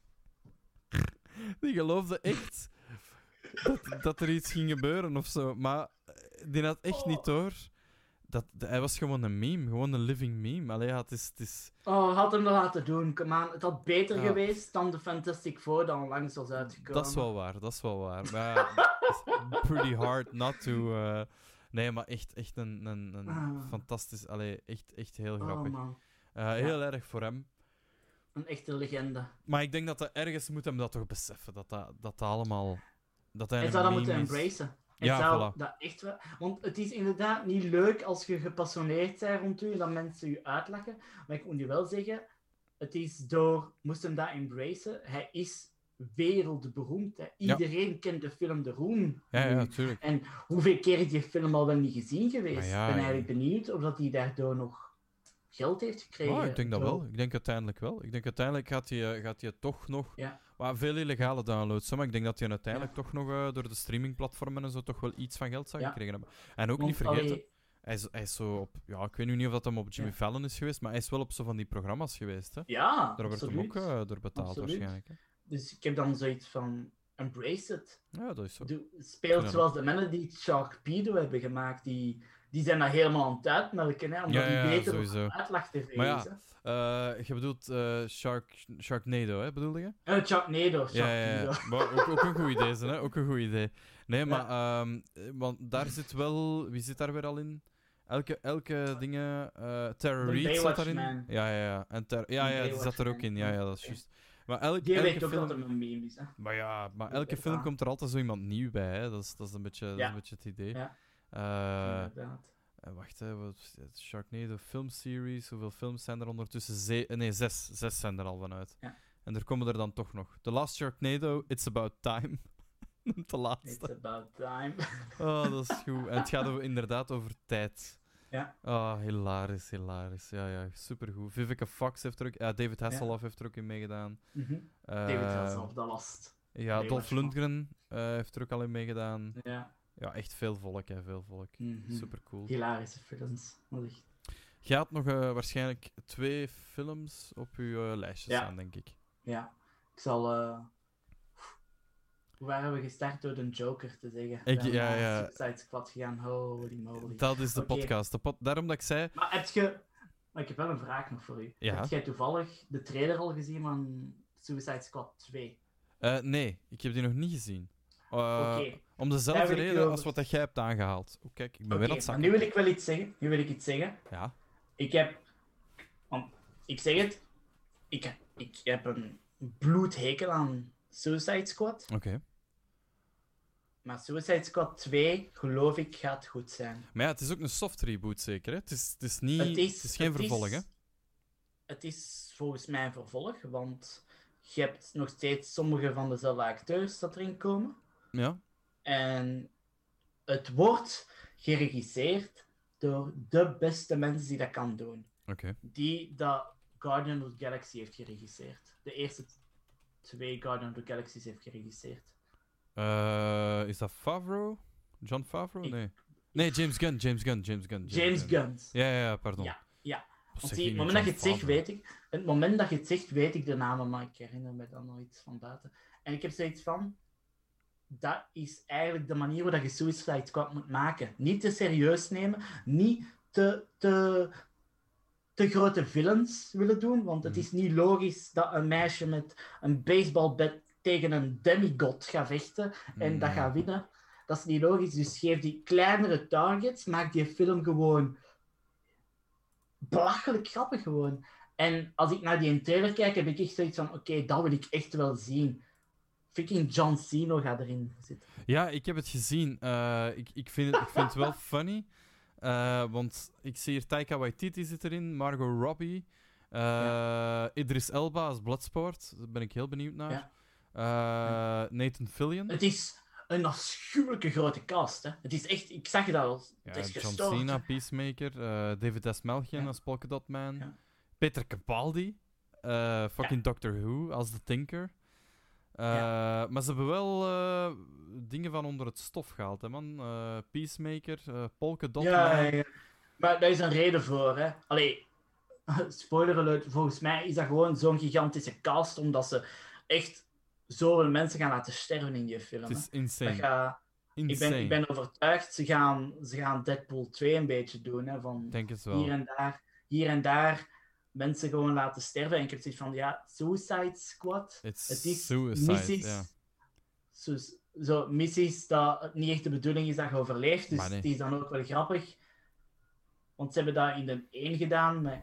Die geloofde echt dat er iets ging gebeuren of zo. Maar die had echt niet door. Hij was gewoon een meme, gewoon een living meme. Allee, ja, het is... Oh, had hem dat laten doen. Come on. Het had beter Ja. geweest dan de Fantastic Four dan onlangs was uitgekomen. Dat is wel waar. Maar ja, it's pretty hard not to... Nee, maar echt een fantastisch... Allee, echt heel Oh grappig. man, Heel erg voor hem. een echte legende. Maar ik denk dat ergens moet hem dat toch beseffen. Dat allemaal... Dat hij Hij een zou dat meme moeten is. embracen. Hij Ja, zou voilà. dat echt wel... Want het is inderdaad niet leuk als je gepassioneerd bent rond u en dat mensen je uitlachen. Maar ik moet nu wel zeggen, het is door... Moest hem dat embracen, hij is wereldberoemd. Hè. Iedereen kent de film The Room. Ja, nu. tuurlijk. En hoeveel keer is die film al wel niet gezien geweest? Maar Ik ja, ben ja. eigenlijk benieuwd of dat hij daardoor nog geld heeft gekregen. Oh, ik denk dat door- wel. Ik denk uiteindelijk wel. Ik denk uiteindelijk gaat hij toch nog... Ja. Maar veel illegale downloads, maar ik denk dat hij uiteindelijk toch nog door de streamingplatformen en zo toch wel iets van geld zou Ja. gekregen hebben. En ook Want, niet vergeten, allee, hij is zo op... Ja, ik weet nu niet of dat hem op Jimmy Ja. Fallon is geweest, maar hij is wel op zo van die programma's geweest. Hè. ja, Daar wordt hem absoluut. ook door betaald Absoluut. waarschijnlijk. Hè. Dus ik heb dan zoiets van, embrace it. Ja, dat is zo. Speelt Ja. zoals de mannen die Sharkpedo hebben gemaakt. Die zijn dat helemaal aan het uitmelken, hè, omdat Ja, die weten sowieso. dat het uitlacht-tv Maar ja, is. Hè. Je bedoelt Sharknado, hè, bedoelde je? Sharknado, Ja, Sharkpedo. Maar ook een goed idee, hè? Ook een goed idee. Nee, maar want daar zit wel... Wie zit daar weer al in? Elke dingen... Tara De Reid zat Baywatch daarin. Man. Ja. En die Baywatch zat er ook Man. in. Ja, dat is Ja. juist. Maar Die elke weet ook film... dat er een meme is. Hè. Maar ja, Dat elke is film waar. komt er altijd zo iemand nieuw bij, hè. Dat is een beetje, dat is Ja. een beetje het idee. Ja. Inderdaad. Wacht, hè. Sharknado filmseries. Hoeveel films zijn er ondertussen? Nee, 6. 6 zijn er al vanuit. Ja. En er komen er dan toch nog. The Last Sharknado, It's About Time. De laatste. It's about time. Oh, dat is goed. En het gaat inderdaad over tijd. Ja. Oh, hilarisch. Ja, supergoed. Vivica Fox heeft er ook... Ja, David Hasselhoff heeft er ook in meegedaan. Mhm. David Hasselhoff, dat was het. Ja, Baywatch Dolph man. Lundgren heeft er ook al in meegedaan. Ja. Ja, echt veel volk, hè. Veel volk. Mhm. Supercool. Hilarische films. Dat is echt- Je had nog waarschijnlijk 2 films op je lijstje Ja. staan, denk ik. Ja. Ik zal... Hoe waren we gestart door de Joker te zeggen? Ik- We ja, zijn ja. naar Suicide Squad gegaan. Holy moly. Dat is de Oké. podcast. Daarom dat ik zei... Maar heb je... Maar ik heb wel een vraag nog voor u. Ja. Heb jij toevallig de trailer al gezien van Suicide Squad 2? Nee, ik heb die nog niet gezien. Oké. Om Daar dezelfde wil ik reden over- als wat dat jij hebt aangehaald. Oh, kijk, ik ben weer aan Oké, het maar zakken. nu wil ik wel iets zeggen. Ja, Ik heb... Want, ik zeg het. Ik heb een bloedhekel aan Suicide Squad. oké. Maar Suicide Squad 2, geloof ik, gaat goed zijn. Maar ja, het is ook een soft reboot, zeker, hè? Het is niet... Het Het is, is geen het vervolg, is- hè? Het is volgens mij een vervolg, want je hebt nog steeds sommige van dezelfde acteurs dat erin komen. Ja. En het wordt geregisseerd door de beste mensen die dat kan doen. Oké. Die dat Guardian of the Galaxy heeft geregisseerd. De eerste 2 Guardian of the Galaxies heeft geregisseerd. Is dat Favreau? John Favreau? Ik- Nee. Nee, James Gunn. James Gunn. Ja, pardon. Ja, ja. Wat Want zeg zie, je het nu, moment dat je John het zegt, Favreau? weet ik. Het moment dat je het zegt, weet ik de namen, maar ik herinner me dan nooit van buiten. En ik heb zoiets van... dat is eigenlijk de manier waarop je Suicide Squad moet maken. Niet te serieus nemen, niet te grote villains willen doen, want het is niet logisch dat een meisje met een baseballbat tegen een demigod gaat vechten en dat gaat winnen. Dat is niet logisch, dus geef die kleinere targets, maak die film gewoon belachelijk grappig gewoon. En als ik naar die trailer kijk, heb ik echt zoiets van, oké, dat wil ik echt wel zien. Fucking John Cena gaat erin zitten. Ja, ik heb het gezien. Ik vind het wel funny. Want ik zie hier Taika Waititi zit erin, Margot Robbie, Idris Elba als Bloodsport. Daar ben ik heel benieuwd naar. Nathan Fillion. Het is een afschuwelijke grote cast. Hè. Het is echt, ik zag het al. Het is John gestoord. Cena, Peacemaker, David S. Melchian als Polka Dot Man, Ja. Peter Capaldi, fucking Doctor Who als The Tinker. Maar ze hebben wel dingen van onder het stof gehaald, hè, man. Peacemaker, Polka Dot Man. Ja. Maar daar is een reden voor. Hè. Allee, spoiler alert, volgens mij is dat gewoon zo'n gigantische cast, omdat ze echt zoveel mensen gaan laten sterven in die film. Het is Hè. insane. Ik ben overtuigd, ze gaan Deadpool 2 een beetje doen. Hè, van Denk het wel. hier en daar mensen gewoon laten sterven. En ik heb zoiets van, ja, Suicide Squad. It's Het is suicide, missies. Zo missies dat het niet echt de bedoeling is dat je overleeft. Dus Maar nee. het is dan ook wel grappig. Want ze hebben dat in de 1 gedaan met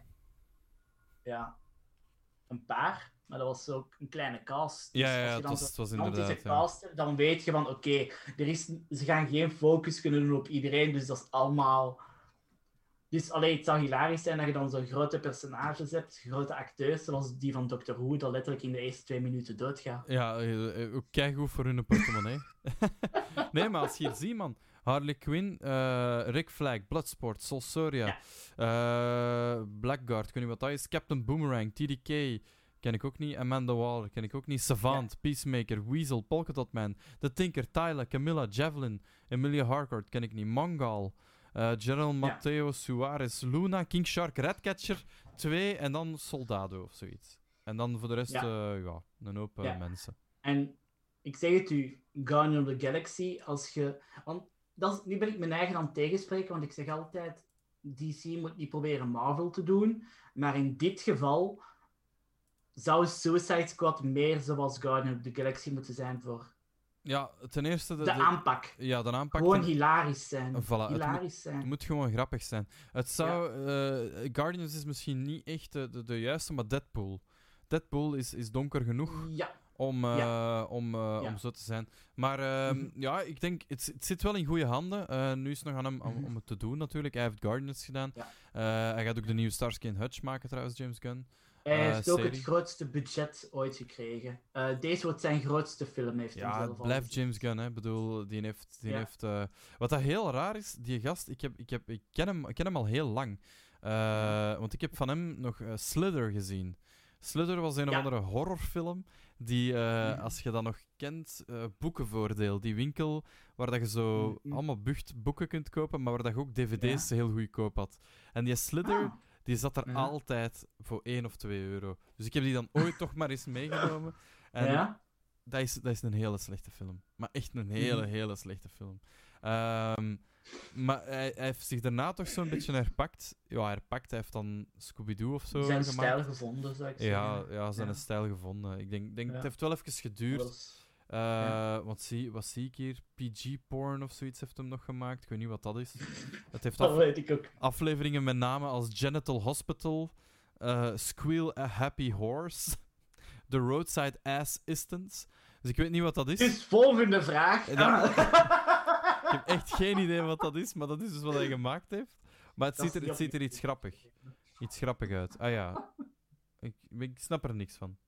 een paar. Maar dat was ook een kleine cast. Dus Ja, als je dan het was zo'n inderdaad. gigantische Ja. cast hebt, dan weet je van oké, ze gaan geen focus kunnen doen op iedereen. Dus dat is allemaal... Dus alleen het zou hilarisch zijn dat je dan zo grote personages hebt, grote acteurs, zoals die van Doctor Who, dat letterlijk in de eerste 2 minuten doodgaat. Ja, ook keigoed voor hun portemonnee. Nee, maar als je hier ziet, man. Harley Quinn, Rick Flag, Bloodsport, Solsoria, Blackguard, ik weet niet wat dat is, Captain Boomerang, TDK, ken ik ook niet, Amanda Waller, ken ik ook niet, Savant, Peacemaker, Weasel, Polka Dot Man, The Tinker, Tyler, Camilla, Javelin, Emilia Harcourt, ken ik niet, Mongal, General Mateo Suarez, Luna, King Shark, Ratcatcher, 2 en dan Soldado of zoiets. En dan voor de rest, een hoop mensen. En ik zeg het u, Guardians of the Galaxy, want nu ben ik mijn eigen aan het tegenspreken, want ik zeg altijd, DC moet niet proberen Marvel te doen, maar in dit geval zou Suicide Squad meer zoals Guardians of the Galaxy moeten zijn voor Ja, ten eerste... de aanpak. Ja, de aanpak... Gewoon hilarisch zijn. Voilà, zijn. Het moet gewoon grappig zijn. Het zou... Guardians is misschien niet echt de juiste, maar Deadpool. Deadpool is donker genoeg om zo te zijn. Maar ik denk, het zit wel in goede handen. Nu is het nog aan hem om het te doen, natuurlijk. Hij heeft Guardians gedaan. Ja. Hij gaat ook de nieuwe Starsky and Hutch maken, trouwens, James Gunn. Hij heeft ook het grootste budget ooit gekregen. Deze wordt zijn grootste film, heeft hij zelf al. Ja, het blijft James Gunn, hè. Ik bedoel, die heeft wat dat heel raar is, die gast, ik ken hem al heel lang. Want ik heb van hem nog Slither gezien. Slither was een of andere horrorfilm die, als je dat nog kent, Boekenvoordeel, die winkel waar dat je zo allemaal boeken kunt kopen, maar waar dat je ook dvd's heel goedkoop had. En die Slither... Die zat er altijd voor 1 of 2 euro. Dus ik heb die dan ooit toch maar eens meegenomen. En dat is een hele slechte film. Maar echt een hele slechte film. Maar hij heeft zich daarna toch zo'n beetje herpakt. Ja, herpakt. Hij heeft dan Scooby-Doo of zo zijn gemaakt. Stijl gevonden, zou ik zeggen. Ja, zijn stijl gevonden. Ik denk het heeft wel even geduurd. Wat zie ik hier? PG-porn of zoiets heeft hem nog gemaakt. Ik weet niet wat dat is. Het heeft dat weet ik ook. afleveringen met namen als Genital Hospital, Squeal a Happy Horse, The Roadside Assistance. Dus ik weet niet wat dat is. Dus volgende vraag. Ik heb echt geen idee wat dat is, maar dat is dus wat hij gemaakt heeft. Maar het ziet er iets grappig uit. Ah ja, ik snap er niks van.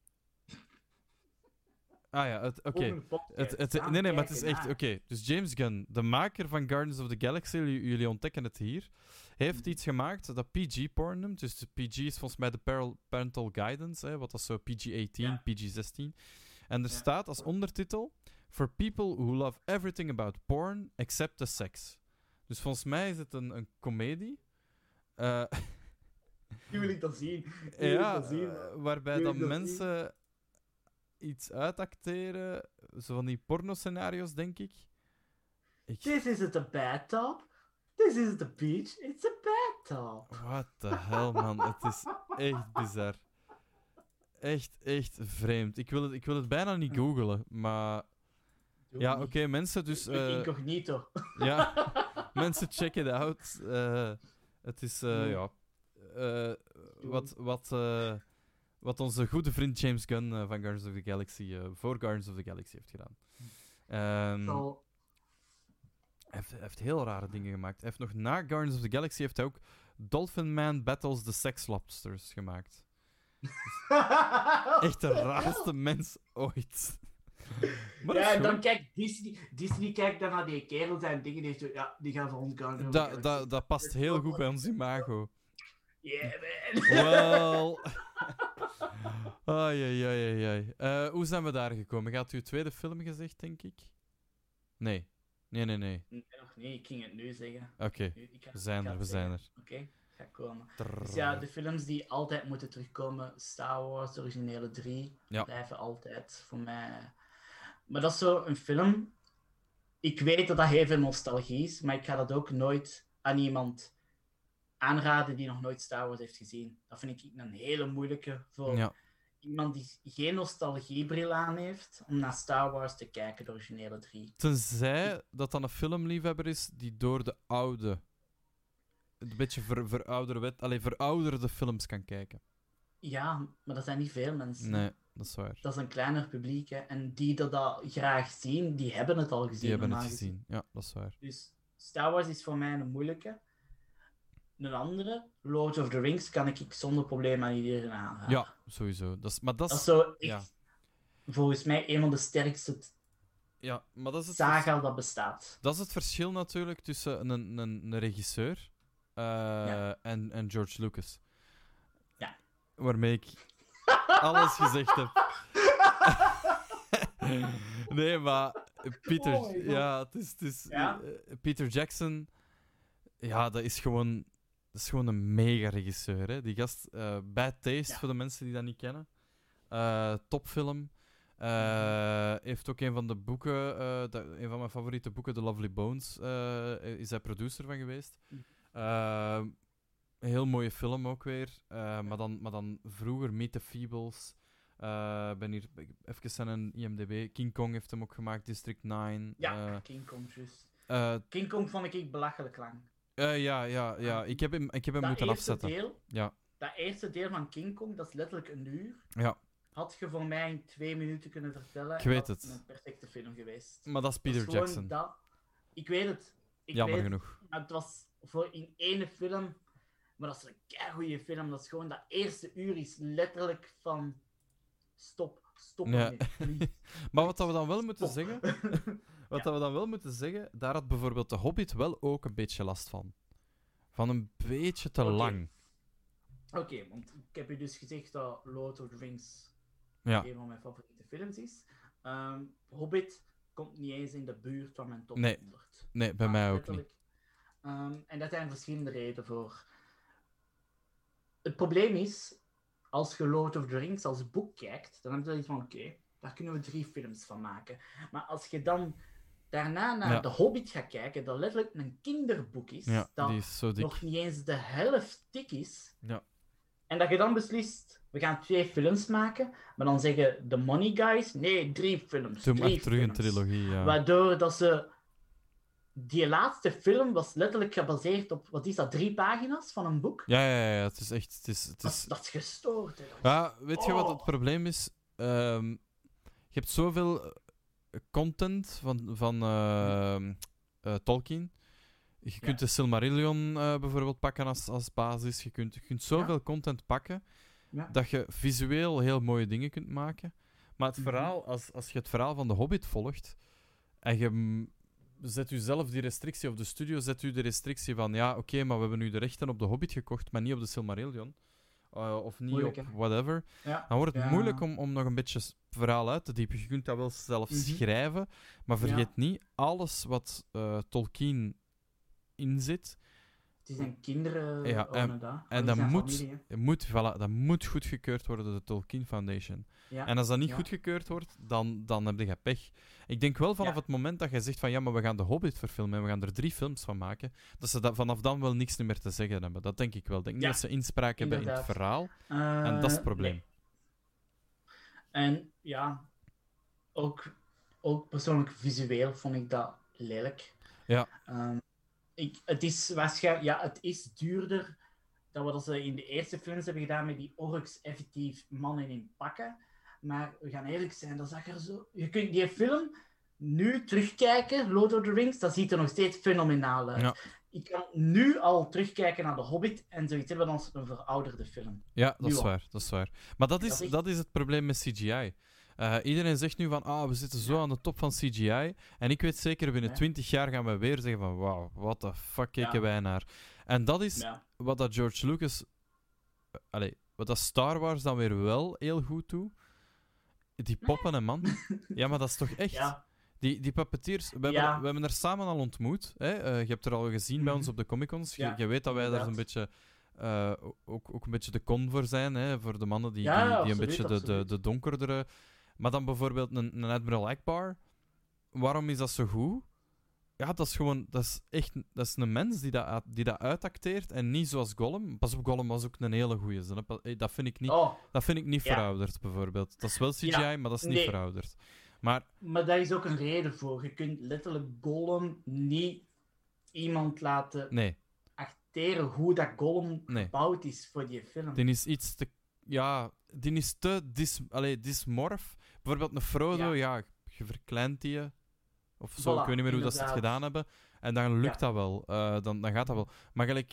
Ah ja, oké. Nee, maar het is echt... Oké, dus James Gunn, de maker van Guardians of the Galaxy, jullie ontdekken het hier, heeft iets gemaakt dat PG-porn noemt. Dus PG is volgens mij de parental guidance, wat dat zo PG-18, PG-16. En er staat als ondertitel... For people who love everything about porn except the sex. Dus volgens mij is het een komedie. Nu wil ik dat zien. Waarbij dan mensen... iets uitacteren. Zo van die pornoscenario's, denk ik. This isn't a bathtub. This is the beach. It's a bathtub. What the hell, man. Het is echt bizar. Echt vreemd. Ik wil het bijna niet googlen, maar... Ja, oké, mensen, dus... Incognito. Ja, mensen, check it out. Het is, wat onze goede vriend James Gunn van Guardians of the Galaxy voor Guardians of the Galaxy heeft gedaan. Hij heeft heel rare dingen gemaakt. Hij heeft nog na Guardians of the Galaxy heeft hij ook Dolphin Man Battles the Sex Lobsters gemaakt. Echt de raarste mens ooit. Maar ja, en dan kijkt Disney kijkt dan naar die kerels en dingen die zo, ja, die gaan voor ons gaan. Dat past heel goed bij ons imago. Yeah, man. Wel. Ai. Hoe zijn we daar gekomen? Gaat u tweede film gezegd, denk ik? Nee. Nee. Nee, nog niet. Ik ging het nu zeggen. Oké, we zijn er. Oké, ga komen. Dus ja, de films die altijd moeten terugkomen, Star Wars, de originele 3, blijven altijd voor mij. Maar dat is zo een film. Ik weet dat heel veel nostalgie is, maar ik ga dat ook nooit aan iemand aanraden die nog nooit Star Wars heeft gezien. Dat vind ik een hele moeilijke voor iemand die geen nostalgiebril aan heeft om naar Star Wars te kijken, de originele 3. Tenzij dat dan een filmliefhebber is die door de oude, een beetje verouderde films kan kijken. Ja, maar dat zijn niet veel mensen. Nee, dat is waar. Dat is een kleiner publiek, hè. En die dat graag zien, die hebben het al gezien. Die hebben het gezien, ja, dat is waar. Dus Star Wars is voor mij een moeilijke. Een andere, Lord of the Rings, kan ik zonder probleem aan iedereen aanraden. Ja, sowieso. Dat is zo echt, volgens mij, een van de sterkste saga dat bestaat. Dat is het verschil natuurlijk tussen een regisseur en George Lucas. Ja. Waarmee ik alles gezegd heb. Nee, maar Peter Jackson, ja, dat is gewoon een mega-regisseur. Hè? Die gast, Bad Taste, voor de mensen die dat niet kennen. Topfilm. Heeft ook een van de boeken, een van mijn favoriete boeken, The Lovely Bones, is hij producer van geweest. Een heel mooie film ook weer. Maar dan vroeger, Meet the Feebles. Ben hier even aan een IMDb. King Kong heeft hem ook gemaakt, District 9. Ja, King Kong, juist. King Kong vond ik belachelijk lang. Ja. Ik heb hem moeten afzetten. Dat eerste deel van King Kong, dat is letterlijk een uur. Ja. Had je voor mij in 2 minuten kunnen vertellen. Ik weet het. Dat is een perfecte film geweest. Maar dat is Peter Jackson. Ik weet het. Jammer genoeg. Maar het was voor in ene film. Maar dat is een keigoeie film. Dat is gewoon dat eerste uur is letterlijk van... Stop. Ja. Maar wat we dan wel moeten zeggen... we dan wel moeten zeggen... Daar had bijvoorbeeld de Hobbit wel ook een beetje last van. Van een beetje te lang. Oké, want ik heb je dus gezegd dat Lord of the Rings een van mijn favoriete films is. Hobbit komt niet eens in de buurt van mijn top 100. Nee, bij mij ook niet. En daar zijn verschillende redenen voor. Het probleem is, als je Lord of the Rings als boek kijkt, dan heb je iets van, oké, daar kunnen we 3 films van maken. Maar als je dan daarna naar The Hobbit gaat kijken, dat letterlijk een kinderboek is, dat die is zo dik. nog niet eens de helft dik is, ja. En dat je dan beslist, we gaan 2 films maken, maar dan zeggen de money guys, nee, 3 films. Doe maar terug een trilogie, ja. Waardoor dat ze... Die laatste film was letterlijk gebaseerd op, wat is dat, 3 pagina's van een boek? Ja, het is echt... Dat is gestoord, hè. Ja, weet je wat het probleem is? Je hebt zoveel content van Tolkien. Je kunt de Silmarillion bijvoorbeeld pakken als basis. Je kunt zoveel content pakken dat je visueel heel mooie dingen kunt maken. Maar het verhaal, als je het verhaal van de Hobbit volgt en je zet u zelf die restrictie, of de studio zet u de restrictie van oké, maar we hebben nu de rechten op de Hobbit gekocht, maar niet op de Silmarillion. Of niet moeilijk, op whatever. Ja. Dan wordt het moeilijk om nog een beetje verhaal uit te diepen. Je kunt dat wel zelf schrijven, maar vergeet niet, alles wat Tolkien in zit, Het zijn kinderen. Ja, en die zijn dat familie, hè. dat moet goedgekeurd worden door de Tolkien Foundation. Ja. En als dat niet Ja. goedgekeurd wordt, dan heb je pech. Ik denk wel vanaf Ja. het moment dat je zegt van ja, maar we gaan de Hobbit verfilmen en we gaan er 3 films van maken, dat ze vanaf dan wel niks meer te zeggen hebben. Dat denk ik wel. Ik denk niet Ja, dat ze inspraak hebben in het inderdaad. verhaal. En dat is het probleem. Nee. En ja, ook persoonlijk visueel vond ik dat lelijk. Ja. Het is waarschijnlijk, ja, het is duurder dan wat ze in de eerste films hebben gedaan met die orks effectief mannen in pakken. Maar we gaan eerlijk zijn, dat zag er zo... Je kunt die film nu terugkijken, Lord of the Rings, dat ziet er nog steeds fenomenaal uit. Ja. Ik kan nu al terugkijken naar The Hobbit en zoiets hebben als een verouderde film. Ja, dat Nu is al. waar. Dat is waar. Maar Dat is echt- dat is het probleem met CGI. Iedereen zegt nu van, we zitten zo aan de top van CGI. En ik weet zeker, binnen Ja. 20 jaar gaan we weer zeggen van, wauw, what the fuck keken Ja. wij naar. En dat is Ja. wat dat George Lucas... wat dat Star Wars dan weer wel heel goed doet. Die poppen, hè, man. Ja, maar dat is toch echt... Ja. Die puppeteers, we hebben er samen al ontmoet. Hè? Je hebt er al gezien bij ons op de Comic-Cons. Ja, Je weet dat wij daar zo'n inderdaad. beetje... ook een beetje de con voor zijn, hè? Voor de mannen die een absoluut, beetje absoluut. de donkerdere... Maar dan bijvoorbeeld een Admiral Ackbar. Waarom is dat zo goed? Ja, dat is gewoon... Dat is een mens die dat uitacteert en niet zoals Gollum. Pas op, Gollum was ook een hele goeie. Dat vind ik niet, Oh, dat vind ik niet Ja. verouderd, bijvoorbeeld. Dat is wel CGI, Ja, maar dat is niet nee. verouderd. Maar maar daar is ook een reden voor. Je kunt letterlijk Gollum niet iemand laten nee, acteren hoe dat Gollum Nee. gebouwd is voor die film. die is iets te... Ja, die is te dysmorf. Bijvoorbeeld een Frodo, je verkleint die. Of zo, Voilà, ik weet niet meer hoe dat ze het inderdaad. gedaan hebben. En dan lukt Ja. dat wel. Dan gaat dat wel. Maar gelijk...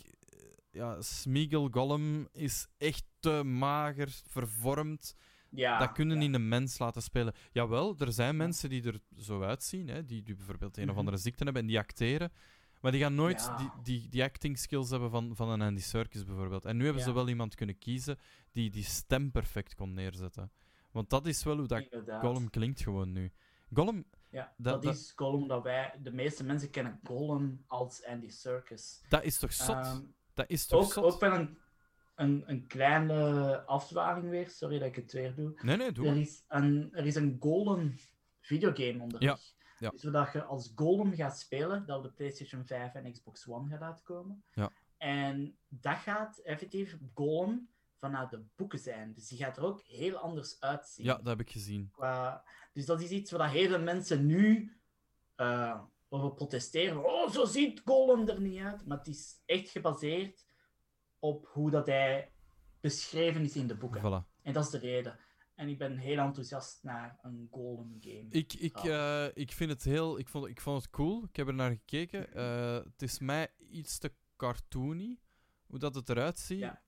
Smeagol Gollum is echt te mager, vervormd. Ja, Dat kunnen ja. niet een mens laten spelen. Jawel, er zijn mensen die er zo uitzien, hè, die bijvoorbeeld een of Mhm. andere ziekte hebben en die acteren. Maar die gaan nooit Ja. die acting skills hebben van een Andy Serkis bijvoorbeeld. En nu hebben ze Ja. wel iemand kunnen kiezen die stem perfect kon neerzetten. Want dat is wel hoe dat Inderdaad. Gollum klinkt gewoon nu. Gollum, Ja, dat- dat is Gollum dat de meeste mensen kennen Gollum als Andy Serkis. dat is toch zot? Ehm, Dat is toch ook, zot? ook wel een kleine afdwaling weer, sorry dat ik het weer doe. Nee, doe Er maar. is een Golem videogame onderweg. Ja. Dus zodat je als Golem gaat spelen, dat op de PlayStation 5 en Xbox One gaat uitkomen. Ja. En dat gaat effectief Golem vanuit de boeken zijn. Dus die gaat er ook heel anders uitzien. Ja, dat heb ik gezien. Dus dat is iets waar heel veel mensen nu over protesteren. Oh, zo ziet Golem er niet uit. Maar het is echt gebaseerd op hoe dat hij beschreven is in de boeken. Voilà. En dat is de reden. En ik ben heel enthousiast naar een Golem game. Ik vind het heel... Ik vond het cool. Ik heb er naar gekeken. Het is mij iets te cartoony, hoe dat het eruit ziet. Ja.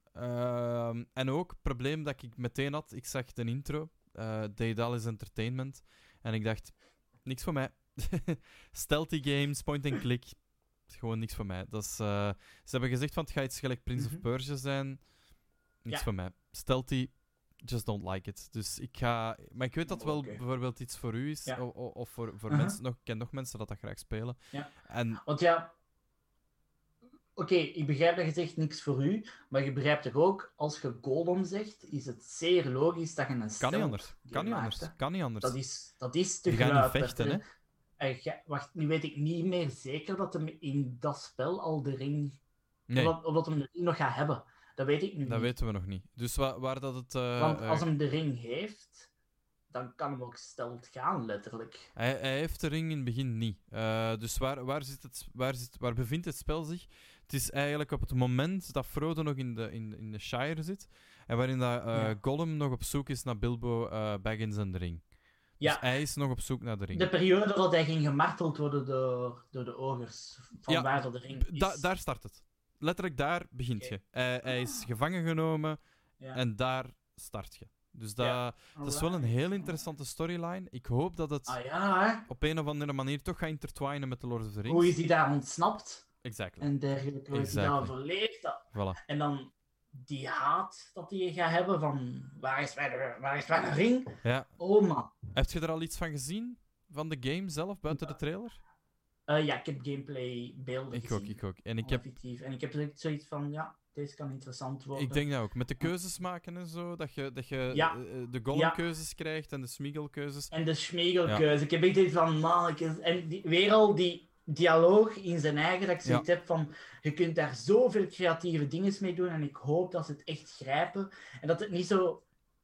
En ook het probleem dat ik meteen had, ik zag de intro, Daedalus Entertainment, en ik dacht, niks voor mij. Stealthy games, point-and-click, gewoon niks voor mij. Dat is, ze hebben gezegd van het gaat iets gelijk Prince of Persia zijn, niks Ja. voor mij. Stealthy, just don't like it. Dus ik ga... Maar ik weet dat wel Oké. bijvoorbeeld iets voor u is, Ja. of voor Uh-huh. mensen, ik ken nog mensen dat graag spelen. Ja. En Want ja, oké, ik begrijp dat je zegt niks voor u, maar je begrijpt toch ook, als je Golem zegt, is het zeer logisch dat je een kan niet stealth anders. game Kan niet maakt, anders. hè. Kan niet anders. Dat is te Die gaan niet geluid. vechten, hè? Wacht, nu weet ik niet meer zeker dat hem in dat spel al de ring... Nee. Of dat hem de ring nog gaat hebben. Dat weet ik nu Dat niet. weten we nog niet. Dus waar dat het... Want als hem de ring heeft, dan kan hem ook stealth gaan, letterlijk. Hij heeft de ring in het begin niet. Dus waar bevindt het spel zich? Het is eigenlijk op het moment dat Frodo nog in de Shire zit. En waarin dat, Ja. Gollum nog op zoek is naar Bilbo Baggins en de ring. Dus Ja, hij is nog op zoek naar de ring. de periode dat hij ging gemarteld worden door de ogers. Van Ja, waar dat de ring is. Daar start het. Letterlijk daar begint Oké. je. Hij is gevangen genomen Ja. en daar start je. Dus Ja. dat is wel een heel interessante storyline. Ik hoop dat het Ah ja, hè? op een of andere manier toch gaat intertwinen met The Lord of the Rings. Hoe is hij daar ontsnapt Exactly. en dergelijke. Hoe is hij daar overleefd? Voilà. En dan die haat dat hij gaat hebben van waar is mijn ring? Ja. Oh man. Heb je er al iets van gezien? Van de game zelf, buiten de trailer? Ja, ik heb gameplay beelden gezien. Ik ook. En ik heb... Effectief. En ik heb zoiets van, ja, deze kan interessant worden. Ik denk dat ook. Met de keuzes maken en zo, dat je Ja. de golem-keuzes krijgt en de Smeagol-keuzes. En de Schmiegelkeuze. Ik heb echt iets van, en weer al die dialoog in zijn eigen, dat ik zoiets heb van, je kunt daar zoveel creatieve dingen mee doen en ik hoop dat ze het echt grijpen en dat het niet zo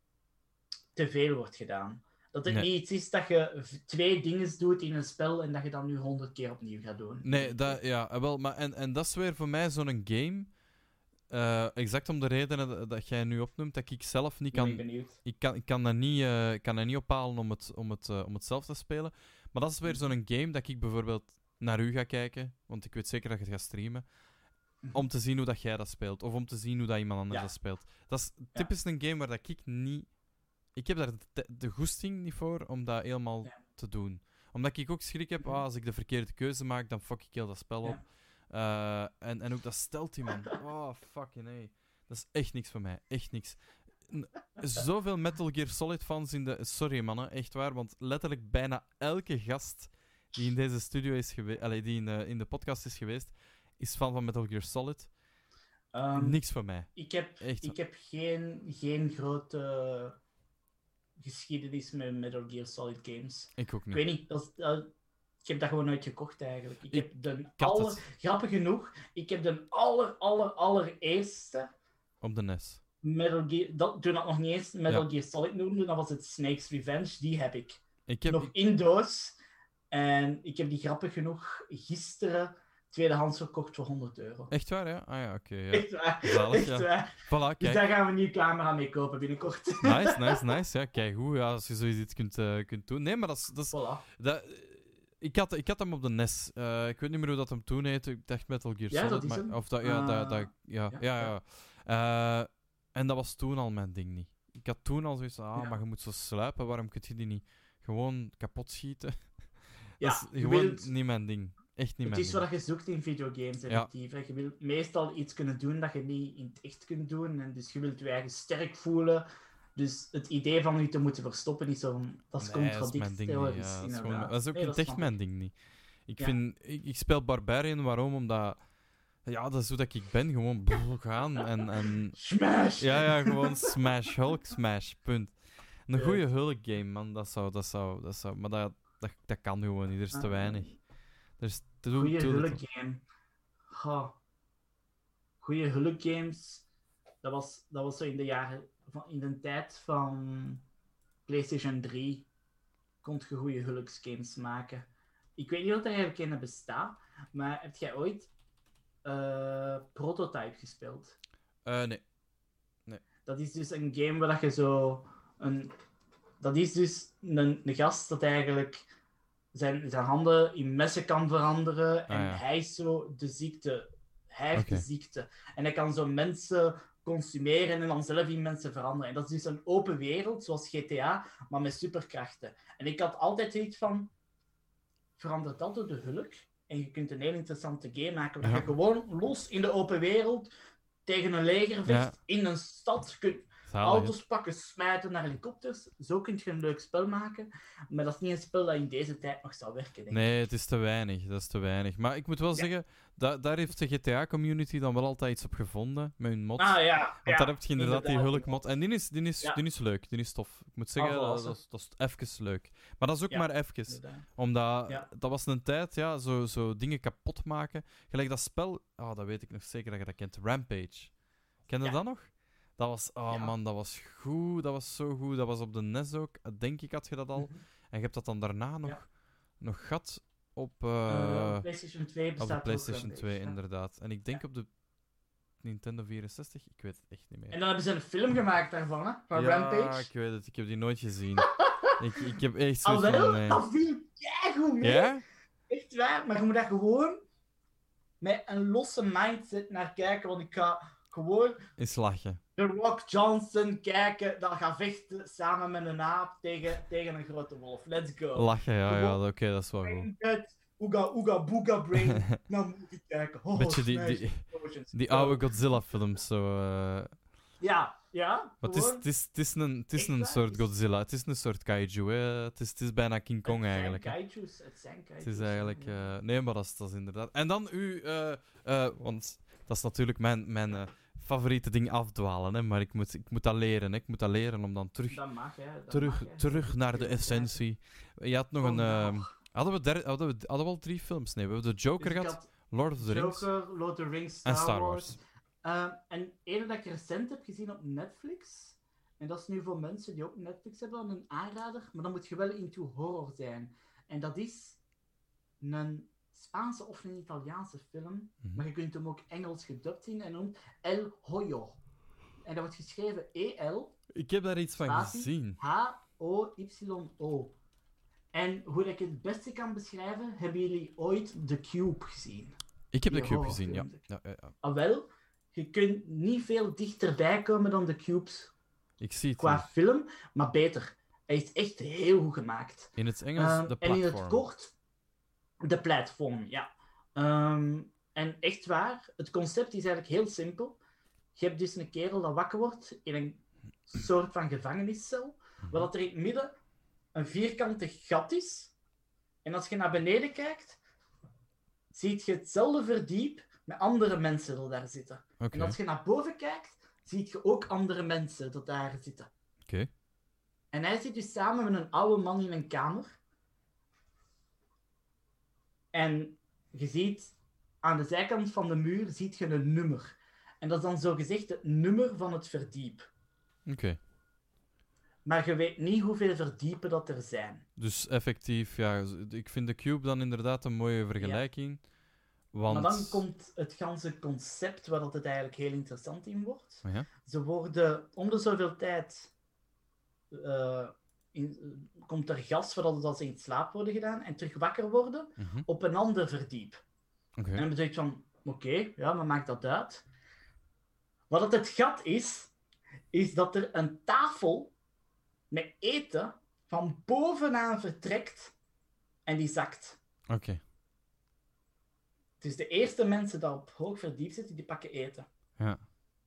te veel wordt gedaan. Dat het niet iets is dat je 2 dingen doet in een spel en dat je dan nu 100 keer opnieuw gaat doen. Nee, wel, maar en dat is weer voor mij zo'n game, exact om de redenen dat jij nu opnoemt, dat ik zelf niet kan... Ik kan dat niet ophalen om het zelf te spelen. Maar dat is weer zo'n game dat ik bijvoorbeeld naar u ga kijken, want ik weet zeker dat je het gaat streamen, om te zien hoe dat jij dat speelt, of om te zien hoe dat iemand anders dat speelt. Dat is typisch een game waar dat ik niet... Ik heb daar de goesting niet voor om dat helemaal te doen. Omdat ik ook schrik heb, als ik de verkeerde keuze maak, dan fuck ik heel dat spel op. En ook dat stelt die man. Oh, fucking hey. Dat is echt niks voor mij. Echt niks. Zoveel Metal Gear Solid fans in de... Sorry mannen, echt waar. Want letterlijk bijna elke gast die in deze studio is geweest... die in de podcast is geweest, is fan van Metal Gear Solid. Niks voor mij. Ik heb geen grote geschiedenis met Metal Gear Solid games. Ik ook niet. Ik weet niet, ik heb dat gewoon nooit gekocht eigenlijk. Grappig genoeg, ik heb de allereerste op de NES. Metal Gear, toen dat nog niet eens Metal Gear Solid noemde, dan was het Snake's Revenge, die heb ik. Nog in doos. En ik heb die grappig genoeg gisteren tweedehands verkocht voor €100. Echt waar, ja? Ah ja, oké. Ja. Echt waar. Zalig, echt waar. Voilà, dus daar gaan we een nieuwe camera mee kopen binnenkort. Nice. Ja, kijk hoe, als je zoiets kunt doen. Nee, maar dat is... Voilà. Ik had hem op de NES. Ik weet niet meer hoe dat hem toen heette. Ik dacht Metal Gear Solid. Dat is hem. Of dat, ja. En dat was toen al mijn ding niet. Ik had toen al zoiets van, maar je moet zo sluipen. Waarom kun je die niet gewoon kapot schieten? Dat is gewoon niet mijn ding. Echt niet. Het is wat je zoekt in videogames, effectief. Ja. Je wilt meestal iets kunnen doen dat je niet in het echt kunt doen. En dus je wilt je eigen sterk voelen. Dus het idee van je te moeten verstoppen is zo'n... Dat is contradictie. Dat is ook echt mijn ding niet. Ik speel Barbarian, waarom? Omdat... Ja, dat is hoe dat ik ben. Gewoon gaan en... Smash! Ja, gewoon smash. Hulk smash, punt. Een goede hulkgame, man. Dat zou... Maar dat kan gewoon niet. Er is te weinig. Goeie hulkgame. Goeie hulkgames. Dat was zo in de jaren... In de tijd van PlayStation 3 kon je goede hulksgames maken. Ik weet niet of dat eigenlijk in bestaat, maar heb jij ooit Prototype gespeeld? Nee. Dat is dus een game waar je zo... Dat is dus een gast dat eigenlijk zijn handen in messen kan veranderen en hij is zo de ziekte. Hij heeft de ziekte. En hij kan zo mensen consumeren en dan zelf in mensen veranderen. En dat is dus een open wereld, zoals GTA, maar met superkrachten. En ik had altijd iets van... Verandert dat door de hulk? En je kunt een heel interessante game maken, waar je gewoon los in de open wereld tegen een legervecht in een stad kunt auto's pakken, smijten naar helikopters. Zo kun je een leuk spel maken. Maar dat is niet een spel dat in deze tijd nog zou werken, denk ik. Nee, het is te weinig. Dat is te weinig. Maar ik moet wel zeggen, daar heeft de GTA-community dan wel altijd iets op gevonden, met hun mod. Want daar heb je inderdaad die hulkmod. En die is leuk, die is tof. Ik moet zeggen, dat is even leuk. Maar dat is ook maar even. Omdat, dat was een tijd, zo dingen kapot maken. Gelijk dat spel, dat weet ik nog zeker dat je dat kent, Rampage. Ken je dat nog? Dat was, man, dat was goed. Dat was zo goed. Dat was op de NES ook. Denk ik, had je dat al. En je hebt dat dan daarna nog gehad op... PlayStation 2 bestaat op de PlayStation ook 2, inderdaad. En ik denk op de Nintendo 64. Ik weet het echt niet meer. En dan hebben ze een film gemaakt daarvan, hè? Van Rampage. Ja, ik weet het. Ik heb die nooit gezien. ik heb echt zoiets van... Nee. Dat viel keigoed mee. Ja? Echt waar. Maar je moet daar gewoon met een losse mindset naar kijken. Want ik ga gewoon... Eens lachen. The Rock Johnson kijken, dat gaat vechten samen met een aap tegen een grote wolf. Let's go. Lachen, ja, oké, dat is wel goed. Ooga booga brain. Nou moet ik kijken. Beetje die oude Godzilla-films, zo... Ja, Ja, Maar gewoon... het is een Echt waar, soort Godzilla. Het is een soort kaiju. Hè. Het is bijna King Kong eigenlijk. Hè. Het zijn kaijus. Het is eigenlijk... ja. nee, maar dat is inderdaad... En dan want dat is natuurlijk mijn favoriete ding afdwalen. Hè. Maar ik moet dat leren. Hè. Ik moet dat leren om dan Dat mag, hè. Dat mag, hè. terug naar de essentie. Je had nog een... nou. Hadden we al 3 films? Nee, we hebben de Joker Dus ik gehad, had Lord of the Rings Joker, Lord of the Rings, en Star Wars. En één dat ik recent heb gezien op Netflix, en dat is nu voor mensen die ook Netflix hebben, dan een aanrader, maar dan moet je wel into horror zijn. En dat is een Spaanse of een Italiaanse film, maar je kunt hem ook Engels gedubt zien en noemt El Hoyo. En dat wordt geschreven E-L, Ik heb daar iets van spatie, gezien. H-O-Y-O. En hoe ik het beste kan beschrijven, hebben jullie ooit The Cube gezien? Ik heb de Die Cube gezien, ja. horrorfilm. Ja. Ah, wel, je kunt niet veel dichterbij komen dan The Cubes Ik zie het qua hier. film, maar beter. Hij is echt heel goed gemaakt. In het Engels de En in het platform. kort, de platform, ja. En echt waar, het concept is eigenlijk heel simpel. Je hebt dus een kerel dat wakker wordt in een soort van gevangeniscel, waar dat er in het midden een vierkante gat is. En als je naar beneden kijkt, zie je hetzelfde verdiep met andere mensen die daar zitten. Oké. En als je naar boven kijkt, zie je ook andere mensen die daar zitten. Oké. En hij zit dus samen met een oude man in een kamer. En je ziet aan de zijkant van de muur ziet je een nummer. En dat is dan zogezegd het nummer van het verdiep. Oké. Maar je weet niet hoeveel verdiepen dat er zijn. Dus effectief, ja, ik vind de Cube dan inderdaad een mooie vergelijking. Want... Maar dan komt het ganse concept waar dat het eigenlijk heel interessant in wordt. Ja. Ze worden om de zoveel tijd... komt er gas voordat ze in slaap worden gedaan en terug wakker worden Mhm. op een ander verdiep. Oké. En dan betekent ik van, oké, ja, maar maakt dat uit? Wat het gat is dat er een tafel met eten van bovenaan vertrekt en die zakt. Oké. Dus de eerste mensen die op hoog verdiep zitten, die pakken eten. Ja.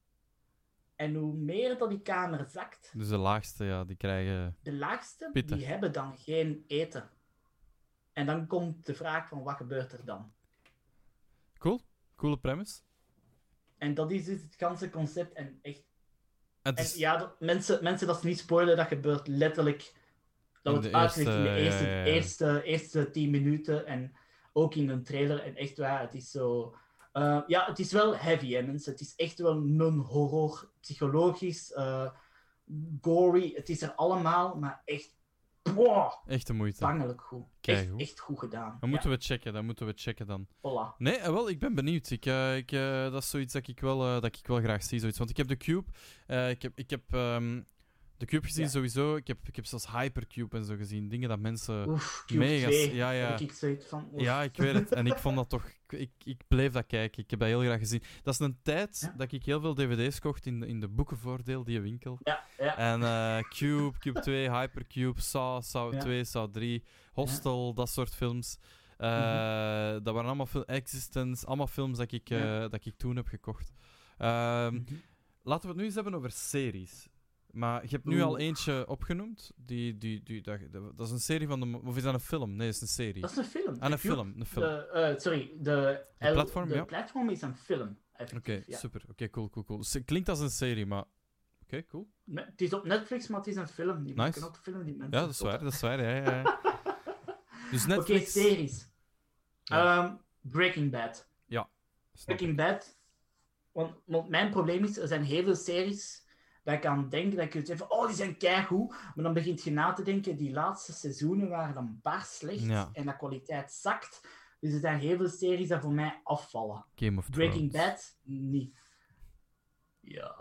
En hoe meer dat die kamer zakt, Dus de laagste, ja, die krijgen... de laagste, Pittig. die hebben dan geen eten. En dan komt de vraag van, wat gebeurt er dan? Cool. Coole premise. En dat is dus het ganse concept. En echt... En het En is... ja, mensen dat ze niet spoilen, dat gebeurt letterlijk... Dat In wordt de uitgelegd in de eerste- eerste 10 minuten. En ook in een trailer. En echt waar, het is zo... ja, het is wel heavy, hè, mensen. Het is echt wel een horror. Psychologisch, gory. Het is er allemaal, maar echt... Wow, Echt de moeite. bangelijk goed. Keigoed. Echt goed gedaan. Dan moeten we checken, dan. Voilà. Nee, wel, ik ben benieuwd. Dat is zoiets dat ik wel graag zie. Zoiets. Want ik heb de Cube. Ik heb de Cube gezien Ja. sowieso. Ik heb zelfs Hypercube en zo gezien. Dingen dat mensen... Oef, Cube Megas, 2. ja. Heb ik zoiets van... oef. Ja, ik weet het. En ik vond dat toch... Ik bleef dat kijken. Ik heb dat heel graag gezien. Dat is een tijd Ja. dat ik heel veel dvd's kocht in de boekenvoordeel, die winkel. Ja. En Cube 2, Hypercube, Saw Ja. 2, Saw 3, Hostel, dat soort films. Dat waren allemaal Existence, allemaal films dat ik toen heb gekocht. Mhm. Laten we het nu eens hebben over series. Maar je hebt nu al eentje opgenoemd. Dat is een serie van de... Of is dat een film? Nee, dat is een serie. Dat is een film. Ah, een The Cube. film. Een film. De platform, ja. platform is een film. Oké, effectief, ja. super. Oké, cool. Klinkt als een serie, maar... Oké, cool. Het is op Netflix, maar het is een film. Die maken ook film die mensen. Ja, dat is waar. Ja. Dus Oké, Netflix... series. Ja. Breaking Bad. Snap Breaking ik. Bad. Want mijn probleem is, er zijn heel veel series dat ik aan denk, dat ik het even, die zijn keigoed. Maar dan begint je na te denken, die laatste seizoenen waren dan bar slecht Ja. en dat kwaliteit zakt. Dus er zijn heel veel series dat voor mij afvallen. Game of Breaking Thrones. Bad, niet. Ja.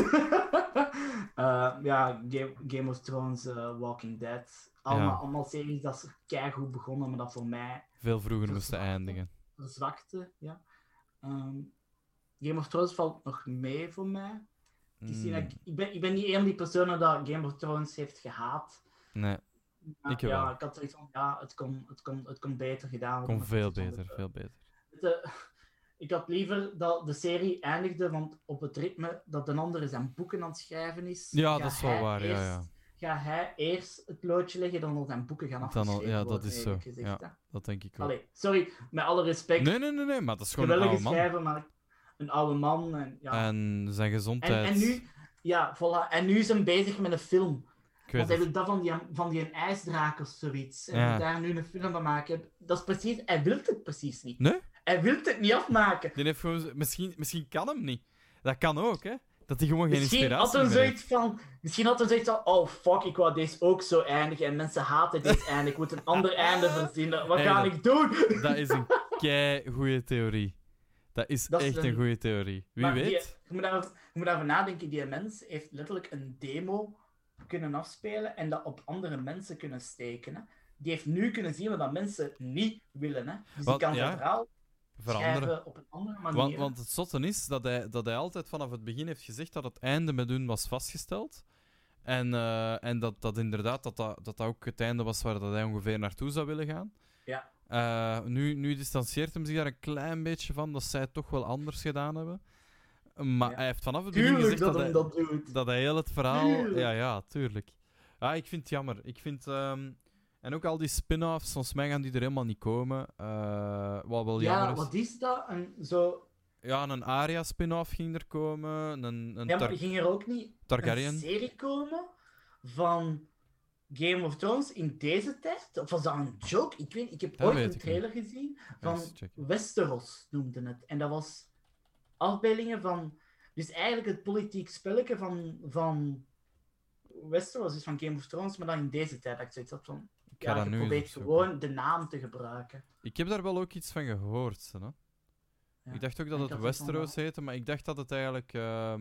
Ja, Game of Thrones, Walking Dead. Allemaal series dat ze keigoed begonnen, maar dat voor mij Veel vroeger moesten eindigen. verzwakte. Ja. Game of Thrones valt nog mee voor mij. Het is ik ben niet een van die personen dat Game of Thrones heeft gehaat. Nee, Maar ik wel. ja, ik had zoiets van, ja, het kon beter gedaan worden. kon maar veel het is beter. het Ik had liever dat de serie eindigde, want op het ritme dat een andere zijn boeken aan het schrijven is... Ja, dat is wel waar, ja. Ga hij eerst het loodje leggen, dan al zijn boeken gaan afgeschreven ja, worden, dat is zo. gezegd, Ja, dat denk ik ook. Allee, sorry, met alle respect. Nee, maar dat is gewoon een Geweldige oude man. schrijver, maar een oude man. En zijn gezondheid... En nu... Ja, voilà. En nu is hij bezig met een film. Want hij het. wil dat van die ijsdraak of zoiets. En Ja. wil daar nu een film van maken. Dat is precies... Hij wil het precies niet. Nee? Hij wil het niet afmaken. Die heeft gewoon... Misschien kan hem niet. Dat kan ook, hè. Dat hij gewoon geen Misschien had inspiratie hij meer heeft. zoiets van... Misschien had hij zoiets van... Oh, fuck, ik wou deze ook zo eindigen. En mensen haten deze einde. Ik moet een ander einde verzinnen. Wat ga ik doen? Dat is een kei-goeie theorie. Dat is echt een goede theorie. Wie maar weet? Je moet daarover nadenken. Die mens heeft letterlijk een demo kunnen afspelen en dat op andere mensen kunnen steken. Hè. Die heeft nu kunnen zien wat dat mensen niet willen. Hè. Dus die kan zijn verhaal schrijven op een andere manier. Want het zotte is dat hij altijd vanaf het begin heeft gezegd dat het einde met hun was vastgesteld. En dat inderdaad dat ook het einde was waar dat hij ongeveer naartoe zou willen gaan. Ja. Nu distancieert hem zich daar een klein beetje van dat zij het toch wel anders gedaan hebben. Maar hij heeft vanaf het begin gezegd dat hij heel het verhaal... Tuurlijk. Ja, tuurlijk. Ja, ik vind het jammer. Ik vind... En ook al die spin-offs, volgens mij gaan die er helemaal niet komen. Wat wel jammer is. Wat is dat? Een Arya spin-off ging er komen. Maar ging er ook niet Targaryen. een serie komen van Game of Thrones in deze tijd? Of was dat een joke? Ik heb ooit een trailer gezien van Westeros, noemde het. En dat was afbeeldingen van... Dus eigenlijk het politiek spelletje van Westeros, dus van Game of Thrones, maar dan in deze tijd. Dat ik zoiets had van... Je probeert gewoon de naam te gebruiken. Ik heb daar wel ook iets van gehoord. Hè? Ja. Ik dacht ook dat het Westeros heette, maar ik dacht dat het eigenlijk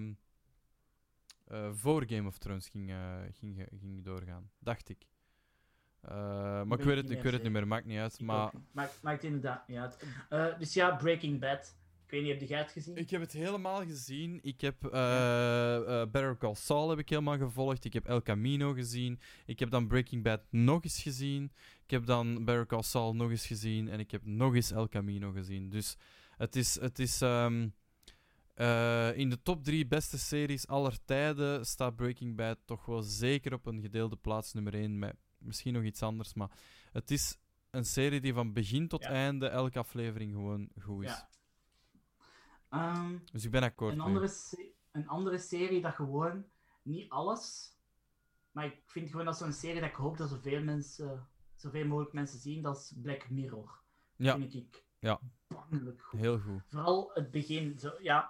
voor Game of Thrones ging doorgaan. Dacht ik. Maar ik weet het niet meer, maakt niet uit. Maakt inderdaad niet uit. Dus ja, Breaking Bad. Ik weet niet, heb jij het gezien? Ik heb het helemaal gezien. Ik heb Better Call Saul heb ik helemaal gevolgd. Ik heb El Camino gezien. Ik heb dan Breaking Bad nog eens gezien. Ik heb dan Better Call Saul nog eens gezien. En ik heb nog eens El Camino gezien. Dus het is in de top 3 beste series aller tijden staat Breaking Bad toch wel zeker op een gedeelde plaats nummer 1. Met misschien nog iets anders, maar het is een serie die van begin tot einde elke aflevering gewoon goed is. Ja. Dus ik ben akkoord. Een andere serie dat gewoon niet alles, maar ik vind gewoon dat zo'n serie dat ik hoop dat zoveel mogelijk mensen zien, dat is Black Mirror. Ja. Vind ik bangelijk goed. Heel goed. Vooral het begin.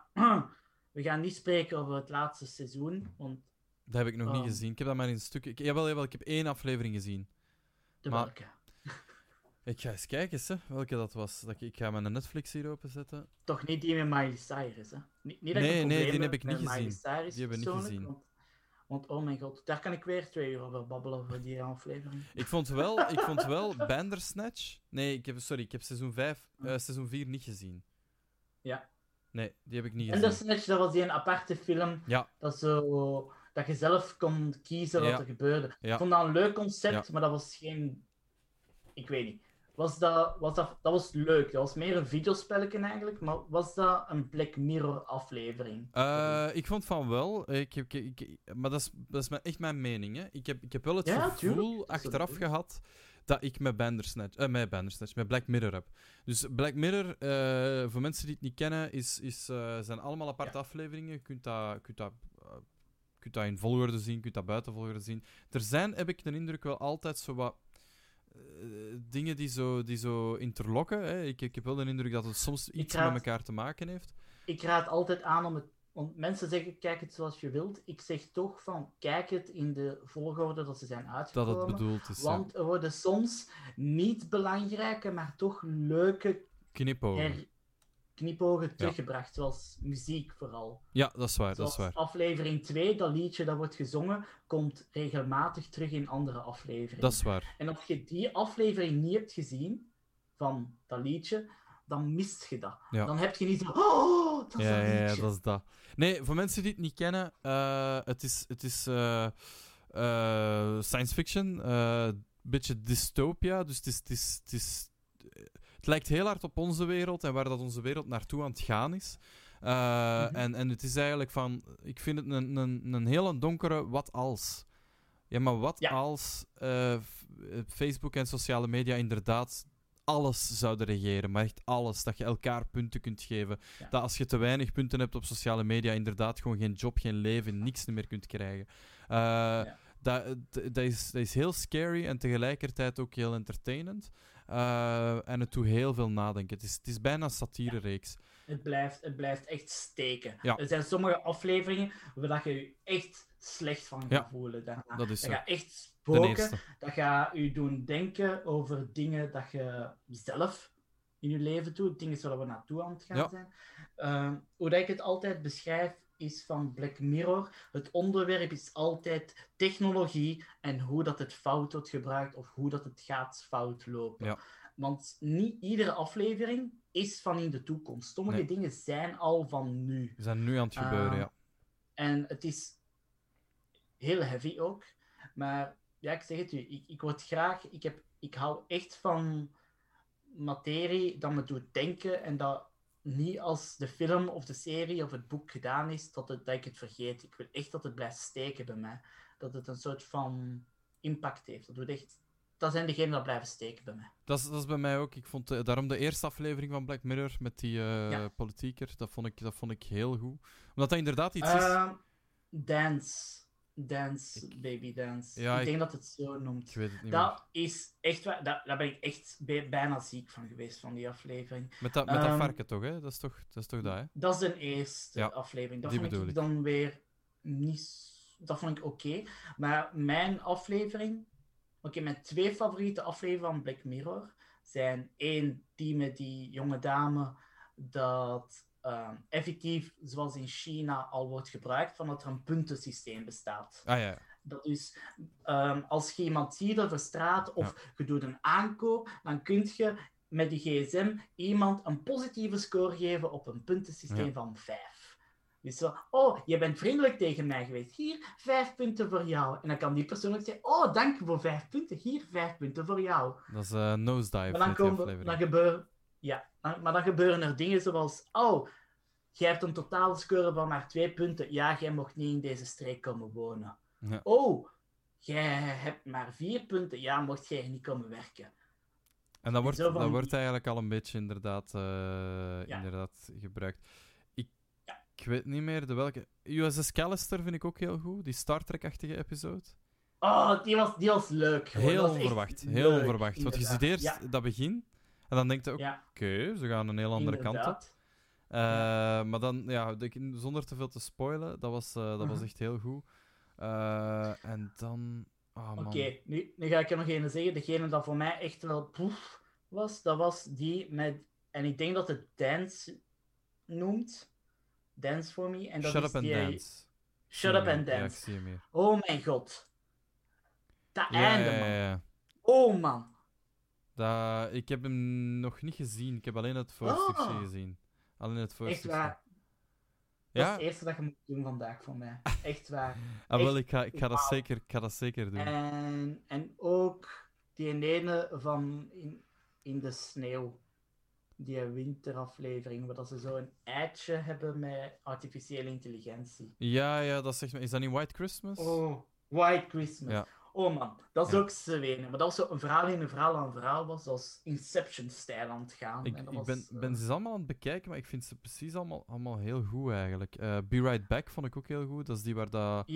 We gaan niet spreken over het laatste seizoen, want... Dat heb ik nog niet gezien. Ik heb dat maar in stukken... Jawel, ik heb 1 aflevering gezien. Welke? Ik ga eens kijken, hè, welke dat was. Ik ga mijn Netflix hier openzetten. Toch niet die met Miley Cyrus, hè? Nee, die heb ik niet gezien. Die hebben we niet gezien. Want, oh mijn god, daar kan ik weer 2 uur over babbelen, over die aflevering. Ik vond wel Bandersnatch... Nee, ik heb seizoen 4 niet gezien. Ja. Nee, die heb ik niet gezien. Bandersnatch, dat was die een aparte film. Ja. Dat je zelf kon kiezen wat er gebeurde. Ja. Ik vond dat een leuk concept, maar dat was geen... Ik weet niet. Dat was leuk. Dat was meer een videospelletje eigenlijk, maar was dat een Black Mirror aflevering? Ik vond van wel. Maar dat is echt mijn mening. Hè. Ik heb wel het gevoel achteraf gehad dat ik met Black Mirror heb. Dus Black Mirror, voor mensen die het niet kennen, zijn allemaal aparte afleveringen. Je kunt dat in volgorde zien, je kunt dat buiten volgorde zien. Er zijn, heb ik de indruk, wel altijd zo wat dingen die zo interlokken. Hè. Ik heb wel de indruk dat het soms iets met elkaar te maken heeft. Ik raad altijd aan want mensen zeggen, kijk het zoals je wilt. Ik zeg toch van, kijk het in de volgorde dat ze zijn uitgekomen. Dat het bedoeld is. Want er worden soms niet belangrijke, maar toch leuke knipogen teruggebracht. Zoals muziek vooral. Ja, dat is waar. Aflevering 2, dat liedje dat wordt gezongen, komt regelmatig terug in andere afleveringen. Dat is waar. En als je die aflevering niet hebt gezien, van dat liedje, dan mist je dat. Ja. Dan heb je niet zo... Oh, dat is dat liedje. Ja, dat is dat. Nee, voor mensen die het niet kennen, het is science fiction, een beetje dystopia. Dus het Het lijkt heel hard op onze wereld en waar dat onze wereld naartoe aan het gaan is. En het is eigenlijk van... Ik vind het een hele donkere wat als. Ja, maar wat als Facebook en sociale media inderdaad alles zouden regeren, maar echt alles. Dat je elkaar punten kunt geven. Ja. Dat als je te weinig punten hebt op sociale media, inderdaad gewoon geen job, geen leven, niks meer kunt krijgen. Dat is heel scary en tegelijkertijd ook heel entertainend. En het doet heel veel nadenken. Het is bijna een satirereeks. Het blijft echt steken. Ja. Er zijn sommige afleveringen waar je je echt slecht van gaat voelen daarna. Dat gaat echt spoken. Dat gaat je doen denken over dingen dat je zelf in je leven doet. Dingen waar we naartoe aan het gaan zijn. Hoe dat ik het altijd beschrijf, is van Black Mirror. Het onderwerp is altijd technologie en hoe dat het fout wordt gebruikt of hoe dat het gaat fout lopen. Ja. Want niet iedere aflevering is van in de toekomst. Sommige dingen zijn al van nu. Ze zijn nu aan het gebeuren, ja. En het is heel heavy ook. Maar ja, ik zeg het u, ik word graag... Ik hou echt van materie dat me doet denken en dat niet als de film of de serie of het boek gedaan is, dat ik het vergeet. Ik wil echt dat het blijft steken bij mij. Dat het een soort van impact heeft. Dat zijn degenen die blijven steken bij mij. Dat is bij mij ook. Ik vond daarom de eerste aflevering van Black Mirror met die politieker, dat vond ik heel goed. Omdat dat inderdaad iets is... Dance, Baby Dance. Ja, ik denk dat het zo noemt. Ik weet het niet dat meer. Is echt waar. Daar ben ik echt bijna ziek van geweest, van die aflevering. Met dat varken toch, hè? Dat is toch dat, hè? Dat is de eerste aflevering. Dat vond ik dan weer niet... Dat vond ik oké. Maar mijn aflevering... mijn 2 favoriete afleveringen van Black Mirror zijn 1, die met die jonge dame dat... effectief, zoals in China al wordt gebruikt, van dat er een puntensysteem bestaat. Ja. Dat is, als je iemand ziet over straat of je doet een aankoop, dan kun je met die gsm iemand een positieve score geven op een puntensysteem van 5. Dus zo, je bent vriendelijk tegen mij geweest. Hier, 5 punten voor jou. En dan kan die persoon ook zeggen, dank je voor 5 punten. Hier, 5 punten voor jou. Dat is Nosedive. Maar dan gebeuren er dingen zoals... jij hebt een totale score van maar 2 punten. Ja, jij mocht niet in deze streek komen wonen. Ja. Jij hebt maar 4 punten. Ja, mocht jij niet komen werken. En dat wordt eigenlijk al een beetje inderdaad gebruikt. Ik weet niet meer de welke... USS Callister vind ik ook heel goed. Die Star Trek-achtige episode. Die was leuk. Heel onverwacht. Want je ziet eerst dat begin... En dan denk je ook, oké, ze gaan een heel andere kant op. Maar dan, zonder te veel te spoilen, dat was echt heel goed. En dan... Oké, nu ga ik er nog een zeggen. Degene dat voor mij echt wel poef was, dat was die met... En ik denk dat het Dance noemt. Dance for Me. En dat Shut is Up and Dance. Shut Up and Dance. Ja, ik zie hem hier. Oh mijn god. Dat einde, man. Ja. Oh, man. Ik heb hem nog niet gezien. Ik heb alleen het voorstukje gezien. Alleen het voorstukje. Echt waar. Dat is het eerste dat je moet doen vandaag voor mij. Echt waar. Ik ga dat zeker doen. En ook die ene van in de sneeuw. Die winteraflevering, waar dat ze zo een eitje hebben met artificiële intelligentie. Ja, dat zegt me. Is dat niet White Christmas? Oh, White Christmas. Ja. Oh man, dat is ook zwenen. Maar dat was zo een verhaal in een verhaal aan een verhaal, was zoals Inception-stijl aan het gaan. Ik ben ze allemaal aan het bekijken, maar ik vind ze precies allemaal heel goed eigenlijk. Be Right Back vond ik ook heel goed. Dat is die waar dat...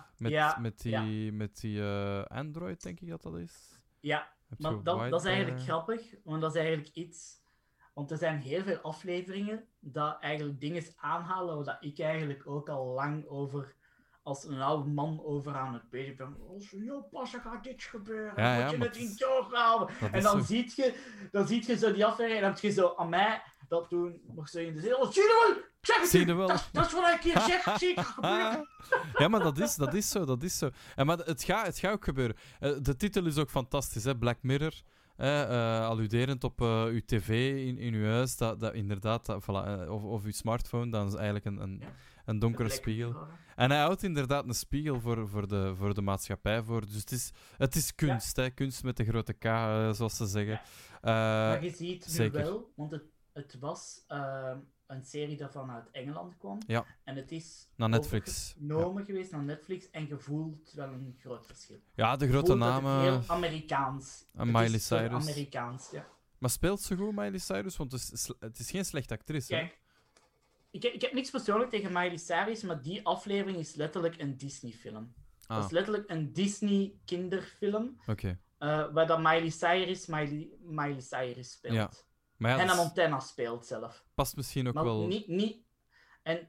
Met die Android, denk ik dat is. Ja, maar dat is eigenlijk grappig, want dat is eigenlijk iets... Want er zijn heel veel afleveringen dat eigenlijk dingen aanhalen waar ik eigenlijk ook al lang over... Als een oude man over aan het bezig ben. Als je passen gaat dit gebeuren. Moet je het niet doorhouden. En dan ziet je zo die aflevering en dan heb je zo aan mij dat doen nog zo in de zin. Zie je wel? Dat is wat ik hier zeg. Zie je het gebeuren? Ja, maar dat is zo. En maar het gaat ook gebeuren. De titel is ook fantastisch, hè? Black Mirror. Alluderend op uw tv in uw huis. Dat inderdaad, of uw smartphone. Dat is eigenlijk Een donkere Black spiegel. Mirror. En hij houdt inderdaad een spiegel voor de maatschappij voor. Dus het is kunst, hè? Kunst met de grote K, zoals ze zeggen. Maar je ziet nu zeker. wel, want het was een serie dat vanuit Engeland kwam. Ja. En het is Naar Netflix. overgenomen geweest naar Netflix en je voelt wel een groot verschil. Ja, de Je grote voelt dat het namen. heel Amerikaans. En Het Miley is zo Cyrus. Amerikaans, ja. Maar speelt ze goed, Miley Cyrus? Want het is geen slechte actrice. Hè? Kijk, ik heb niks persoonlijk tegen Miley Cyrus, maar die aflevering is letterlijk een Disney-film. Ah, Dat is letterlijk een Disney-kinderfilm, oké. waar dat Miley Cyrus speelt. Ja. Maar ja, Hannah dat Montana speelt zelf. past misschien ook Maar wel... niet... En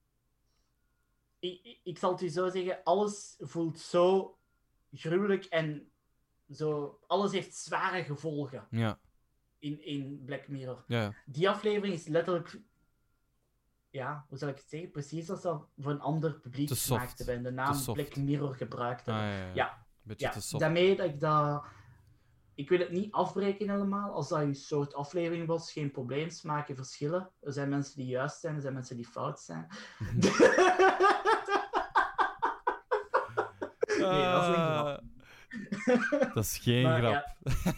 ik zal het u zo zeggen, alles voelt zo gruwelijk en zo... Alles heeft zware gevolgen Ja, in Black Mirror. ja. Die aflevering is letterlijk... Ja, hoe zal ik het zeggen? Precies als dat voor een ander publiek Te soft. gemaakt hebben. En de Te naam soft. Black Mirror gebruikt Ah, hebben. ja. Ja, Beetje ja. te soft. Daarmee dat ik dat... Ik wil het niet afbreken helemaal. Als dat een soort aflevering was, geen probleem. Smaken verschillen. Er zijn mensen die juist zijn, er zijn mensen die fout zijn. Nee, dat is een grap. Dat is geen Maar, grap.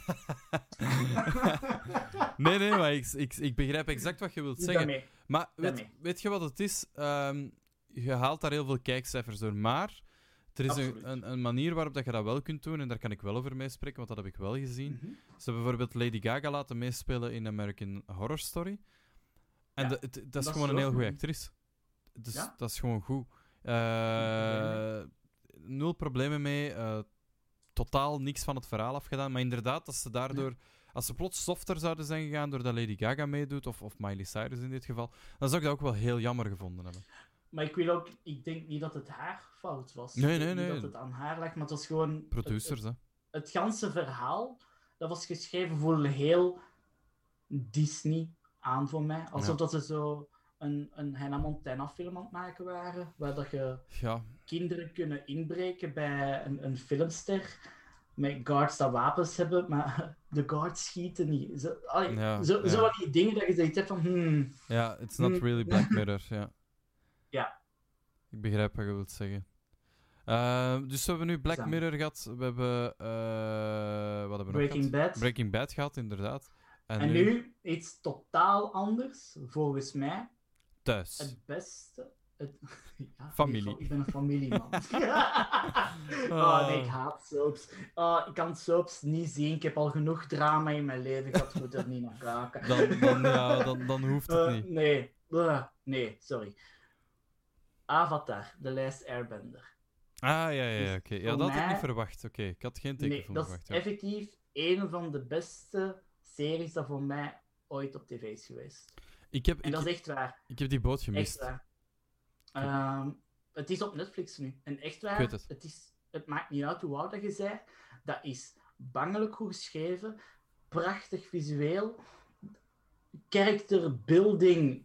Nee, maar ik begrijp exact wat je wilt Dus zeggen. daarmee. Maar daarmee. weet je wat het is? Je haalt daar heel veel kijkcijfers door, maar er is Absoluut. een manier waarop dat je dat wel kunt doen, en daar kan ik wel over meespreken, want dat heb ik wel gezien. Mhm. Ze hebben bijvoorbeeld Lady Gaga laten meespelen in American Horror Story. En Ja, dat is dat gewoon is een heel ook goede een- actrice. Dus Ja? dat is gewoon goed. problemen Nul problemen mee. Totaal niks van het verhaal afgedaan. Maar inderdaad, als ze daardoor... Als ze plots softer zouden zijn gegaan doordat Lady Gaga meedoet, of Miley Cyrus in dit geval, dan zou ik dat ook wel heel jammer gevonden hebben. Maar ik denk niet dat het haar fout was. Nee, Ik denk nee. niet dat het aan haar lag, maar het was gewoon... Producers, hè. Het ganse verhaal, dat was geschreven voor heel Disney aan voor mij. Alsof dat ze zo een Hannah Montana film aan het maken waren, waar dat je Ja, kinderen kunnen inbreken bij een filmster met guards dat wapens hebben, maar de guards schieten niet. Zo, Ja, zo ja. van die dingen dat je zoiets hebt van... ja, it's not really Black Mirror, ja. Ja. Ik begrijp wat je wilt zeggen. Dus we hebben nu Black Samen. Mirror gehad, we hebben... wat hebben we nog Breaking gehad? Bad. Breaking Bad gehad, inderdaad. En nu iets totaal anders, volgens mij. Thuis. Het beste... Ja, Familie. Ik ben een familieman. Oh nee, ik haat soaps. Ik kan soaps niet zien. Ik heb al genoeg drama in mijn leven gehad. Ik moet er niet naar raken. Dan hoeft het niet. Nee. Nee, sorry. Avatar, The Last Airbender. Ah, ja, oké. Ja, voor dat had ik mij- niet verwacht. Oké, ik had geen teken Nee, van dat is verwacht. Ja. effectief een van de beste series dat voor mij ooit op tv is geweest. En dat is echt waar. Ik heb die boot Echt gemist. waar. Het is op Netflix nu. En echt waar, Ik weet het. Het maakt niet uit hoe oud dat je bent. Dat is bangelijk goed geschreven. Prachtig visueel. Character building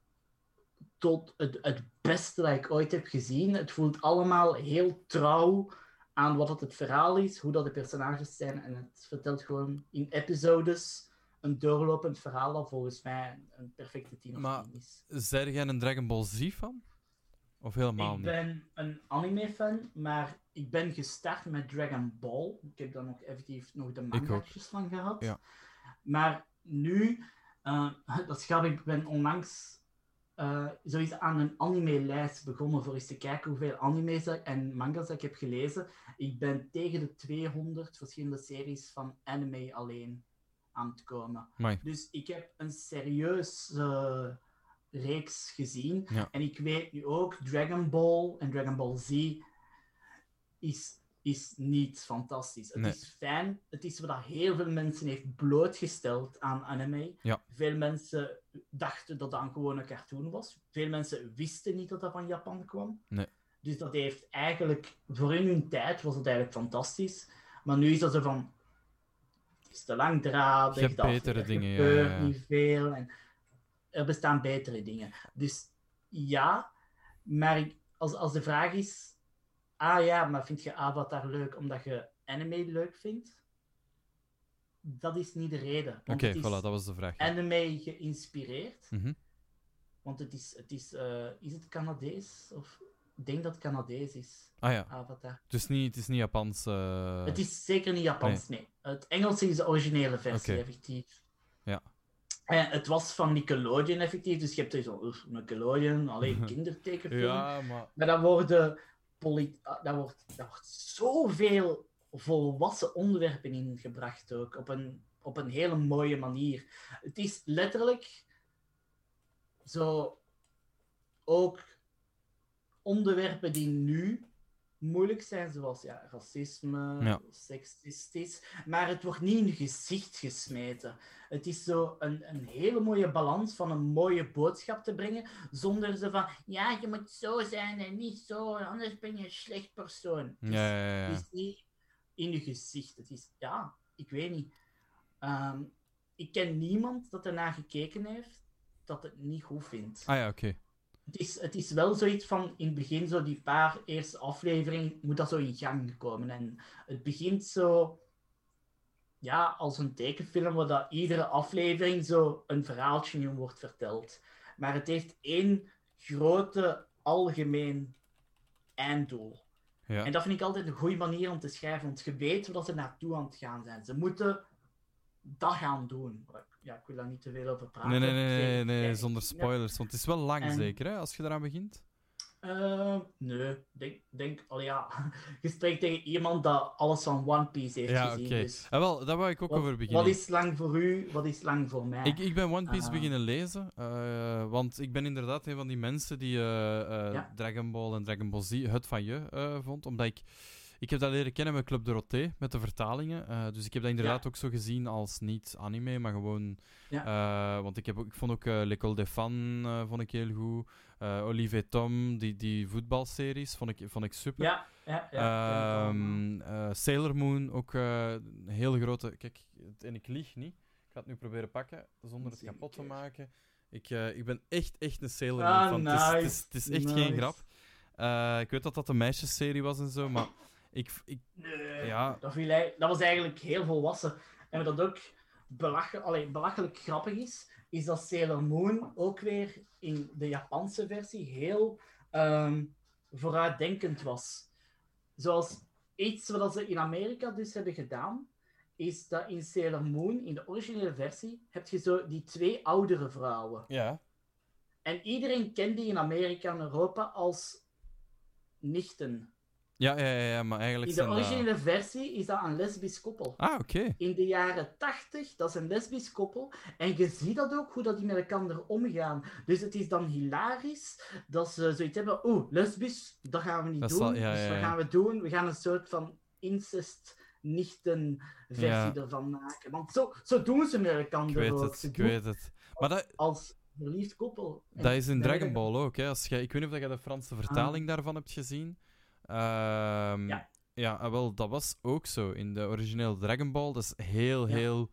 tot het beste dat ik ooit heb gezien. Het voelt allemaal heel trouw aan wat het verhaal is, hoe dat de personages zijn. En het vertelt gewoon in episodes een doorlopend verhaal dat volgens mij een perfecte 10 Maar- of 10 is. Zijn jij een Dragon Ball Z fan? Of helemaal Ik niet? ben een anime-fan, maar ik ben gestart met Dragon Ball. Ik heb daar nog effectief nog de manga's van gehad. Ja. Maar nu, dat is grappig, ik ben onlangs zoiets aan een anime-lijst begonnen voor eens te kijken hoeveel anime's en manga's dat ik heb gelezen. Ik ben tegen de 200 verschillende series van anime alleen aan het komen. Amai. Dus ik heb een serieus reeks gezien. Ja. En ik weet nu ook, Dragon Ball en Dragon Ball Z is niet fantastisch. Het Nee. is fijn. Het is wat heel veel mensen heeft blootgesteld aan anime. Ja. Veel mensen dachten dat dat een gewone cartoon was. Veel mensen wisten niet dat dat van Japan kwam. Nee. Dus dat heeft eigenlijk, voor in hun tijd was het eigenlijk fantastisch. Maar nu is dat zo van, het is te langdradig. Je hebt dat betere er dingen, gebeurt ja. niet veel. En er bestaan betere dingen. Dus ja, maar als de vraag is, maar vind je Avatar leuk omdat je anime leuk vindt? Dat is niet de reden. Want Oké, het is voilà, dat was de vraag. Ja. anime geïnspireerd. Mhm. Want is het Canadees? Of ik denk dat het Canadees is. Ah ja. Avatar. Het is niet Japans. Het is zeker niet Japans, nee. Het Engels is de originele versie, Oké. effectief. Ja. En het was van Nickelodeon, effectief. Dus je hebt zo Nickelodeon, alleen kindertekenfilm. Ja, maar... Maar daar wordt zoveel volwassen onderwerpen in gebracht ook. Op een hele mooie manier. Het is letterlijk zo ook onderwerpen die nu moeilijk zijn, zoals racisme, seksistisch, maar het wordt niet in je gezicht gesmeten. Het is zo een hele mooie balans van een mooie boodschap te brengen, zonder zo van, ja, je moet zo zijn en niet zo, anders ben je een slecht persoon. Het is niet in je gezicht. Het is, ik weet niet. Ik ken niemand dat ernaar gekeken heeft, dat het niet goed vindt. Ah ja, oké. Het is wel zoiets van, in het begin, zo die paar eerste afleveringen, moet dat zo in gang komen. En het begint zo, als een tekenfilm, waar dat iedere aflevering zo een verhaaltje in wordt verteld. Maar het heeft één grote, algemeen einddoel. Ja. En dat vind ik altijd een goede manier om te schrijven, want je weet waar ze naartoe aan het gaan zijn. Ze moeten dat gaan doen. Ik wil daar niet te veel over praten. Nee, zonder spoilers. Want het is wel lang, zeker, hè, als je eraan begint? Nee, je spreekt tegen iemand dat alles van One Piece heeft gezien. Oké. Dus Wel, daar wou ik ook over beginnen. Wat is lang voor u, wat is lang voor mij? Ik ben One Piece beginnen lezen, want ik ben inderdaad een van die mensen die Dragon Ball en Dragon Ball Z het van je vond, omdat ik heb dat leren kennen met Club Dorothée, met de vertalingen. Dus ik heb dat inderdaad ook zo gezien als niet anime, maar gewoon... want ik vond ook L'École des Fans vond ik heel goed. Olive et Tom, die voetbalseries, vond ik super. Sailor Moon, ook een heel grote... Kijk, en ik lieg niet. Ik ga het nu proberen pakken, zonder het kapot te maken. Ik ben echt een Sailor Moon fan. Nice. Het is echt geen grap. Ik weet dat dat een meisjesserie was en zo, maar... Dat was eigenlijk heel volwassen. En wat dat ook belachelijk grappig is dat Sailor Moon ook weer in de Japanse versie heel vooruitdenkend was. Zoals iets wat ze in Amerika dus hebben gedaan, is dat in Sailor Moon, in de originele versie, heb je zo die twee oudere vrouwen. Ja. En iedereen kent die in Amerika en Europa als nichten. Ja, maar eigenlijk in de originele versie is dat een lesbisch koppel. Ah, oké. In de jaren 80, dat is een lesbisch koppel. En je ziet dat ook, hoe dat die met elkaar omgaan. Dus het is dan hilarisch dat ze zoiets hebben. Lesbisch, dat gaan we niet doen. Wat gaan we doen? We gaan een soort van incest-nichten-versie ervan maken. Want zo doen ze met elkaar ook. Ik weet het. Maar als verliefd koppel. Dat is in Dragon Ball ook. Hè. Ik weet niet of je de Franse vertaling daarvan hebt gezien. Wel, dat was ook zo. In de originele Dragon Ball, dat is heel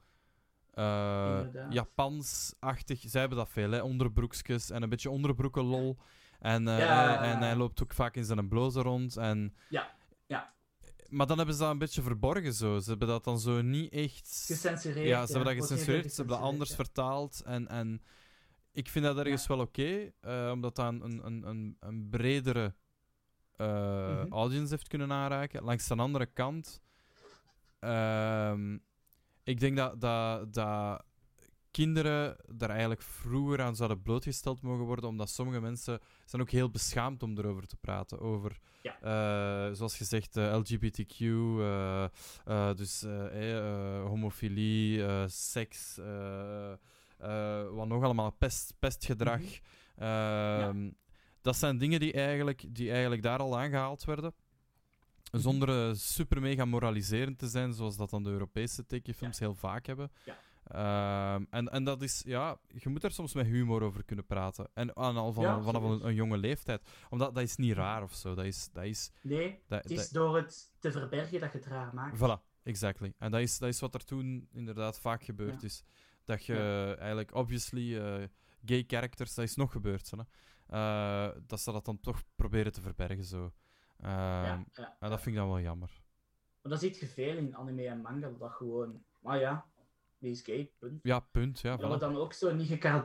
Japans-achtig. Zij hebben dat veel, hè. Onderbroekjes en een beetje onderbroeken lol. En hij loopt ook vaak in zijn bloze rond. En... Maar dan hebben ze dat een beetje verborgen zo. Ze hebben dat dan zo niet echt... Gecensureerd. Ja, ze hebben dat gecensureerd. Ze hebben dat anders vertaald. En ik vind dat ergens wel oké, omdat dat een bredere... audience heeft kunnen aanraken. Langs de andere kant, ik denk dat kinderen daar eigenlijk vroeger aan zouden blootgesteld mogen worden, omdat sommige mensen zijn ook heel beschaamd om erover te praten. Over, zoals gezegd, LGBTQ, homofilie, seks, wat nog allemaal, pestgedrag. Dat zijn dingen die eigenlijk daar al aangehaald werden. Zonder super mega moraliserend te zijn, zoals dat dan de Europese tekenfilms heel vaak hebben. En dat is, je moet er soms met humor over kunnen praten. En al vanaf een jonge leeftijd. Omdat dat is niet raar of zo. Het is door het te verbergen dat je het raar maakt. Voilà, exactly. En dat is wat er toen inderdaad vaak gebeurd is. Dat je eigenlijk, obviously, gay characters, dat is nog gebeurd. Hè? Dat ze dat dan toch proberen te verbergen. Zo. En dat vind ik dan wel jammer. Maar dat ziet je veel in anime en manga, dat gewoon... Maar die is gay, punt. Ja, punt. Ja, dat wordt dan ook zo niet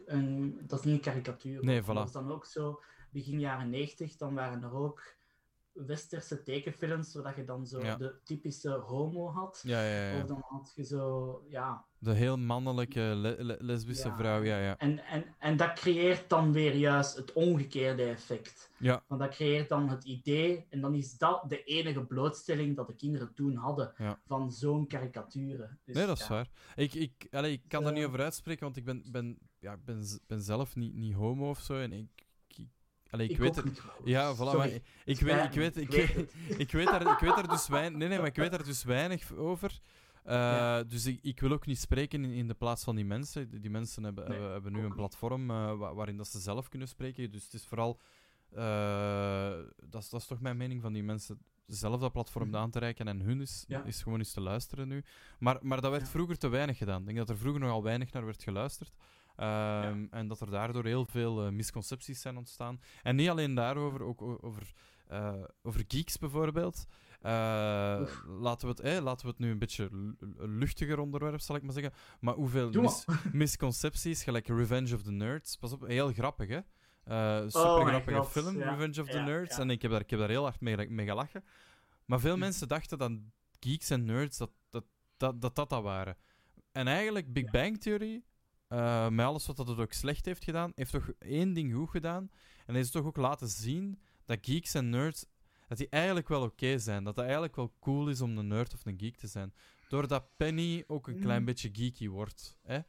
dat is niet een karikatuur. Nee, Dat was voilà. dan ook zo, begin jaren 90, dan waren er ook westerse tekenfilms, zodat je dan zo Ja. de typische homo had. Ja. Of dan had je zo, ja... De heel mannelijke lesbische Ja. vrouw, ja. En dat creëert dan weer juist het omgekeerde effect. Ja, Want dat creëert dan het idee, en dan is dat de enige blootstelling dat de kinderen toen hadden Ja. van zo'n karikaturen. Dus, nee, dat is ja. waar. Ik kan er Zo. niet over uitspreken, want ik ben zelf niet homo of zo. En ik weet ook het. niet trouwens. Ja, voilà. Sorry. Maar ik weet het. ik weet daar dus weinig... Nee, maar ik weet daar dus weinig over. Ja. Dus ik wil ook niet spreken in de plaats van die mensen. Die mensen hebben nu ook een niet. platform waarin dat ze zelf kunnen spreken. Dus het is vooral... dat is toch mijn mening van die mensen zelf dat platform aan te reiken en hun is gewoon eens te luisteren nu. Maar dat werd vroeger te weinig gedaan. Ik denk dat er vroeger nogal weinig naar werd geluisterd. En dat er daardoor heel veel misconcepties zijn ontstaan. En niet alleen daarover, ook over geeks bijvoorbeeld. Laten we het nu een beetje een luchtiger onderwerp, zal ik maar zeggen. Maar hoeveel misconcepties, gelijk Revenge of the Nerds. Pas op, heel grappig, hè? Super grappige film, ja. Revenge of the Nerds. Ja. En ik heb daar heel hard mee gelachen. Maar veel mensen dachten dat geeks en nerds dat waren. En eigenlijk, Big Bang Theory, met alles wat dat het ook slecht heeft gedaan, heeft toch één ding goed gedaan. En heeft toch ook laten zien dat geeks en nerds, dat die eigenlijk wel oké zijn. Dat het eigenlijk wel cool is om een nerd of een geek te zijn. Doordat Penny ook een klein beetje geeky wordt. Hè?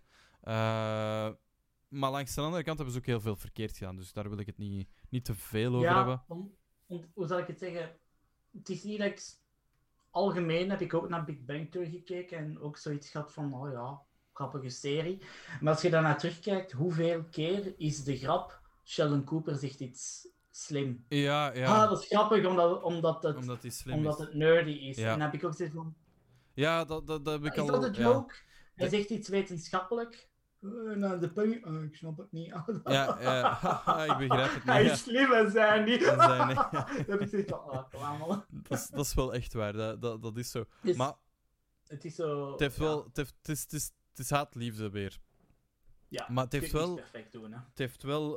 Maar langs de andere kant hebben ze ook heel veel verkeerd gedaan. Dus daar wil ik het niet te veel over hebben. Hoe zal ik het zeggen? Het is niet dat ik... Algemeen heb ik ook naar Big Bang Theory gekeken en ook zoiets gehad van, oh ja, grappige serie. Maar als je daarnaar terugkijkt, hoeveel keer is de grap Sheldon Cooper zegt iets slim? Ja. Dat is grappig, omdat het nerdy is. Ja. En dan heb ik ook zoiets van... Ja, dat heb ik Is al... dat een joke? Hij De- zegt iets wetenschappelijk. Nou, de Penny... ik snap het niet. Ja, ik begrijp het niet. Hij Ja. is slim en zij niet. En zij niet. Dan heb ik zoiets van, kom aan, man. Dat is wel echt waar, dat is zo. Dus Maar het is zo... het heeft wel... Het is haat-liefde weer. Ja, Maar het heeft je kunt wel... niet perfect doen, hè. Het heeft wel...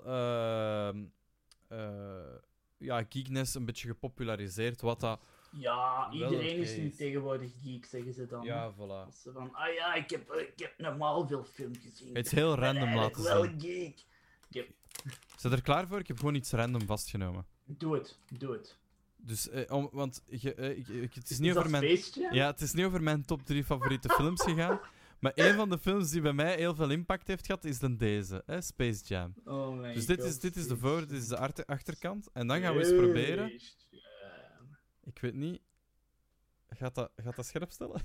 geekness een beetje gepopulariseerd, wat dat... Ja, Wel iedereen is oké nu is. tegenwoordig geek, zeggen ze dan. Ja, voilà. Als ze van, ik heb een Marvel-film gezien. Het is heel Ik ben random eigenlijk laten wel zien. een geek. Zit er klaar voor? Ik heb gewoon iets random vastgenomen. Doe het. Dus, want het is Is niet over dat mijn... Space Jam? Ja, het is niet over mijn top 3 favoriete films gegaan. Maar een van de films die bij mij heel veel impact heeft gehad, is dan deze, hè? Space Jam. Oh my Dus god, dit is de voor, dit is de achterkant. En dan Space gaan we eens proberen. Jam. Ik weet niet... Gaat dat scherp stellen?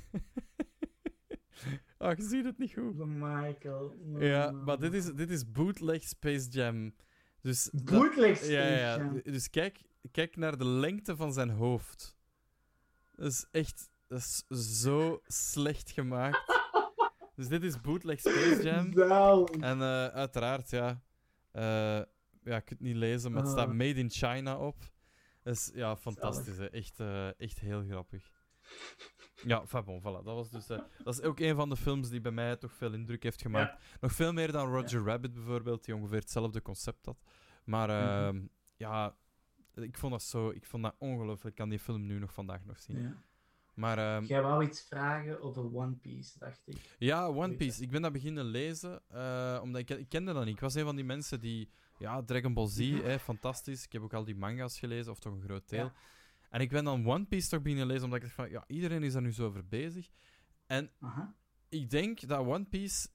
Je ziet het niet goed. Van Michael. Ja, maar dit is bootleg Space Jam. Dus Bootleg Space ja. Jam. Dus kijk naar de lengte van zijn hoofd. Dat is echt... Dat is zo slecht gemaakt. Dus dit is bootleg Space Jam. Zalig. En uiteraard, ja... ik kan het niet lezen, maar het staat Made in China op. Dat is ja, fantastisch, hè. Echt heel grappig. Ja, bon, voilà. Dat is ook een van de films die bij mij toch veel indruk heeft gemaakt. Ja. Nog veel meer dan Roger Rabbit bijvoorbeeld, die ongeveer hetzelfde concept had. Maar ja, ik vond dat ongelooflijk. Ik kan die film nu nog vandaag nog zien. Ja. Maar, Jij wou iets vragen over One Piece, dacht ik. ja, One Piece. Ik ben dat beginnen lezen, omdat ik kende dat niet. Ik was een van die mensen die... Ja, Dragon Ball Z, fantastisch. Ik heb ook al die manga's gelezen, of toch een groot deel. Ja. En ik ben dan One Piece toch beginnen lezen, omdat ik dacht van... Ja, iedereen is daar nu zo over bezig. En Aha. ik denk dat One Piece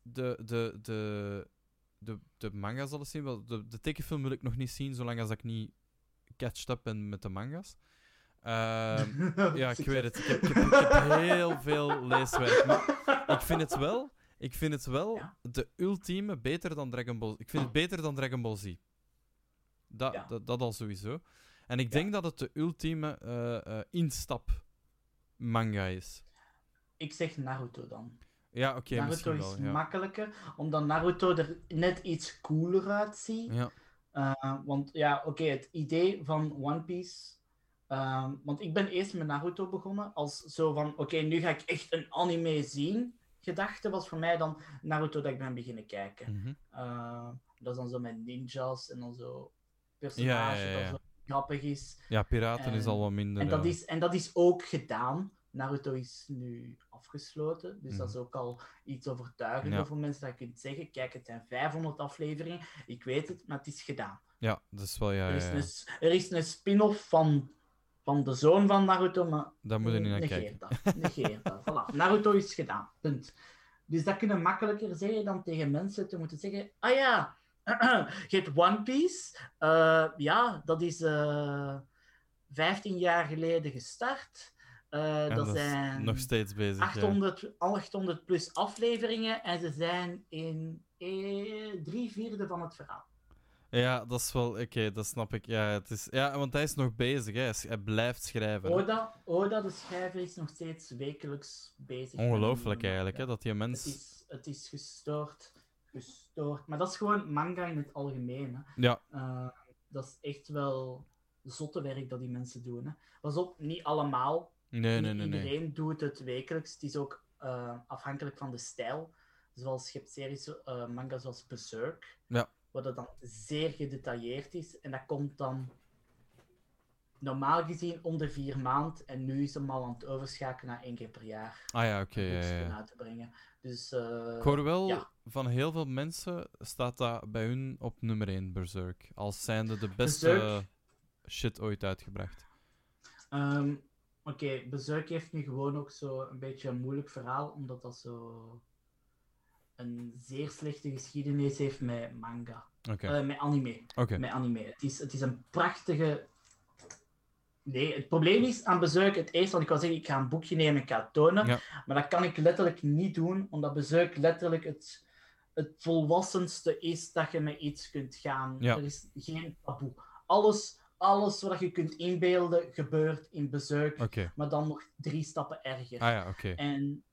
de manga zal zien. Wel, de tekenfilm wil ik nog niet zien, zolang als ik niet catched up ben met de manga's. Ja, ik weet het. Ik heb heel veel leeswerk. Maar ik vind het wel Ja. de ultieme beter dan Dragon Ball. Ik vind het beter dan Dragon Ball Z. Dat al sowieso. En ik denk dat het de ultieme instap manga is. Ik zeg Naruto dan. Ja, oké, Naruto misschien is wel. Ja. makkelijker, omdat Naruto er net iets cooler uitziet. Ja. Want ja, oké, het idee van One Piece... want ik ben eerst met Naruto begonnen als zo van... Oké, nu ga ik echt een anime zien. Gedachte was voor mij dan Naruto dat ik ben beginnen kijken. Mhm. Dat is dan zo met ninjas en dan zo personage dat zo grappig is. Ja, piraten is al wat minder. En dat is ook gedaan. Naruto is nu afgesloten, dus dat is ook al iets overtuigender voor mensen dat je kunt zeggen. Kijk, het zijn 500 afleveringen, ik weet het, maar het is gedaan. Ja, dat is wel, Er is een spin-off van de zoon van Naruto, maar daar moet je niet naar kijken. Negeer dat. Voilà. Naruto is gedaan, punt. Dus dat kunnen makkelijker zeggen dan tegen mensen te moeten zeggen, ah ja, je hebt One Piece, ja, dat is 15 jaar geleden gestart. Dat zijn nog steeds bezig. 800 plus afleveringen en ze zijn in 3/4 van het verhaal. Ja, dat is wel... Oké, dat snap ik. Ja, want hij is nog bezig. Hè. Hij blijft schrijven. Oda, de schrijver, is nog steeds wekelijks bezig. Ongelooflijk eigenlijk, hè, dat die mens... Het is gestoord. Maar dat is gewoon manga in het algemeen. Hè. Ja. Dat is echt wel zotte werk dat die mensen doen. Hè. Pas op, niet allemaal. Nee. Iedereen doet het wekelijks. Het is ook afhankelijk van de stijl. Zoals je hebt series, manga zoals Berserk. Ja. Waar dat dan zeer gedetailleerd is. En dat komt dan normaal gezien onder 4 maanden. En nu is hem al aan het overschakelen naar 1 keer per jaar. Ah ja, oké. Uit te brengen. Dus, ik hoor wel, van heel veel mensen staat dat bij hun op nummer 1, Berserk. Als zijnde de beste shit ooit uitgebracht. Oké, Berserk heeft nu gewoon ook zo een beetje een moeilijk verhaal. Omdat dat zo een zeer slechte geschiedenis heeft met manga. Met anime. Met anime. Het is een prachtige... Nee, het probleem is aan Berserk, het eerste wat ik wil zeggen, ik ga een boekje nemen en ik ga het tonen. Ja. Maar dat kan ik letterlijk niet doen, omdat Berserk letterlijk het volwassenste is dat je met iets kunt gaan. Ja. Er is geen taboe. Alles wat je kunt inbeelden, gebeurt in Berserk. Maar dan nog 3 stappen erger. En...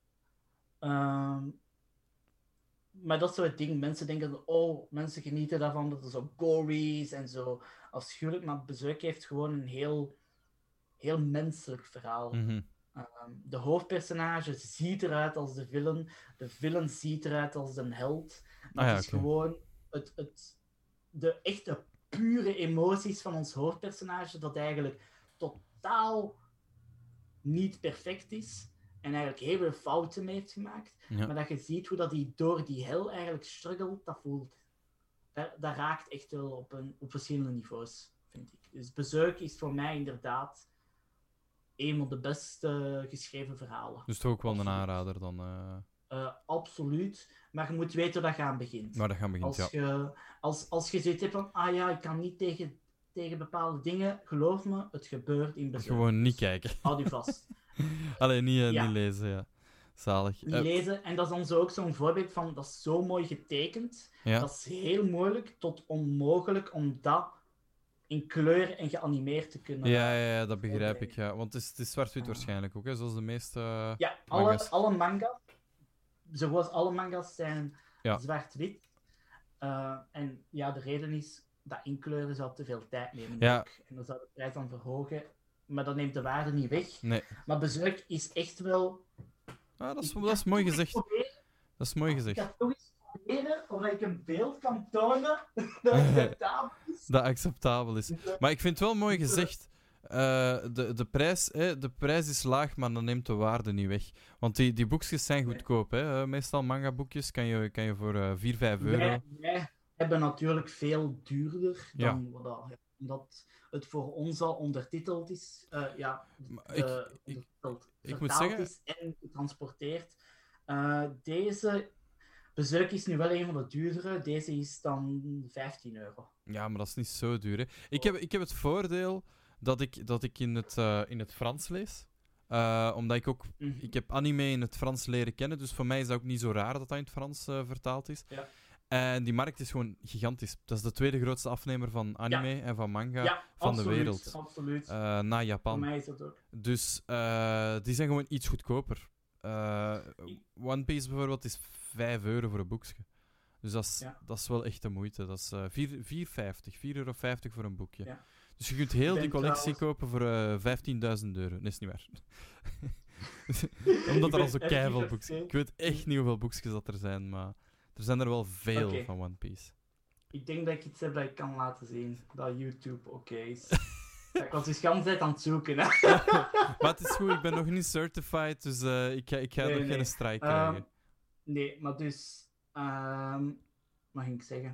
maar dat is zo het ding. Mensen denken, mensen genieten daarvan dat het zo gory is en zo afschuwelijk. Maar Berserk heeft gewoon een heel menselijk verhaal. De hoofdpersonage ziet eruit als de villain. De villain ziet eruit als een held. Maar het is gewoon de echte pure emoties van ons hoofdpersonage dat eigenlijk totaal niet perfect is. En eigenlijk heel veel fouten mee heeft gemaakt. Ja. Maar dat je ziet hoe dat hij door die hel eigenlijk struggelt, dat voelt. Dat raakt echt wel op verschillende niveaus, vind ik. Dus Berserk is voor mij inderdaad een van de beste geschreven verhalen. Dus toch ook wel een aanrader dan? Absoluut. Maar je moet weten dat je aan begint. Maar dat gaan begint, als je zoiets hebt van, ik kan niet tegen bepaalde dingen, geloof me, het gebeurt in Berserk. Gewoon niet kijken. Houd je vast. Alleen niet lezen, ja. Zalig. Niet lezen, en dat is dan zo ook zo'n voorbeeld van, dat is zo mooi getekend. Ja. Dat is heel moeilijk tot onmogelijk om dat in kleur en geanimeerd te kunnen... Ja, dat begrijp ik, ja. Want het is zwart-wit waarschijnlijk ook, hè, zoals de meeste alle manga's, zoals alle manga's zijn zwart-wit. En ja, de reden is dat inkleuren zou te veel tijd nemen. Ja. En dan zou de prijs dan verhogen. Maar dat neemt de waarde niet weg. Nee. Maar Berserk is echt wel... dat is mooi gezegd. Dat is mooi gezegd. Ik ga toch eens proberen of ik een beeld kan tonen dat acceptabel is. Dat acceptabel is. Maar ik vind het wel mooi gezegd. De prijs is laag, maar dan neemt de waarde niet weg. Want die boekjes zijn goedkoop. Hè? Meestal manga-boekjes kan je voor 4-5 euro... Wij hebben natuurlijk veel duurder dan wat dat het voor ons al ondertiteld is. Ik moet zeggen... is en getransporteerd. Deze Berserk is nu wel een van de duurdere. Deze is dan 15 euro. Ja, maar dat is niet zo duur. Hè? Ik heb het voordeel dat ik in het Frans lees. Omdat ik ook... Ik heb anime in het Frans leren kennen, dus voor mij is dat ook niet zo raar dat in het Frans vertaald is. Ja. En die markt is gewoon gigantisch. Dat is de tweede grootste afnemer van anime en van manga van de wereld. Absoluut. Na Japan. Voor mij is dat ook. Dus die zijn gewoon iets goedkoper. One Piece bijvoorbeeld is 5 euro voor een boekje. Dus dat is wel echt de moeite. Dat is €4,50 voor een boekje. Ja. Dus je kunt heel die collectie kopen voor €15.000. Nee, is niet waar. Omdat er al zo keiveel boekjes... Ik weet echt niet hoeveel boekjes dat er zijn, maar... Er zijn er wel veel van One Piece. Ik denk dat ik iets heb dat ik kan laten zien. Dat YouTube oké is. Ja, ik was dus de hele tijd aan het zoeken. Hè. Maar het is goed, ik ben nog niet certified, dus ik ga nog geen strijk krijgen. Nee, maar dus... wat ging ik zeggen?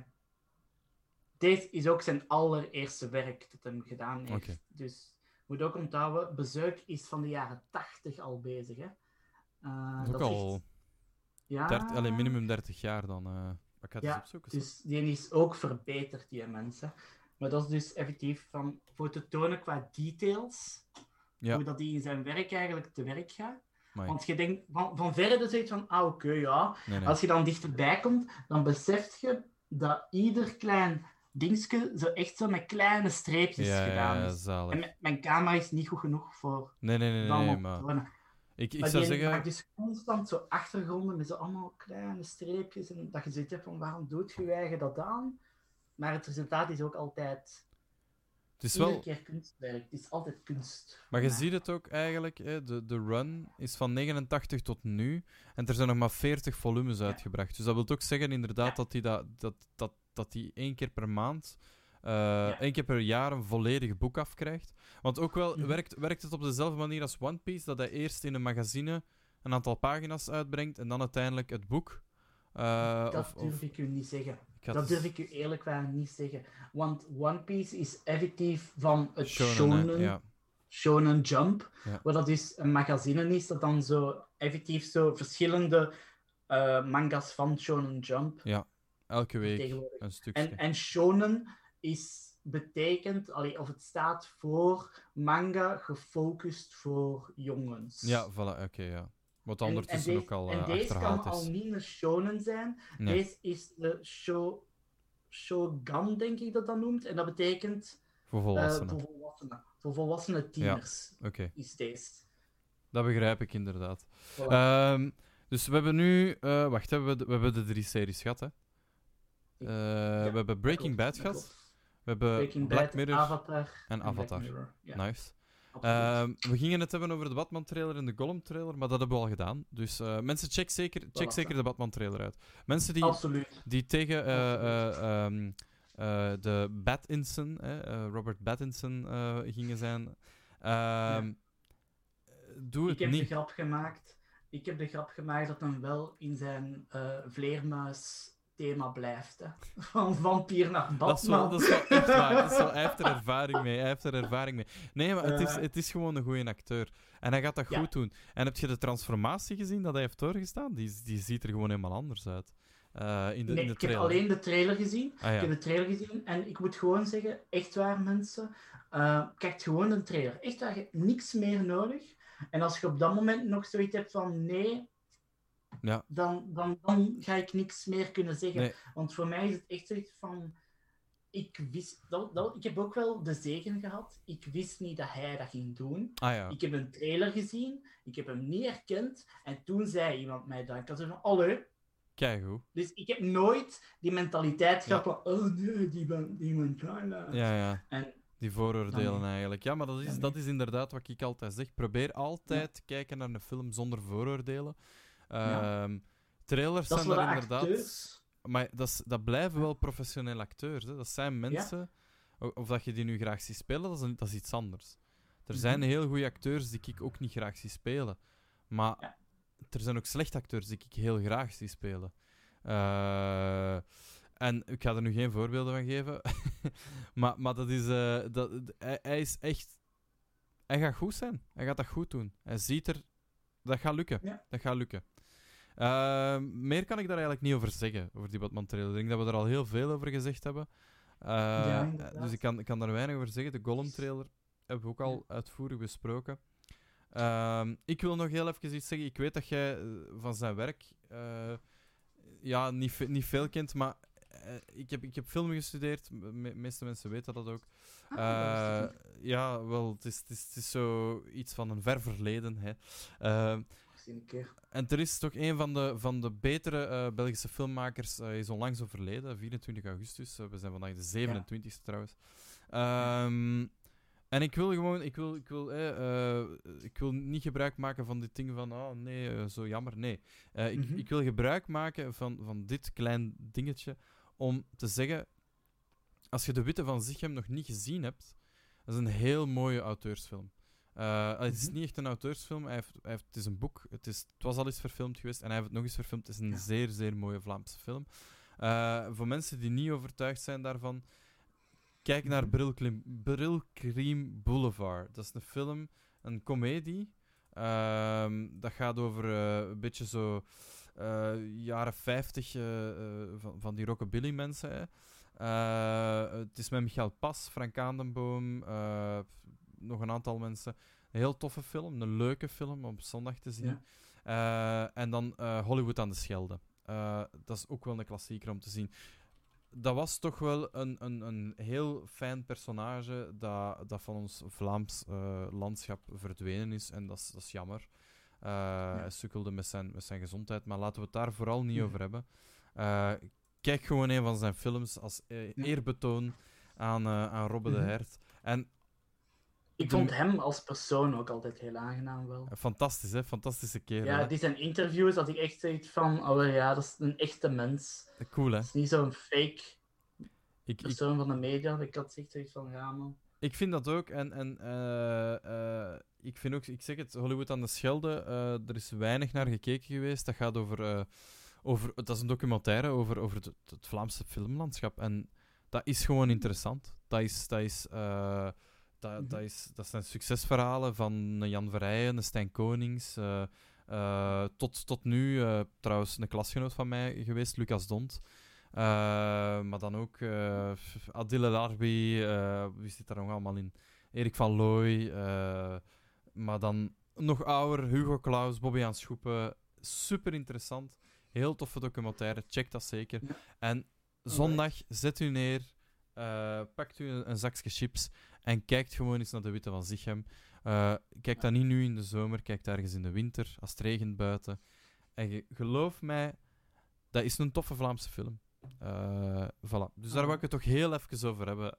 Deze is ook zijn allereerste werk dat hij gedaan heeft. Oké. Dus je moet ook onthouden, Bezuik is van de jaren 80 al bezig. Hè. Dat is ook dat is al echt... Ja, minimum 30 jaar dan. Maar ik ga het eens opzoeken. dus die is ook verbeterd, die mensen. Maar dat is dus effectief van, voor te tonen qua details, hoe dat die in zijn werk eigenlijk te werk gaat. Amai. Want je denkt, van verre dan zoiets van, oké, ja. Nee. Als je dan dichterbij komt, dan besef je dat ieder klein dingetje zo echt zo met kleine streepjes gedaan is. Zalig. En mijn camera is niet goed genoeg voor Nee, allemaal te maar... tonen. Ik Maar zou die zeggen... maakt dus constant zo achtergronden met zo allemaal kleine streepjes. En dat je zoiets hebt van, waarom doet je eigen dat aan? Maar het resultaat is ook altijd... Het is iedere wel... keer kunstwerk. Het is altijd kunst. Maar je ziet het ook eigenlijk, hè, de run is van 89 tot nu. En er zijn nog maar 40 volumes uitgebracht. Dus dat wil ook zeggen inderdaad dat hij 1 keer per maand... 1 keer per jaar een volledig boek afkrijgt. Want ook wel werkt het op dezelfde manier als One Piece, dat hij eerst in een magazine een aantal pagina's uitbrengt en dan uiteindelijk het boek. Dat durf ik u niet zeggen. Dat durf ik u eerlijk waar niet zeggen. Want One Piece is effectief van het Shonen Jump, waar dat dus een magazine is dat dan zo effectief zo verschillende manga's van Shonen Jump. Ja, elke week een stukje. En Shonen betekent, of het staat voor manga gefocust voor jongens. Ja, voilà, oké. Wat ondertussen ook al en deze achterhaald kan is. al niet een shonen zijn. Nee. Deze is de shogun, denk ik dat noemt. En dat betekent... Voor volwassenen. Voor volwassenen tieners is deze. Dat begrijp ik inderdaad. Voilà. Dus we hebben nu... we hebben de 3 series gehad, hè. We hebben Breaking Bad gehad. We hebben Black Mirror Avatar en Avatar. Mirror. Ja. Nice. We gingen het hebben over de Batman-trailer en de Gollum-trailer, maar dat hebben we al gedaan. Dus mensen, check zeker de Batman-trailer uit. Mensen die tegen de Pattinson, Robert Pattinson, gingen zijn, doe het niet. Ik heb de grap gemaakt dat hem wel in zijn vleermuis thema blijft. Hè. Van vampier naar Batman. Dat is wel echt waar. Hij heeft er ervaring mee. Nee, maar het is gewoon een goede acteur. En hij gaat dat goed doen. En heb je de transformatie gezien dat hij heeft doorgestaan? Die ziet er gewoon helemaal anders uit. In de ik heb alleen de trailer gezien. Ah, ja. Ik heb de trailer gezien en ik moet gewoon zeggen, echt waar mensen, kijk gewoon de trailer. Echt waar, je hebt niks meer nodig. En als je op dat moment nog zoiets hebt van nee... Ja. Dan ga ik niks meer kunnen zeggen. Nee. Want voor mij is het echt zoiets van... Ik heb ook wel de zegen gehad. Ik wist niet dat hij dat ging doen. Ah, ja. Ik heb een trailer gezien. Ik heb hem niet herkend. En toen zei iemand mij dat. Ik had zo van, allee. Keigoed. Dus ik heb nooit die mentaliteit gehad van... Oh nee, die mentaliteit. Ja. En die vooroordelen eigenlijk. Ja, maar dat is inderdaad wat ik altijd zeg. Probeer altijd te kijken naar een film zonder vooroordelen. Trailers dat zijn daar inderdaad... Acteurs. Maar dat blijven wel professionele acteurs. Hè. Dat zijn mensen... Of dat je die nu graag ziet spelen, dat is iets anders. Er zijn heel goede acteurs die ik ook niet graag zie spelen. Maar er zijn ook slechte acteurs die ik heel graag zie spelen. En ik ga er nu geen voorbeelden van geven. maar dat is... hij is echt... Hij gaat goed zijn. Hij gaat dat goed doen. Hij ziet er... Dat gaat lukken. Ja. Dat gaat lukken. Meer kan ik daar eigenlijk niet over zeggen, over die Batman-trailer. Ik denk dat we er al heel veel over gezegd hebben. Dus ik kan daar weinig over zeggen. De Gollum-trailer hebben we ook al uitvoerig besproken. Ik wil nog heel even iets zeggen. Ik weet dat jij van zijn werk niet veel kent, maar ik heb film gestudeerd. De meeste mensen weten dat ook. Ja, wel, het is zo iets van een ver verleden. Hè. En er is toch een van de betere Belgische filmmakers, is onlangs overleden, 24 augustus. We zijn vandaag de 27e trouwens. En ik wil niet gebruik maken van dit ding van, oh nee, zo jammer. Nee. Ik wil gebruik maken van dit klein dingetje om te zeggen, als je De Witte van Zichem nog niet gezien hebt, dat is een heel mooie auteursfilm. Het is niet echt een auteursfilm, het is een boek, het was al eens verfilmd geweest en hij heeft het nog eens verfilmd. Het is een zeer, zeer mooie Vlaamse film. Voor mensen die niet overtuigd zijn daarvan, kijk naar Brilcream Boulevard. Dat is een film, een komedie. Dat gaat over een beetje zo jaren 50 van die rockabilly mensen. Hè. Het is met Michael Pas, Frank Aandenboom, nog een aantal mensen. Een heel toffe film, een leuke film om op zondag te zien. Ja. En dan Hollywood aan de Schelde. Dat is ook wel een klassieker om te zien. Dat was toch wel een heel fijn personage dat van ons Vlaams landschap verdwenen is. En dat is jammer. Hij sukkelde met zijn gezondheid. Maar laten we het daar vooral niet over hebben. Kijk gewoon een van zijn films als eerbetoon aan Robbe de Hert. En ik vond hem als persoon ook altijd heel aangenaam wel. Fantastisch, hè? Fantastische kerel. Ja, die zijn interviews had ik echt zoiets van, oh ja, dat is een echte mens. Cool, hè? Het is niet zo'n fake persoon van de media. Ik had echt zoiets van, ja man. Ik vind dat ook. En ik vind ook, ik zeg het, Hollywood aan de Schelde, er is weinig naar gekeken geweest. Dat gaat over dat is een documentaire over het Vlaamse filmlandschap. En dat is gewoon interessant. Dat zijn succesverhalen van Jan Verrijen, Stijn Konings, tot nu trouwens een klasgenoot van mij geweest, Lucas Dont. Maar dan ook Adile Larbi, wie zit daar nog allemaal in? Erik van Looy, maar dan nog ouder, Hugo Claus, Bobby Schoepen. Super interessant. Heel toffe documentaire, check dat zeker. Ja. En zondag, zet u neer, pakt u een zakje chips en kijkt gewoon eens naar De Witte van Zichem. Kijk dan niet nu in de zomer, kijk ergens in de winter, als het regent buiten. En geloof mij, dat is een toffe Vlaamse film. Voilà. Dus daar wil ik het toch heel even over hebben.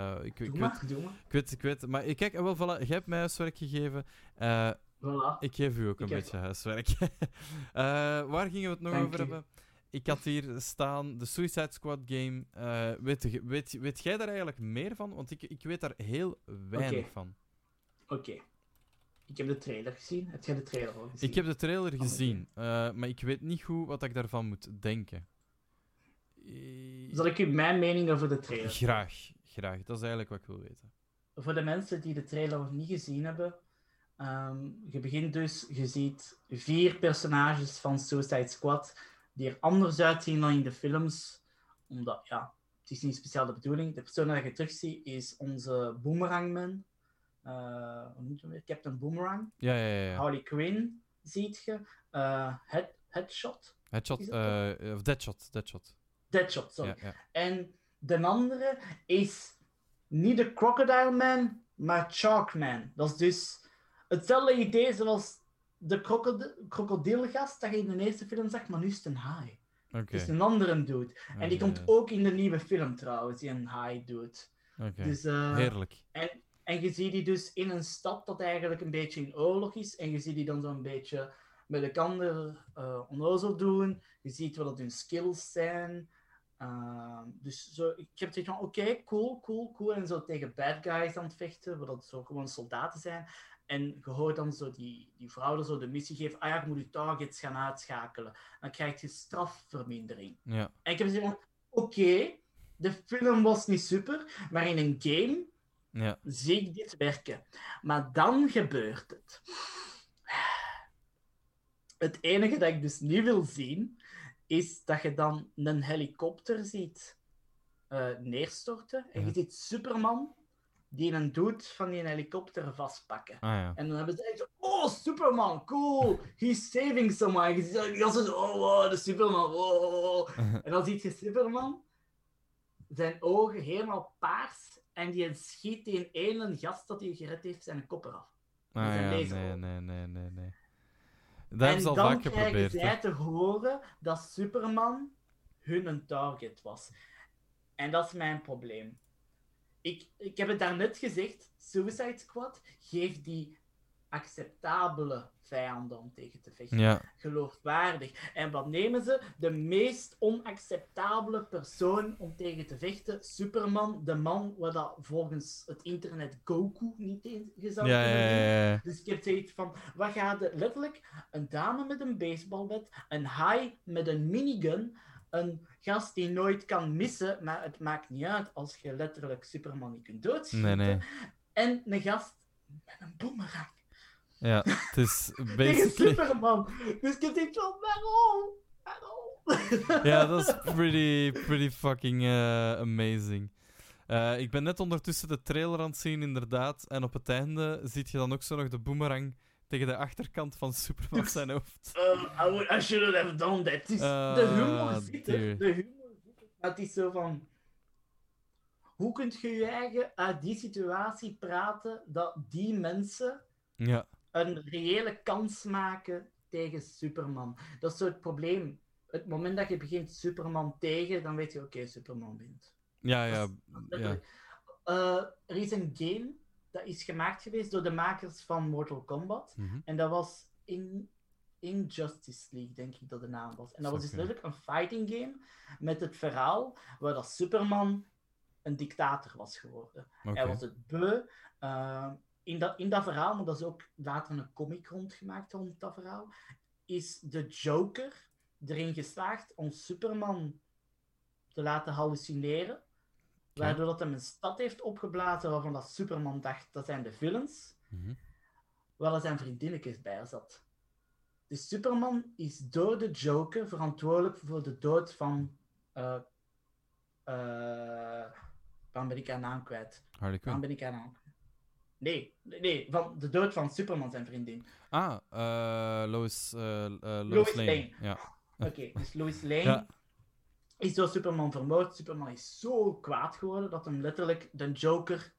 Ik weet. Maar kijk, wel, voilà, jij hebt mij huiswerk gegeven. Voilà. Ik geef u ook een beetje huiswerk. Waar gingen we het nog over hebben? Ik had hier staan de Suicide Squad game. Weet jij daar eigenlijk meer van? Want ik weet daar heel weinig van. Oké. Ik heb de trailer gezien. Heb jij de trailer al gezien? Ik heb de trailer gezien, maar ik weet niet goed wat ik daarvan moet denken. Zal ik u mijn mening over de trailer? Graag. Dat is eigenlijk wat ik wil weten. Voor de mensen die de trailer nog niet gezien hebben, je begint dus, je ziet 4 personages van Suicide Squad die er anders uitzien dan in de films, omdat, ja, het is niet speciaal de bedoeling. De persoon die je terugziet is onze Boomerangman. Hoe noemt hij weer? Captain Boomerang. Ja. Harley Quinn ziet je. Headshot. Of Deadshot. Deadshot, sorry. Ja. En de andere is niet de Crocodile Man, maar Sharkman. Dat is dus hetzelfde idee zoals de krokodilgast dat je in de eerste film zag, maar nu is het een haai. Okay. Dus een andere dude. En die komt ook in de nieuwe film trouwens, die een haai doet. Dus, heerlijk. En je ziet die dus in een stad dat eigenlijk een beetje in oorlog is. En je ziet die dan zo'n beetje met elkaar onnozel doen. Je ziet wat hun skills zijn. Dus zo, ik heb gezegd van oké, cool. En zo tegen bad guys aan het vechten, wat dat zo gewoon soldaten zijn. En je hoort dan zo die vrouw zo de missie geven, je moet je targets gaan uitschakelen. Dan krijg je strafvermindering. Ja. En ik heb gezegd van oké, de film was niet super, maar in een game zie ik dit werken. Maar dan gebeurt het. Het enige dat ik dus niet wil zien, is dat je dan een helikopter ziet neerstorten. En je ziet Superman die een dude van die helikopter vastpakken. En dan hebben ze echt zo, Superman, cool, he's saving someone. En je ziet die gasten zo, wow, de Superman, wow. En dan zie je Superman, zijn ogen helemaal paars, en die schiet die in één gast dat hij gered heeft zijn kop eraf. Nee. Dat hebben ze al vaak geprobeerd. En dan krijgen zij te horen dat Superman hun target was. En dat is mijn probleem. Ik heb het daarnet gezegd, Suicide Squad geeft die acceptabele vijanden om tegen te vechten. Ja. Geloofwaardig. En wat nemen ze? De meest onacceptabele persoon om tegen te vechten. Superman, de man waar dat volgens het internet Goku niet tegen zou Ja, kunnen doen. ja. Dus ik heb zoiets van, wat gaat er letterlijk? Een dame met een baseballbat, een haai met een minigun, een gast die nooit kan missen, maar het maakt niet uit als je letterlijk Superman niet kunt doodschieten. Nee. En een gast met een boemerang. Ja, het is Tegen basically... Superman. Dus ik heb zoiets van, waarom? Ja, dat is pretty fucking amazing. Ik ben net ondertussen de trailer aan het zien, inderdaad. En op het einde zie je dan ook zo nog de boomerang tegen de achterkant van Superman zijn hoofd. I should have done that. Het is, de humor zit er. De humor zit er. Maar het is zo van... Hoe kun je je eigen uit die situatie praten dat die mensen Ja. een reële kans maken tegen Superman? Dat is zo het probleem. Het moment dat je begint Superman tegen, dan weet je, oké, Superman wint. Ja. Er is een game dat is gemaakt geweest door de makers van Mortal Kombat. Mhm. En dat was in Justice League, denk ik dat de naam was. En dat was dus Oké. letterlijk een fighting game met het verhaal waar dat Superman een dictator was geworden. Oké. Hij was het beu. In dat verhaal, maar dat is ook later een comic rondgemaakt rond dat verhaal, is de Joker erin geslaagd om Superman te laten hallucineren. Waardoor dat hem een stad heeft opgeblazen waarvan dat Superman dacht dat zijn de villains. Mhm. Waar er zijn vriendinnetjes bij zat. Dus Superman is door de Joker verantwoordelijk voor de dood van... Waarom ben ik haar naam kwijt? Harley Quinn. Waarom ben ik haar naam kwijt? Nee, van de dood van Superman zijn vriendin. Lois Lois Lane. Ja. Oké, dus Lois Lane Ja. is door Superman vermoord. Superman is zo kwaad geworden dat hem letterlijk de Joker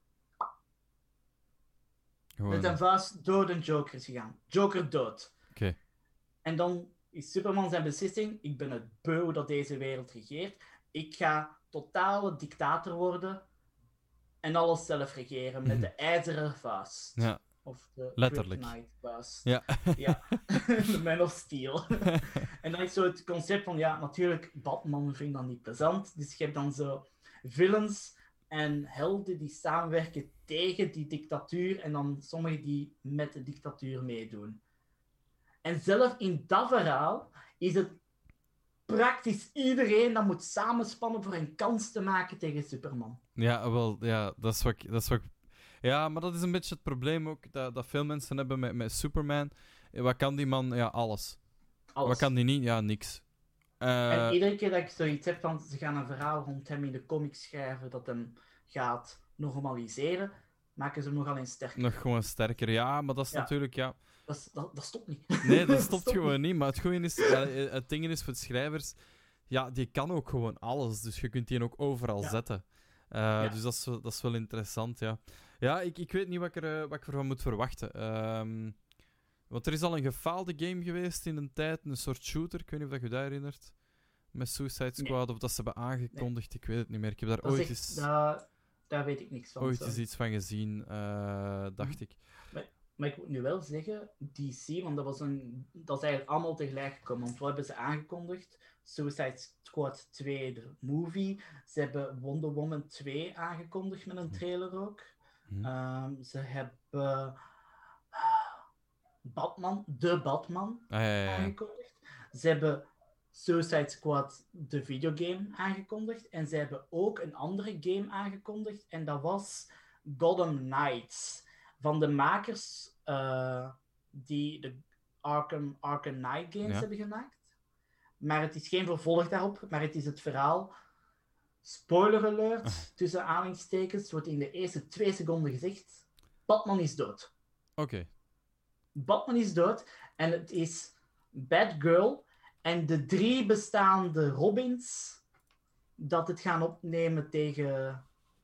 Gewoon... met zijn vuist door de Joker is gegaan. Joker dood. Oké. En dan is Superman zijn beslissing: ik ben het beu dat deze wereld regeert. Ik ga totale dictator worden en alles zelf regeren met de ijzeren vuist. Ja. Of de Letterlijk. Kryptonite vuist. Ja. Ja, de Man of Steel. En dan is zo het concept van, ja, natuurlijk, Batman vindt dat niet plezant. Dus je hebt dan zo villains en helden die samenwerken tegen die dictatuur en dan sommigen die met de dictatuur meedoen. En zelf in dat verhaal is het praktisch iedereen dat moet samenspannen voor een kans te maken tegen Superman. Ja, wel, ja, dat is wat ik... Ja, maar dat is een beetje het probleem ook dat veel mensen hebben met Superman. Wat kan die man? Ja, alles. Alles. Wat kan die niet? Ja, niks. En iedere keer dat ik zoiets heb van, ze gaan een verhaal rond hem in de comics schrijven dat hem gaat normaliseren, maken ze hem nogal eens sterker. Nog gewoon sterker. Ja, maar dat is Ja. natuurlijk, ja... Dat stopt niet. Nee, dat stopt gewoon niet. Maar het goede is, het ding is voor de schrijvers, ja, die kan ook gewoon alles. Dus je kunt die ook overal zetten. Dus dat is wel interessant, ja. Ja, ik weet niet wat ik ervan moet verwachten. Want er is al een gefaalde game geweest in een tijd, een soort shooter. Ik weet niet of je dat herinnert. Met Suicide Squad, of dat ze hebben aangekondigd. Ik weet het niet meer. Ik heb daar Dat ooit is eens... echt, daar weet ik niks van. Ooit zo. eens iets van gezien, dacht ik. Maar ik moet nu wel zeggen, DC, want dat is eigenlijk allemaal tegelijk gekomen. Want wat hebben ze aangekondigd? Suicide Squad 2, de movie. Ze hebben Wonder Woman 2 aangekondigd met een trailer ook. Ze hebben Batman Ja. aangekondigd. Ze hebben Suicide Squad, de videogame, aangekondigd. En ze hebben ook een andere game aangekondigd. En dat was Gotham Knights. Van de makers die de Arkham Knight games hebben gemaakt. Maar het is geen vervolg daarop, maar het is het verhaal. Spoiler alert, tussen aanhalingstekens, wordt in de eerste 2 seconden gezegd: Batman is dood. Oké. Batman is dood en het is Batgirl en de 3 bestaande Robins dat het gaan opnemen tegen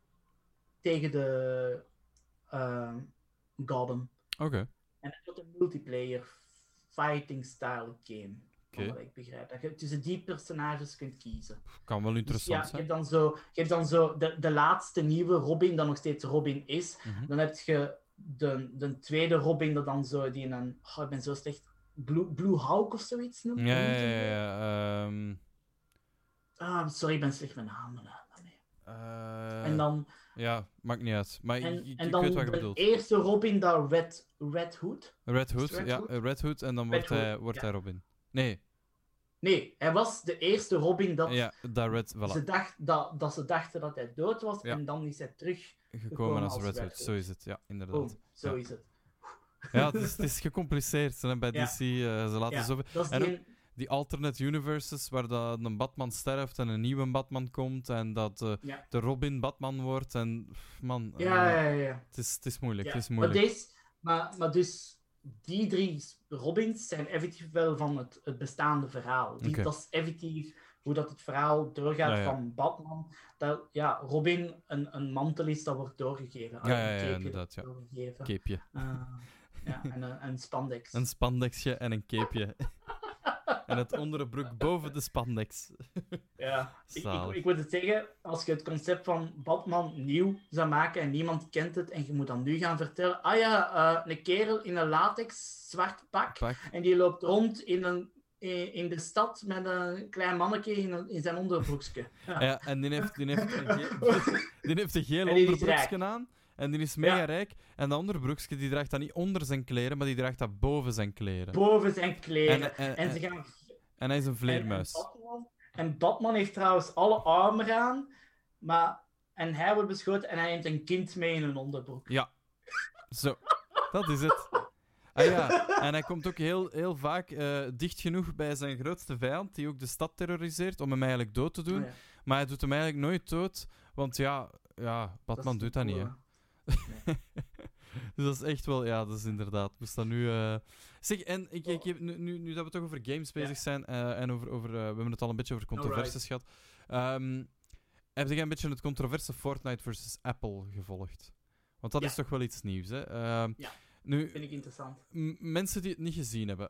de Gotham. Oké. En het wordt een multiplayer fighting style game. Oké. Wat ik begrijp. Dat je tussen die personages kunt kiezen. Kan wel interessant Dus ja, zijn. je hebt dan zo de laatste nieuwe Robin, dat nog steeds Robin is. Mhm. Dan heb je de tweede Robin dat dan zo die een... Oh, ik ben zo slecht... Blue Hawk of zoiets noemt? Ja, ja, ja. Sorry, ik ben slecht met namen. Nee. En Uh, dan... ja, maakt niet uit. Maar En ik dan weet wat je de bedoelt. eerste Robin, dat Red Hood. Red Hood, Red ja, Hood? Red Hood. En dan Red Hood, wordt ja. hij Robin. Nee, Nee, hij was de eerste Robin dat ja, dat Red, ze dachten dat hij dood was. Ja. En dan is hij terug gekomen als Red Hood. Zo is het, ja, inderdaad. Boom, zo Ja. is het. Ja, het is gecompliceerd hè, bij Ja. DC. Ze laten Ja, zoveel... dat is En die... die alternate universes waar dat een Batman sterft en een nieuwe Batman komt en dat Ja. de Robin Batman wordt en... Man, Ja. het is moeilijk, Ja. het is moeilijk. Maar dus die 3 Robins zijn effectief wel van het bestaande verhaal. Oké. Dat is effectief hoe dat het verhaal doorgaat Ja. van Batman. Dat Robin een mantel is dat wordt doorgegeven. Ja, Een capeje inderdaad, ja. wordt doorgegeven. Capeje. En een spandex. Een spandexje en een capeje. En het onderbroek boven de spandex. Ja, Zalig. ik moet het zeggen, als je het concept van Batman nieuw zou maken en niemand kent het en je moet dan nu gaan vertellen, een kerel in een latex zwart pak en die loopt rond in de stad met een klein manneke in zijn onderbroekje. Ja, en die heeft een geel En die is onderbroekje aan. En die is mega rijk. En dat onderbroekje die draagt dat niet onder zijn kleren, maar die draagt dat boven zijn kleren. Boven zijn kleren. En ze gaan... En hij is een vleermuis. En Batman heeft trouwens alle armen aan, en hij wordt beschoten en hij neemt een kind mee in een onderbroek. Ja. Zo. Dat is het. Ah ja, en hij komt ook heel vaak dicht genoeg bij zijn grootste vijand, die ook de stad terroriseert, om hem eigenlijk dood te doen. Oh ja. Maar hij doet hem eigenlijk nooit dood, want Batman doet dat niet, hè. Nee. Dus dat is echt wel... Ja, dat is inderdaad... Moest dat nu... Zeg, en nu dat we toch over games bezig zijn, en we hebben het al een beetje over controversies gehad. Heb jij een beetje het controverse Fortnite versus Apple gevolgd? Want dat is toch wel iets nieuws, hè? Nu, vind ik interessant. Mensen die het niet gezien hebben,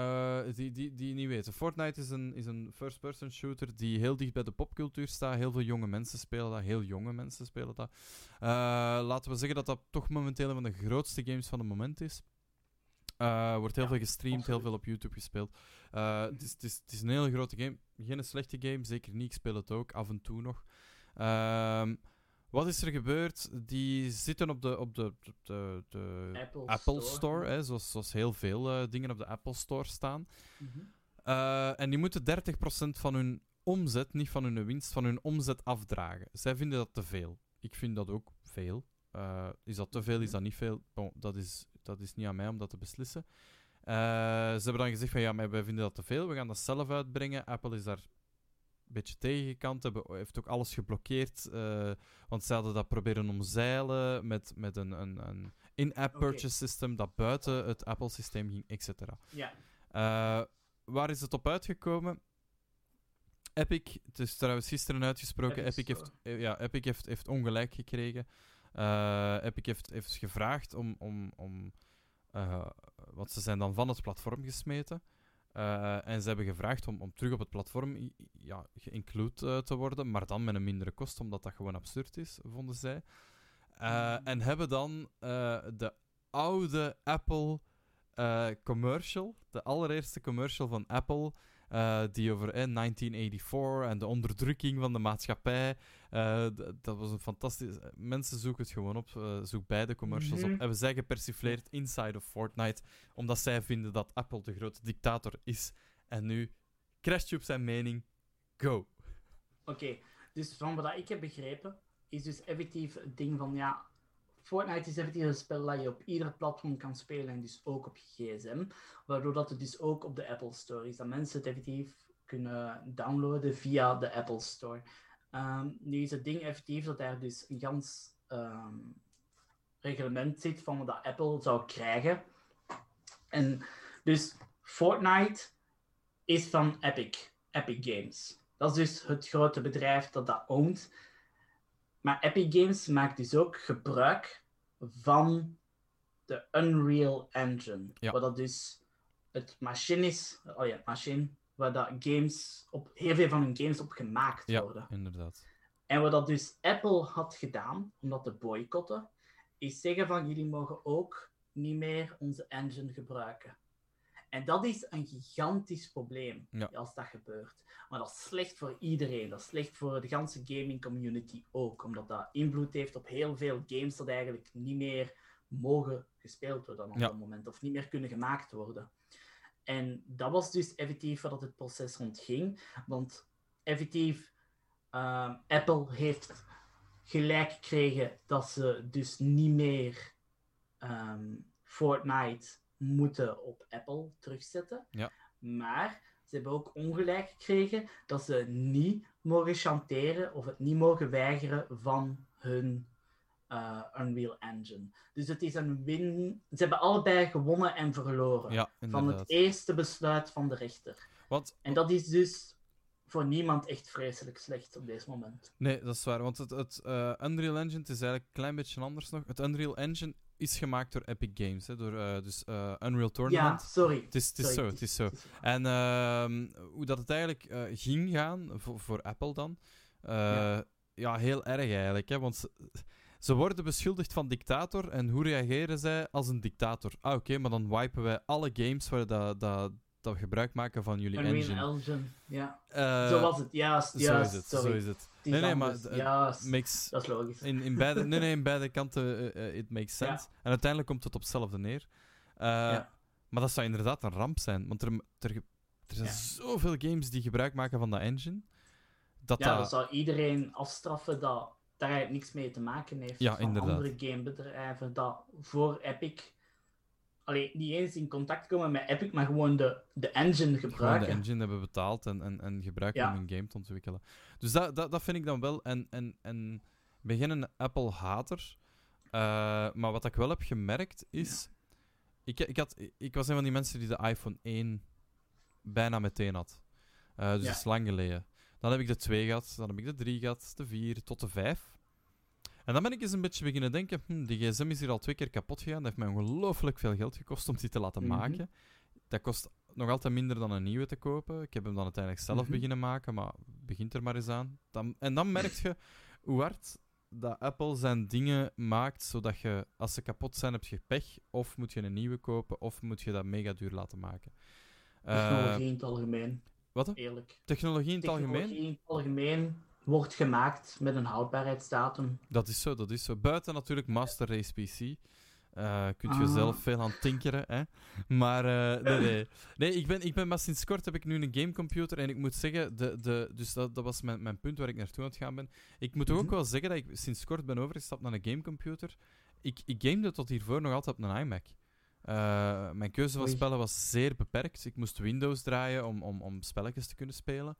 die niet weten. Fortnite is een first-person shooter die heel dicht bij de popcultuur staat. Heel veel jonge mensen spelen dat. Heel jonge mensen spelen dat. Laten we zeggen dat dat toch momenteel een van de grootste games van het moment is. Wordt heel veel gestreamd, heel veel op YouTube gespeeld. Het is een hele grote game. Geen slechte game, zeker niet. Ik speel het ook, af en toe nog. Wat is er gebeurd? Die zitten op de Apple Store, hè, zoals heel veel dingen op de Apple Store staan. Mm-hmm. En die moeten 30% van hun omzet, niet van hun winst, van hun omzet afdragen. Zij vinden dat te veel. Ik vind dat ook veel. Is dat te veel, is dat niet veel? Bon, dat is niet aan mij om dat te beslissen. Ze hebben dan gezegd van ja, maar wij vinden dat te veel. We gaan dat zelf uitbrengen. Apple is daar een beetje tegengekant, heeft ook alles geblokkeerd, want ze hadden dat proberen omzeilen met een in-app purchase system dat buiten het Apple-systeem ging, etc. Ja. Waar is het op uitgekomen? Epic, het is trouwens gisteren uitgesproken, Epic heeft ongelijk gekregen. Epic heeft gevraagd om want ze zijn dan van het platform gesmeten. En ze hebben gevraagd om terug op het platform geïnclude te worden, maar dan met een mindere kost, omdat dat gewoon absurd is, vonden zij. En hebben dan de oude Apple commercial, de allereerste commercial van Apple, die over 1984 en de onderdrukking van de maatschappij. Dat was een fantastisch... Mensen zoeken het gewoon op. Zoek beide commercials op. Hebben zij gepersifleerd inside of Fortnite, omdat zij vinden dat Apple de grote dictator is. En nu crasht je op zijn mening. Go. Oké, dus van wat ik heb begrepen, is dus effectief het ding van Fortnite is effectief een spel dat je op ieder platform kan spelen en dus ook op je gsm. Waardoor dat het dus ook op de Apple Store is. Dat mensen het effectief kunnen downloaden via de Apple Store. Nu is het ding effectief dat er dus een gans reglement zit van wat Apple zou krijgen. En dus Fortnite is van Epic Games. Dat is dus het grote bedrijf dat oont. Maar Epic Games maakt dus ook gebruik van de Unreal Engine. Ja. Wat dat dus het machine is, waar dat heel veel van hun games op gemaakt worden. Ja, inderdaad. En wat dat dus Apple had gedaan, om dat te boycotten, is zeggen van jullie mogen ook niet meer onze engine gebruiken. En dat is een gigantisch probleem als dat gebeurt. Maar dat is slecht voor iedereen. Dat is slecht voor de ganse gaming community ook. Omdat dat invloed heeft op heel veel games dat eigenlijk niet meer mogen gespeeld worden op dat moment. Of niet meer kunnen gemaakt worden. En dat was dus effectief wat het proces rondging. Want effectief, Apple heeft gelijk gekregen dat ze dus niet meer Fortnite moeten op Apple terugzetten. Ja. Maar ze hebben ook ongelijk gekregen dat ze niet mogen chanteren of het niet mogen weigeren van hun Unreal Engine. Dus het is een win. Ze hebben allebei gewonnen en verloren van het eerste besluit van de rechter. En dat is dus voor niemand echt vreselijk slecht op deze moment. Nee, dat is waar. Want het Unreal Engine het is eigenlijk een klein beetje anders nog. Het Unreal Engine is gemaakt door Epic Games, hè, door Unreal Tournament. Ja, sorry. Het is zo. En hoe dat het eigenlijk ging gaan, voor Apple dan, heel erg eigenlijk. Hè, want ze worden beschuldigd van dictator, en hoe reageren zij als een dictator? Oké, maar dan wipen wij alle games waar dat we gebruik maken van jullie engine. Unreal Engine, ja. Zo was het, juist. Zo is het. Nee, maar dat is logisch. In beide kanten, it makes sense. Ja. En uiteindelijk komt het op hetzelfde neer. Maar dat zou inderdaad een ramp zijn, want er zijn zoveel games die gebruik maken van dat engine. Dat zou iedereen afstraffen dat daar eigenlijk niks mee te maken heeft. Ja, van inderdaad. Andere gamebedrijven dat voor Epic niet eens in contact komen met Epic, maar gewoon de engine gebruiken. Gewoon de engine hebben betaald en gebruiken om een game te ontwikkelen. Dus dat vind ik dan wel. En ik ben geen Apple-hater. Maar wat ik wel heb gemerkt is... Ik was een van die mensen die de iPhone 1 bijna meteen had. Dus dat is lang geleden. Dan heb ik de 2 gehad, dan heb ik de 3 gehad, de 4, tot de 5. En dan ben ik eens een beetje beginnen denken, die gsm is hier al 2 keer kapot gegaan. Dat heeft mij ongelooflijk veel geld gekost om die te laten maken. Dat kost nog altijd minder dan een nieuwe te kopen. Ik heb hem dan uiteindelijk zelf beginnen maken, maar begint er maar eens aan. En dan merk je hoe hard dat Apple zijn dingen maakt, zodat je, als ze kapot zijn, heb je pech. Of moet je een nieuwe kopen, of moet je dat mega duur laten maken. Technologie in het algemeen. Wat? Eerlijk. Technologie in het algemeen? Technologie in het algemeen wordt gemaakt met een houdbaarheidsdatum. Dat is zo. Buiten natuurlijk Master Race PC. Kun je zelf veel aan tinkeren, hè? Maar nee, ik ben maar sinds kort heb ik nu een gamecomputer en ik moet zeggen, dus dat was mijn punt waar ik naartoe aan het gaan ben. Ik moet ook wel zeggen dat ik sinds kort ben overgestapt naar een gamecomputer. Ik gamede tot hiervoor nog altijd op een iMac. Mijn keuze van spellen was zeer beperkt. Ik moest Windows draaien om spelletjes te kunnen spelen.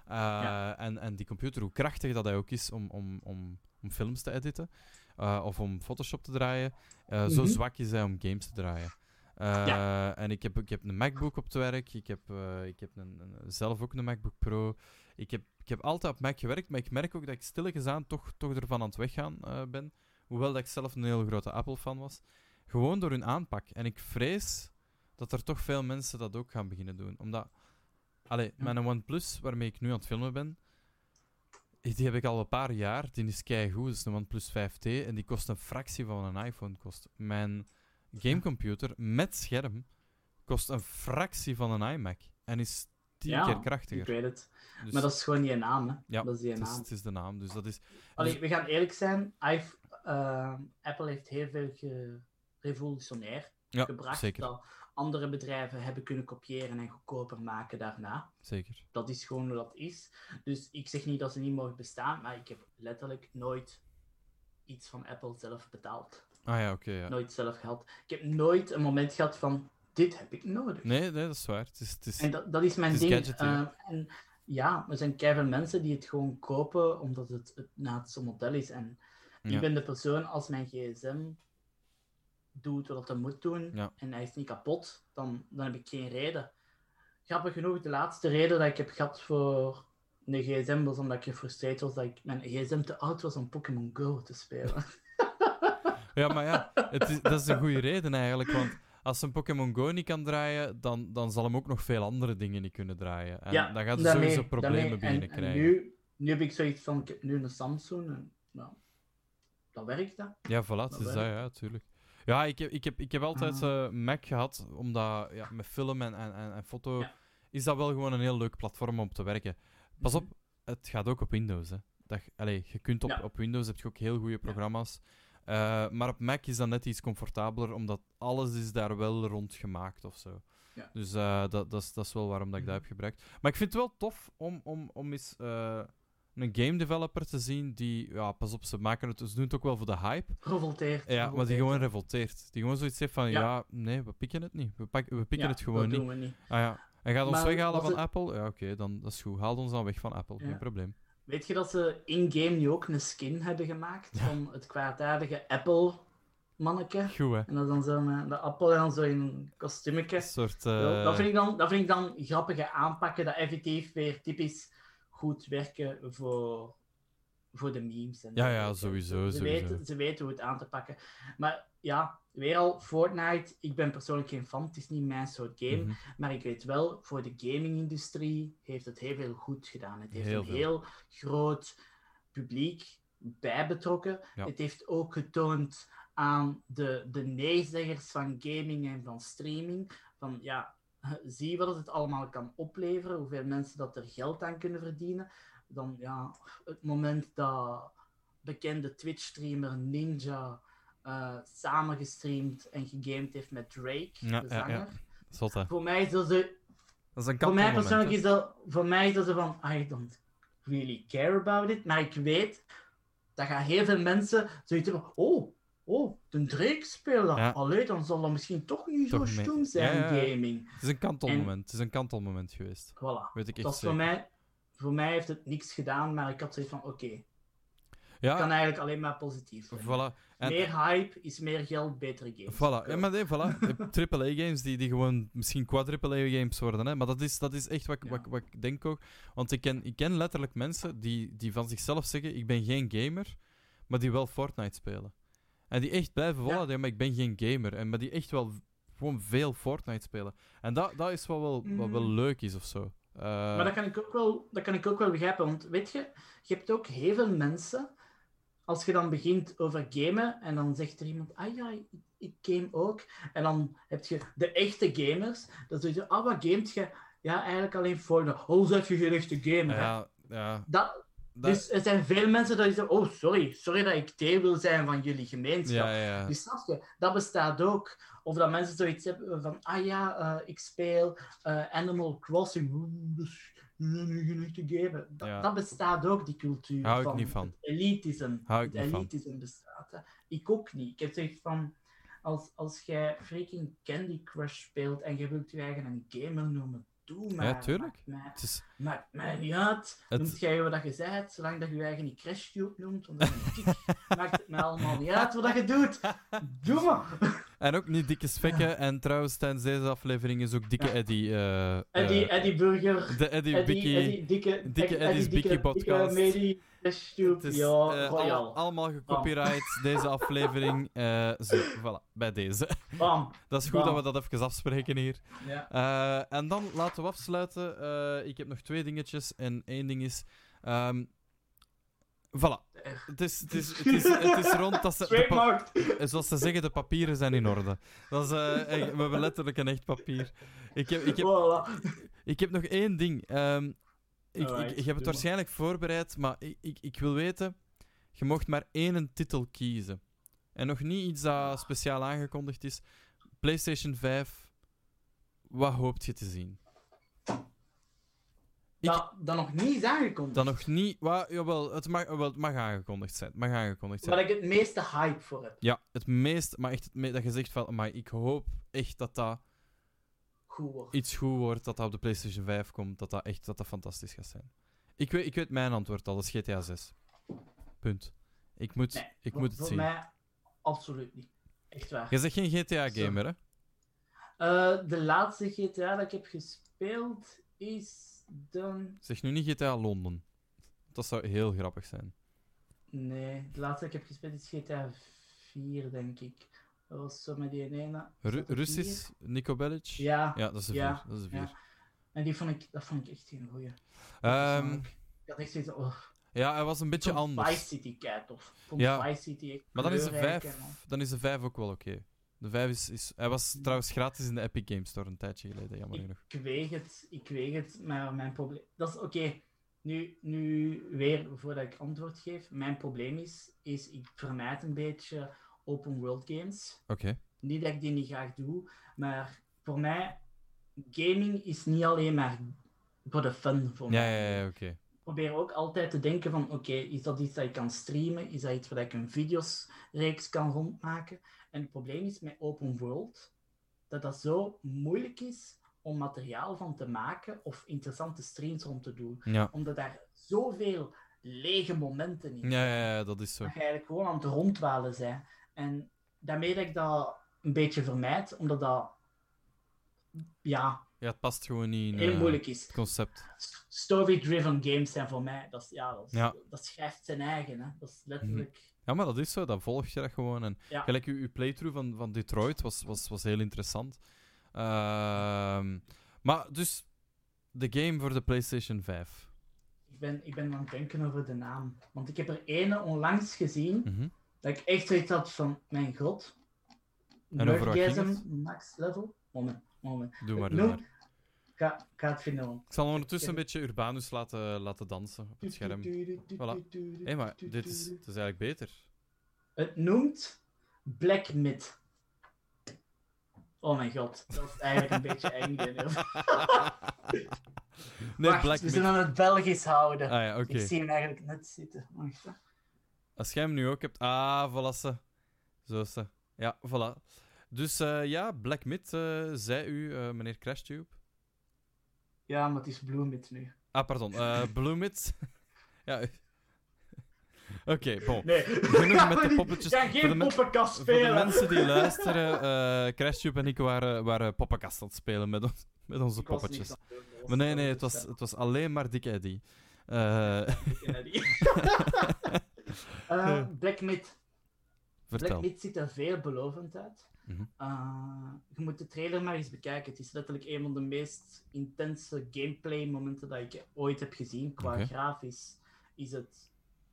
En die computer, hoe krachtig dat hij ook is om films te editen of om Photoshop te draaien, zo zwak is hij om games te draaien. En ik heb een MacBook op het werk, ik heb zelf ook een MacBook Pro. Ik heb altijd op Mac gewerkt, maar ik merk ook dat ik stilletjes aan toch ervan aan het weggaan ben. Hoewel dat ik zelf een heel grote Apple-fan was. Gewoon door hun aanpak. En ik vrees dat er toch veel mensen dat ook gaan beginnen doen. Omdat... mijn OnePlus, waarmee ik nu aan het filmen ben, die heb ik al een paar jaar. Die is keigoed. Dat is een OnePlus 5T. En die kost een fractie van wat een iPhone kost. Mijn gamecomputer met scherm kost een fractie van een iMac. En is 10 keer krachtiger. Ik weet het. Dus... Maar dat is gewoon die naam, hè. Ja, dat is die naam. Het is de naam. Dus dat is... We gaan eerlijk zijn. Apple heeft heel veel revolutionair gebracht. Zeker. Dat andere bedrijven hebben kunnen kopiëren en goedkoper maken daarna. Zeker. Dat is gewoon hoe dat is. Dus ik zeg niet dat ze niet mogen bestaan, maar ik heb letterlijk nooit iets van Apple zelf betaald. Oké. Nooit zelf gehad. Ik heb nooit een moment gehad van, dit heb ik nodig. Nee, dat is waar. En dat is mijn ding. En er zijn keiveel mensen die het gewoon kopen omdat het zo'n model is. En ik ben de persoon, als mijn gsm doet wat hij moet doen en hij is niet kapot, dan heb ik geen reden. Grappig genoeg, de laatste reden dat ik heb gehad voor een gsm was omdat ik gefrustreerd was dat mijn gsm te oud was om Pokémon Go te spelen. Maar dat is een goede reden eigenlijk, want als een Pokémon Go niet kan draaien, dan zal hem ook nog veel andere dingen niet kunnen draaien. En dan gaat hij sowieso problemen beginnen krijgen. Nu heb ik zoiets van, ik heb nu een Samsung en dat werkt dat. Ja, voilà, het is dat, ja, tuurlijk. Ja, ik heb altijd Mac gehad, omdat met film en foto is dat wel gewoon een heel leuk platform om te werken. Pas op, het gaat ook op Windows. Hè. Je kunt op Windows heb je ook heel goede programma's. Maar op Mac is dat net iets comfortabeler, omdat alles is daar wel rond gemaakt of zo. Ja. Dus dat is wel waarom dat ik dat heb gebruikt. Maar ik vind het wel tof om eens een game developer te zien die... Ja, pas op, ze doen het ook wel voor de hype. Revolteert. Ja, maar die gewoon revolteert. Die gewoon zoiets zegt van, nee, we pikken het niet. We pikken het gewoon niet. Doen we niet. Ah ja, en gaat ons Maar weghalen van Apple? Ja, oké, dan dat is goed. Haal ons dan weg van Apple, geen probleem. Weet je dat ze in-game nu ook een skin hebben gemaakt van het kwaadaardige Apple-manneke? Goed, hè? En dat is dan zo met de appel en dan zo in een kostuumetje. Een soort... Dat vind ik dan grappige aanpakken, dat effectief weer typisch goed werken voor de memes. En ja, sowieso. Ze weten hoe het aan te pakken. Maar ja, weer al, Fortnite, ik ben persoonlijk geen fan, het is niet mijn soort game, maar ik weet wel, voor de gaming-industrie heeft het heel veel goed gedaan. Het heeft een heel groot publiek bij betrokken. Ja. Het heeft ook getoond aan de neerzeggers van gaming en van streaming, van ja, zie wat het allemaal kan opleveren, hoeveel mensen dat er geld aan kunnen verdienen. Dan ja, het moment dat bekende Twitch-streamer Ninja samengestreamd en gegamed heeft met Drake, de zanger. Zotte. Voor mij is dat zo... Dat is een voor mij persoonlijk is dat... Voor mij is dat zo van... I don't really care about it. Maar ik weet dat gaan heel veel mensen zoiets hebben van... Oh, de Drake-speler. Ja. Allee, dan zal dat misschien toch niet zo stoem zijn, gaming. Het is een kantelmoment. Het is een kantelmoment geweest. Voilà. Weet ik echt Dat is zeker. voor mij heeft het niks gedaan, maar ik had zoiets van, oké. Ja. Het kan eigenlijk alleen maar positief zijn. Voilà. Meer hype is meer geld, betere games. Voilà. Ja, maar nee, voilà. AAA-games die gewoon misschien quadruple-A-games worden. Hè. Maar dat is echt wat ik denk ook. Want ik ken letterlijk mensen die van zichzelf zeggen, ik ben geen gamer, maar die wel Fortnite spelen. En die echt blijven volhouden, maar ik ben geen gamer. Maar die echt wel gewoon veel Fortnite spelen. En dat is wat wel leuk is of zo. Maar dat kan ik ook wel begrijpen. Want weet je hebt ook heel veel mensen... Als je dan begint over gamen en dan zegt er iemand, ik game ook. En dan heb je de echte gamers. Dan zeg je, wat gamet je? Ja, eigenlijk alleen Fortnite. Oh, zeg je geen echte gamer. Ja. Dus er zijn veel mensen die zeggen, sorry dat ik deel wil zijn van jullie gemeenschap. Ja. Dus snap je, dat bestaat ook. Of dat mensen zoiets hebben van, ik speel Animal Crossing. Dus geen echte gamer. Dat bestaat ook, die cultuur. Hou ik niet van. Het elitisme. Het elitisme bestaat. Hè. Ik ook niet. Ik heb zoiets van, als jij freaking Candy Crush speelt en je wilt je eigen een gamer noemen, doe maar. Ja, tuurlijk. Maakt mij niet uit. Noemt jij wat je bent, zolang dat je je eigen niet CrashTube noemt, want dan ben ik. Maakt het mij allemaal niet uit wat je doet. Doe maar. En ook niet dikke spekken. En trouwens, tijdens deze aflevering is ook dikke Eddie... Eddie Burger. De Eddie Bikkie... Dikke Eddie's Bikkie podcast. Het is allemaal gecopyright, deze aflevering. Voilà, bij deze. Bam. Dat is goed dat we dat even afspreken hier. Ja. En dan laten we afsluiten. Ik heb nog 2 dingetjes. En 1 ding is... Voilà. Het is rond. Zoals ze zeggen, de papieren zijn in orde. Dat is, we hebben letterlijk een echt papier. Ik heb nog 1 ding. Ik heb het waarschijnlijk voorbereid, maar ik wil weten... Je mocht maar 1 titel kiezen. En nog niet iets dat speciaal aangekondigd is. PlayStation 5. Wat hoopt je te zien? Dat nog niet is aangekondigd. Dat nog niet... Jawel, het mag aangekondigd zijn. Waar ik het meeste hype voor heb. Ja, het meest... Maar echt dat je zegt van... Maar ik hoop echt dat goed wordt. Iets goed wordt, dat op de PlayStation 5 komt, dat fantastisch gaat zijn. Ik weet mijn antwoord al, dat is GTA 6. Punt. Ik moet het zien. Voor mij absoluut niet. Echt waar. Je zegt geen GTA-gamer, hè? De laatste GTA dat ik heb gespeeld is de... Zeg nu niet GTA Londen. Dat zou heel grappig zijn. Nee, de laatste dat ik heb gespeeld is GTA 4, denk ik. Dat was zo met die ene... Russisch? Nico Bellic? Ja. Ja, dat is de 4. Dat is de 4. Ja. En dat vond ik echt geen goeie. Ik had echt zoiets Ja, hij was een beetje anders. Vice City kei tof. Ik vond Ja. Vice City echt Maar dan is, kleurrijk en dan is de 5 ook wel oké. De 5 is... Hij was trouwens gratis in de Epic Games Store een tijdje geleden, jammer genoeg. Ik weet het, maar mijn probleem... Dat is oké. Nu weer, voordat ik antwoord geef, mijn probleem is ik vermijd een beetje open world games. Oké. Niet dat ik die niet graag doe, maar voor mij, gaming is niet alleen maar voor de fun voor mij. Ja, oké. Ik probeer ook altijd te denken van, oké, is dat iets dat ik kan streamen? Is dat iets waar ik een videoreeks kan rondmaken? En het probleem is met open world, dat zo moeilijk is om materiaal van te maken of interessante streams rond te doen. Ja. Omdat daar zoveel lege momenten in Ja, dat is zo. dat je eigenlijk gewoon aan het rondwalen bent. En daarmee dat ik dat een beetje vermijd, omdat dat Ja, het past gewoon niet in heel moeilijk is. het concept. Story-driven games zijn voor mij, Ja. dat schrijft zijn eigen. Hè. Dat is letterlijk... Ja, maar dat is zo, dan volg je dat gewoon. En Ja. gelijk uw playthrough van Detroit was heel interessant. Maar dus, de game voor de PlayStation 5. Ik ben aan het denken over de naam. Want ik heb er ene onlangs gezien, Mhm. dat ik echt zoiets had van, mijn god. En over wat ging Nerdgasm het? max level? Moment. Doe maar. Ik ga het vinden. Ik zal ondertussen een beetje Urbanus laten dansen op het scherm. Voilà. Hé, maar dit is eigenlijk beter. Het noemt Black Myth. Oh mijn god, dat is eigenlijk een beetje eng. Nee, Wacht, Black we Myth. zullen het Belgisch houden. Ah ja, oké. Ik zie hem eigenlijk net zitten. Wacht, hè. Als jij hem nu ook hebt... Ah, voilà ze. Zo is ze. Ja, voilà. Dus ja, Black Myth, zei u, meneer CrashTube. Ja, maar het is Blue Myth nu. Ah, pardon. Blue Myth. Ja. Oké, bon. Nee. Genoeg met de poppetjes. Ga geen poppenkast Voor de spelen. mensen die luisteren, CrashTube en ik waren poppenkast aan het spelen met onze Ik was poppetjes. niks aan het doen, dat Maar nee, was- het was alleen maar Dick Eddie. Black Myth. Vertel. Black Myth ziet er veelbelovend uit. Mhm. Je moet de trailer maar eens bekijken. Het is letterlijk een van de meest intense gameplay momenten dat ik ooit heb gezien. Qua Oké. grafisch is het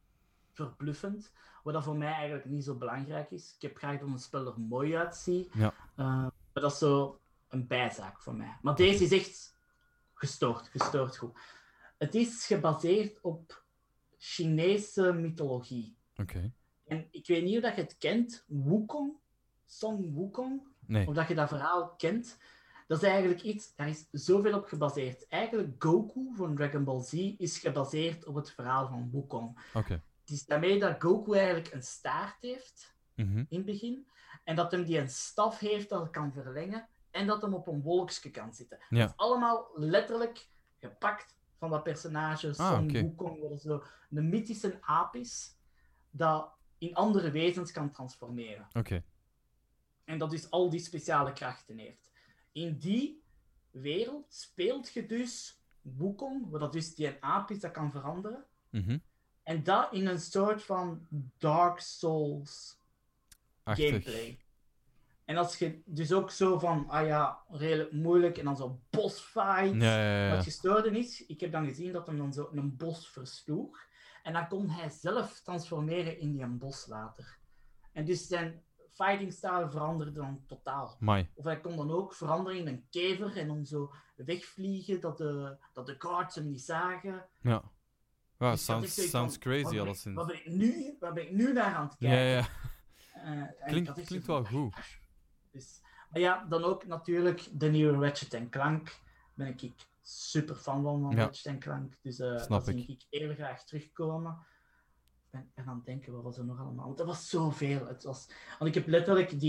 verbluffend. Wat dat voor mij eigenlijk niet zo belangrijk is. Ik heb graag dat een spel er mooi uitziet. Ja. Maar dat is zo een bijzaak voor mij. Maar deze is echt gestoord goed. Het is gebaseerd op Chinese mythologie. Oké. En ik weet niet of dat je het kent, Wukong, Song Wukong, Nee. of dat je dat verhaal kent. Dat is eigenlijk iets, daar is zoveel op gebaseerd. Eigenlijk Goku van Dragon Ball Z is gebaseerd op het verhaal van Wukong. Oké. Het is daarmee dat Goku eigenlijk een staart heeft, Mhm. in het begin, en dat hem die een staf heeft dat hij kan verlengen, en dat hem op een wolkje kan zitten. Ja. Dat is allemaal letterlijk gepakt van dat personage Son oké. Wukong, wat zo een mythische aap is, dat in andere wezens kan transformeren. Oké. En dat dus al die speciale krachten heeft. In die wereld speelt je dus Wukong, wat dat dus die een aap is dat kan veranderen. Mhm. En dat in een soort van Dark Souls Achtig. gameplay. En als je dus ook zo van, redelijk moeilijk, en dan zo'n bossfight. Ja. Wat gestoorde is, ik heb dan gezien dat hem dan zo een bos versloeg. En dan kon hij zelf transformeren in die een bos later. En dus zijn fighting style veranderde dan totaal. Mai. Of hij kon dan ook veranderen in een kever en dan zo wegvliegen, dat de guards hem niet zagen. Ja. Wow, Dus dat ik zoiets sounds van, crazy wat ben ik- alleszins. Wat ben ik nu naar aan het Ja, kijken? ja. En ik had echt Klinkt zo wel van, goed. Dus, maar ja, dan ook natuurlijk de nieuwe Ratchet Clank. Ben ik super fan van Ja. Ratchet Clank. Dus Snap dat ik. zie ik heel graag terugkomen. Ik ben aan het denken, wat was er nog allemaal? Want er was zoveel. Want ik heb letterlijk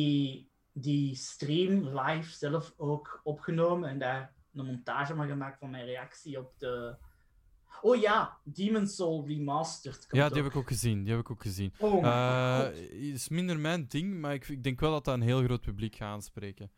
die stream live zelf ook opgenomen en daar een montage van gemaakt van mijn reactie op de... Oh ja, Demon's Soul Remastered. komt Ja, die ook. heb ik ook gezien. Oh my god. Is minder mijn ding, maar ik denk wel dat dat een heel groot publiek gaat aanspreken.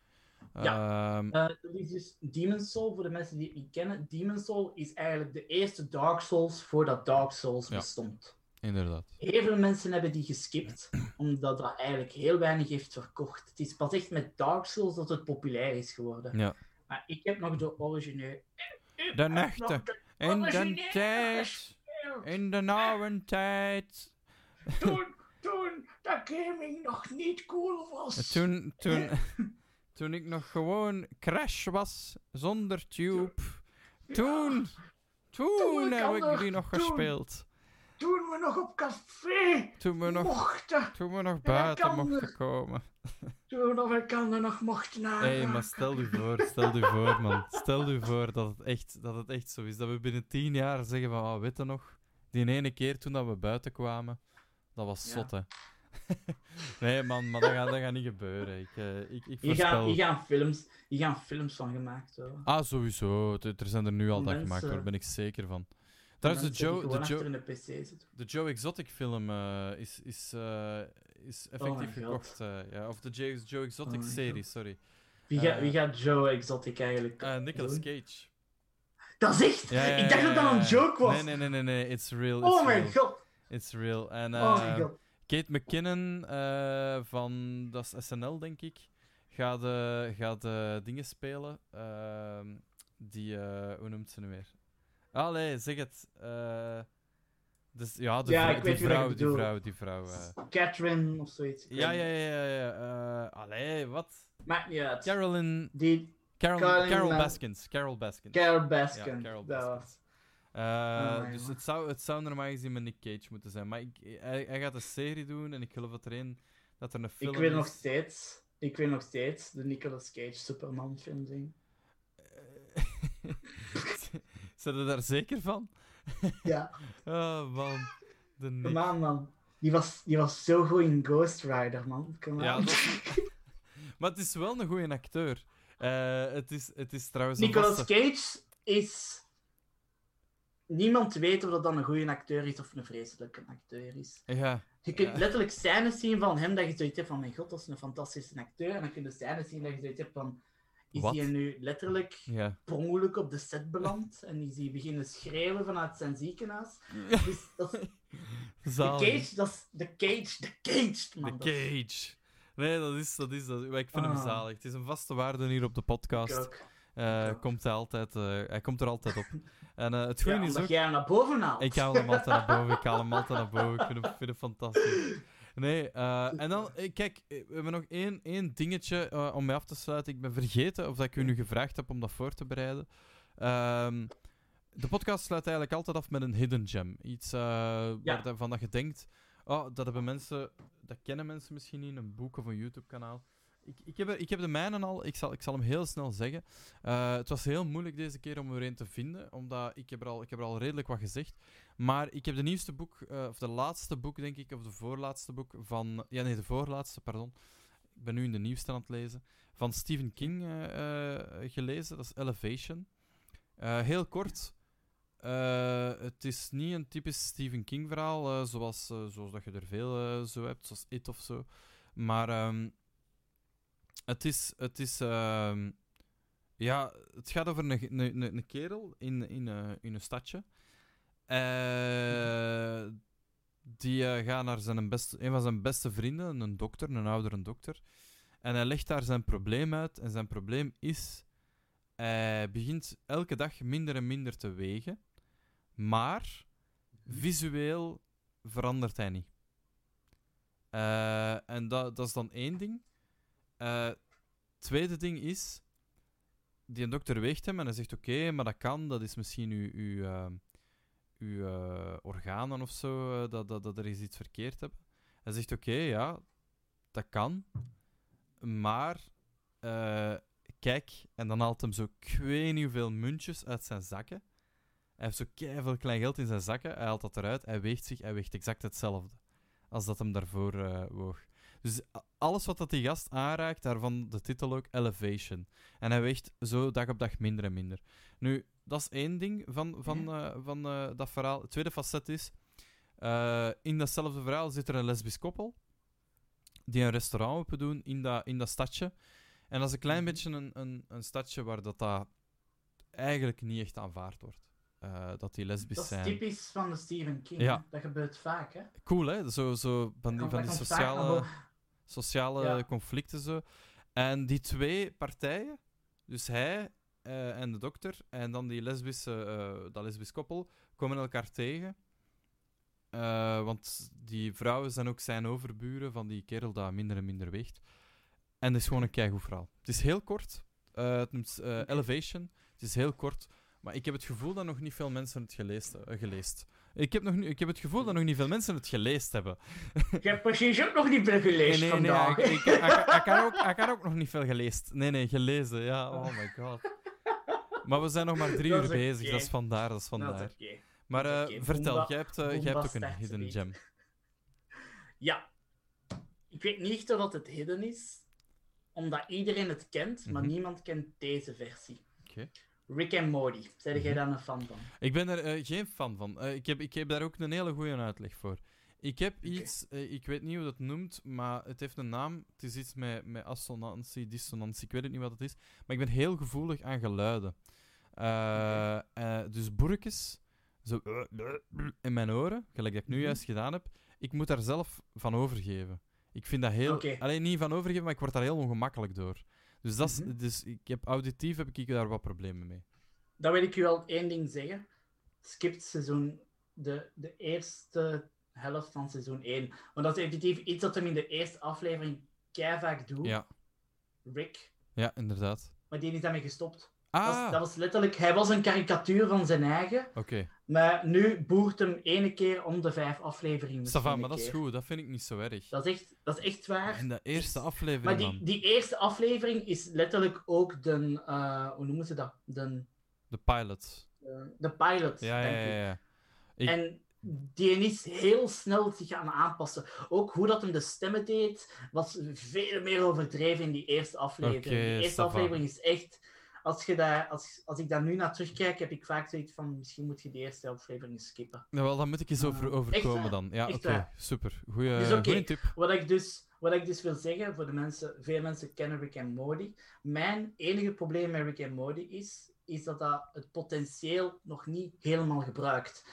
Dat is dus Demon's Soul, voor de mensen die het niet kennen. Demon's Soul is eigenlijk de eerste Dark Souls voordat Dark Souls Ja. bestond. Inderdaad. Heel veel mensen hebben die geskipt, omdat dat eigenlijk heel weinig heeft verkocht. Het is pas echt met Dark Souls dat het populair is geworden. Ja. Maar ik heb nog de originele... De nachten en de tijd. In de oude tijd. Toen dat gaming nog niet cool was. Toen ik nog gewoon Crash was, zonder tube. Toen heb ik die nog gespeeld. Toen we nog op café mochten. Toen we nog buiten mochten komen. Toen we op elkaar nog mochten aanraken. Hé, maar stel u voor, man. Stel u voor dat het echt zo is. Dat we binnen 10 jaar zeggen van, weet je nog, die ene keer toen dat we buiten kwamen, dat was zot, hè. Nee, man, maar dat gaat niet gebeuren. Ik voorspel... Hier gaan films van gemaakt worden. Ah, sowieso. Er zijn er nu al dat Mensen- gemaakt, daar ben ik zeker van. Trouwens, de Joe Exotic film is effectief God. gekocht. Ja, of de Joe Exotic Oh my serie, God. sorry. Wie gaat Joe Exotic eigenlijk Nicolas doen? Cage. Dat is echt? Ja, Ik dacht dat dat een joke was. Nee, it's real. Oh my god. It's real. En Oh my god. Kate McKinnon van, dat is SNL, denk ik, gaat dingen spelen. Hoe noemt ze nu weer? Allee, zeg het. Dus, ja, Ik weet wie dat je bedoelt. die vrouw. Catherine of zoiets. Ja. Allee, wat? Maakt niet uit. Carol Baskins. Carol Baskin. Ja, Carol Dat Baskins. was- Dus het zou normaal gezien met Nick Cage moeten zijn. Maar hij gaat een serie doen en ik geloof dat er een film Ik wil is. nog steeds de Nicolas Cage Superman film zien. Zijn je daar zeker van? Ja, Oh, man. De Nick. come on, man. Die was zo goed in Ghost Rider, man. Come on. Ja, maar het is wel een goede acteur. Het is trouwens een Nicolas vaste- Cage is... Niemand weet of dat dan een goede acteur is of een vreselijke acteur is. Ja. Je kunt Ja. letterlijk scènes zien van hem dat je zoiets hebt van, mijn god, dat is een fantastische acteur. En dan kun je scènes zien dat je zoiets hebt van, is Wat? hij nu letterlijk Ja. per ongeluk op de set beland? En is hij beginnen schreeuwen vanuit zijn ziekenhuis? Dus dat is... Zalig. Dat is de Cage, man. De Cage. Nee, dat is. Maar ik vind hem zalig. Het is een vaste waarde hier op de podcast. Ook. Hij komt er altijd op. En het Ja, goede is omdat ook... jij hem naar boven haalt. Ik haal hem altijd naar boven. Ik vind hem fantastisch. Nee, en dan... Kijk, we hebben nog één dingetje om mee af te sluiten. Ik ben vergeten of dat ik u nu gevraagd heb om dat voor te bereiden. De podcast sluit eigenlijk altijd af met een hidden gem. Iets waarvan dat je denkt... Oh, dat kennen mensen misschien niet, een boek of een YouTube-kanaal. Ik heb de mijne al, ik zal hem heel snel zeggen. Het was heel moeilijk deze keer om er een te vinden, omdat ik heb er al redelijk wat gezegd. Maar ik heb de nieuwste boek, of de laatste boek denk ik, of de voorlaatste boek van... Ja, nee, de voorlaatste, pardon. Ik ben nu in de nieuwste aan het lezen. Van Stephen King gelezen, dat is Elevation. Heel kort... het is niet een typisch Stephen King verhaal, zoals dat je er veel zo hebt, zoals It of zo. Maar het gaat over een kerel in een stadje. Die gaat naar een van zijn beste vrienden, een oudere dokter. En hij legt daar zijn probleem uit. En zijn probleem is... Hij begint elke dag minder en minder te wegen. Maar visueel verandert hij niet. En dat is dan één ding. Tweede ding is... Die dokter weegt hem en hij zegt... Oké, maar dat kan. Dat is misschien uw organen of zo. Dat er iets verkeerd hebben. Hij zegt... Oké, ja. Dat kan. Maar... kijk. En dan haalt hem zo... Ik weet niet hoeveel muntjes uit zijn zakken. Hij heeft zo keiveel klein geld in zijn zakken. Hij haalt dat eruit. Hij weegt exact hetzelfde. Als dat hem daarvoor woog. Dus alles wat dat die gast aanraakt, daarvan de titel ook Elevation. En hij weegt zo dag op dag minder en minder. Nu, dat is één ding van dat verhaal. Het tweede facet is... in datzelfde verhaal zit er een lesbisch koppel. Die een restaurant open doen in dat stadje. En dat is een klein beetje een stadje waar dat eigenlijk niet echt aanvaard wordt. Dat die lesbisch zijn. Dat is typisch van de Stephen King. Ja. Hè? Dat gebeurt vaak, hè? Cool, hè? Zo van die komt sociale Ja. conflicten zo. En die twee partijen, dus hij en de dokter, en dan dat lesbisch koppel, komen elkaar tegen. Want die vrouwen zijn ook zijn overburen van die kerel dat minder en minder weegt. En het is gewoon een keigoed verhaal. Het is heel kort. Het noemt Elevation. Het is heel kort. Maar ik heb het gevoel dat nog niet veel mensen het geleest. Ik heb het gevoel dat nog niet veel mensen het gelezen hebben. Ik heb precies ook nog niet veel gelezen vandaag. Hij kan ook nog niet veel gelezen. Nee, gelezen. Ja, oh my god. Maar we zijn nog maar 3 uur bezig. Okay. Dat is vandaar. Dat is okay. Maar vertel, jij hebt ook een hidden gem. Ja. Ik weet niet of het hidden is, omdat iedereen het kent, maar niemand kent deze versie. Okay. Rick and Morty. Zijn jij daar een fan van? Ik ben er geen fan van. Ik heb daar ook een hele goede uitleg voor. Ik heb iets, ik weet niet hoe dat noemt, maar het heeft een naam. Het is iets met assonantie, dissonantie, ik weet het niet wat het is. Maar ik ben heel gevoelig aan geluiden. Dus boerkes, zo in mijn oren, gelijk dat ik nu juist gedaan heb, ik moet daar zelf van overgeven. Ik vind dat heel... Alleen niet van overgeven, maar ik word daar heel ongemakkelijk door. Dus, dus auditief heb ik daar wat problemen mee. Dan wil ik u al 1 ding zeggen. Skip seizoen... De eerste helft van seizoen 1. Want dat is effectief iets dat hem in de eerste aflevering keihard doet. Ja. Rick. Ja, inderdaad. Maar die is daarmee gestopt. Ah! Dat was letterlijk... Hij was een karikatuur van zijn eigen. Oké. Maar nu boert hem 1 keer om de 5 afleveringen. Stefan, maar dat is goed. Dat vind ik niet zo erg. Dat is echt waar. In de eerste aflevering, maar die eerste aflevering is letterlijk ook de... hoe noemen ze dat? De pilot. De pilot, Ja. En die is heel snel zich gaan aanpassen. Ook hoe dat hem de stemmen deed, was veel meer overdreven in die eerste aflevering. Okay, de eerste aflevering is echt... Als ik daar nu naar terugkijk, heb ik vaak zoiets van... Misschien moet je de eerste aflevering skippen. Nou, wel, dan moet ik eens overkomen dan. Ja, oké. Super. Goeie tip. Wat ik dus wil zeggen, voor de mensen... Veel mensen kennen Rick and Morty. Mijn enige probleem met Rick and Morty is dat het potentieel nog niet helemaal gebruikt.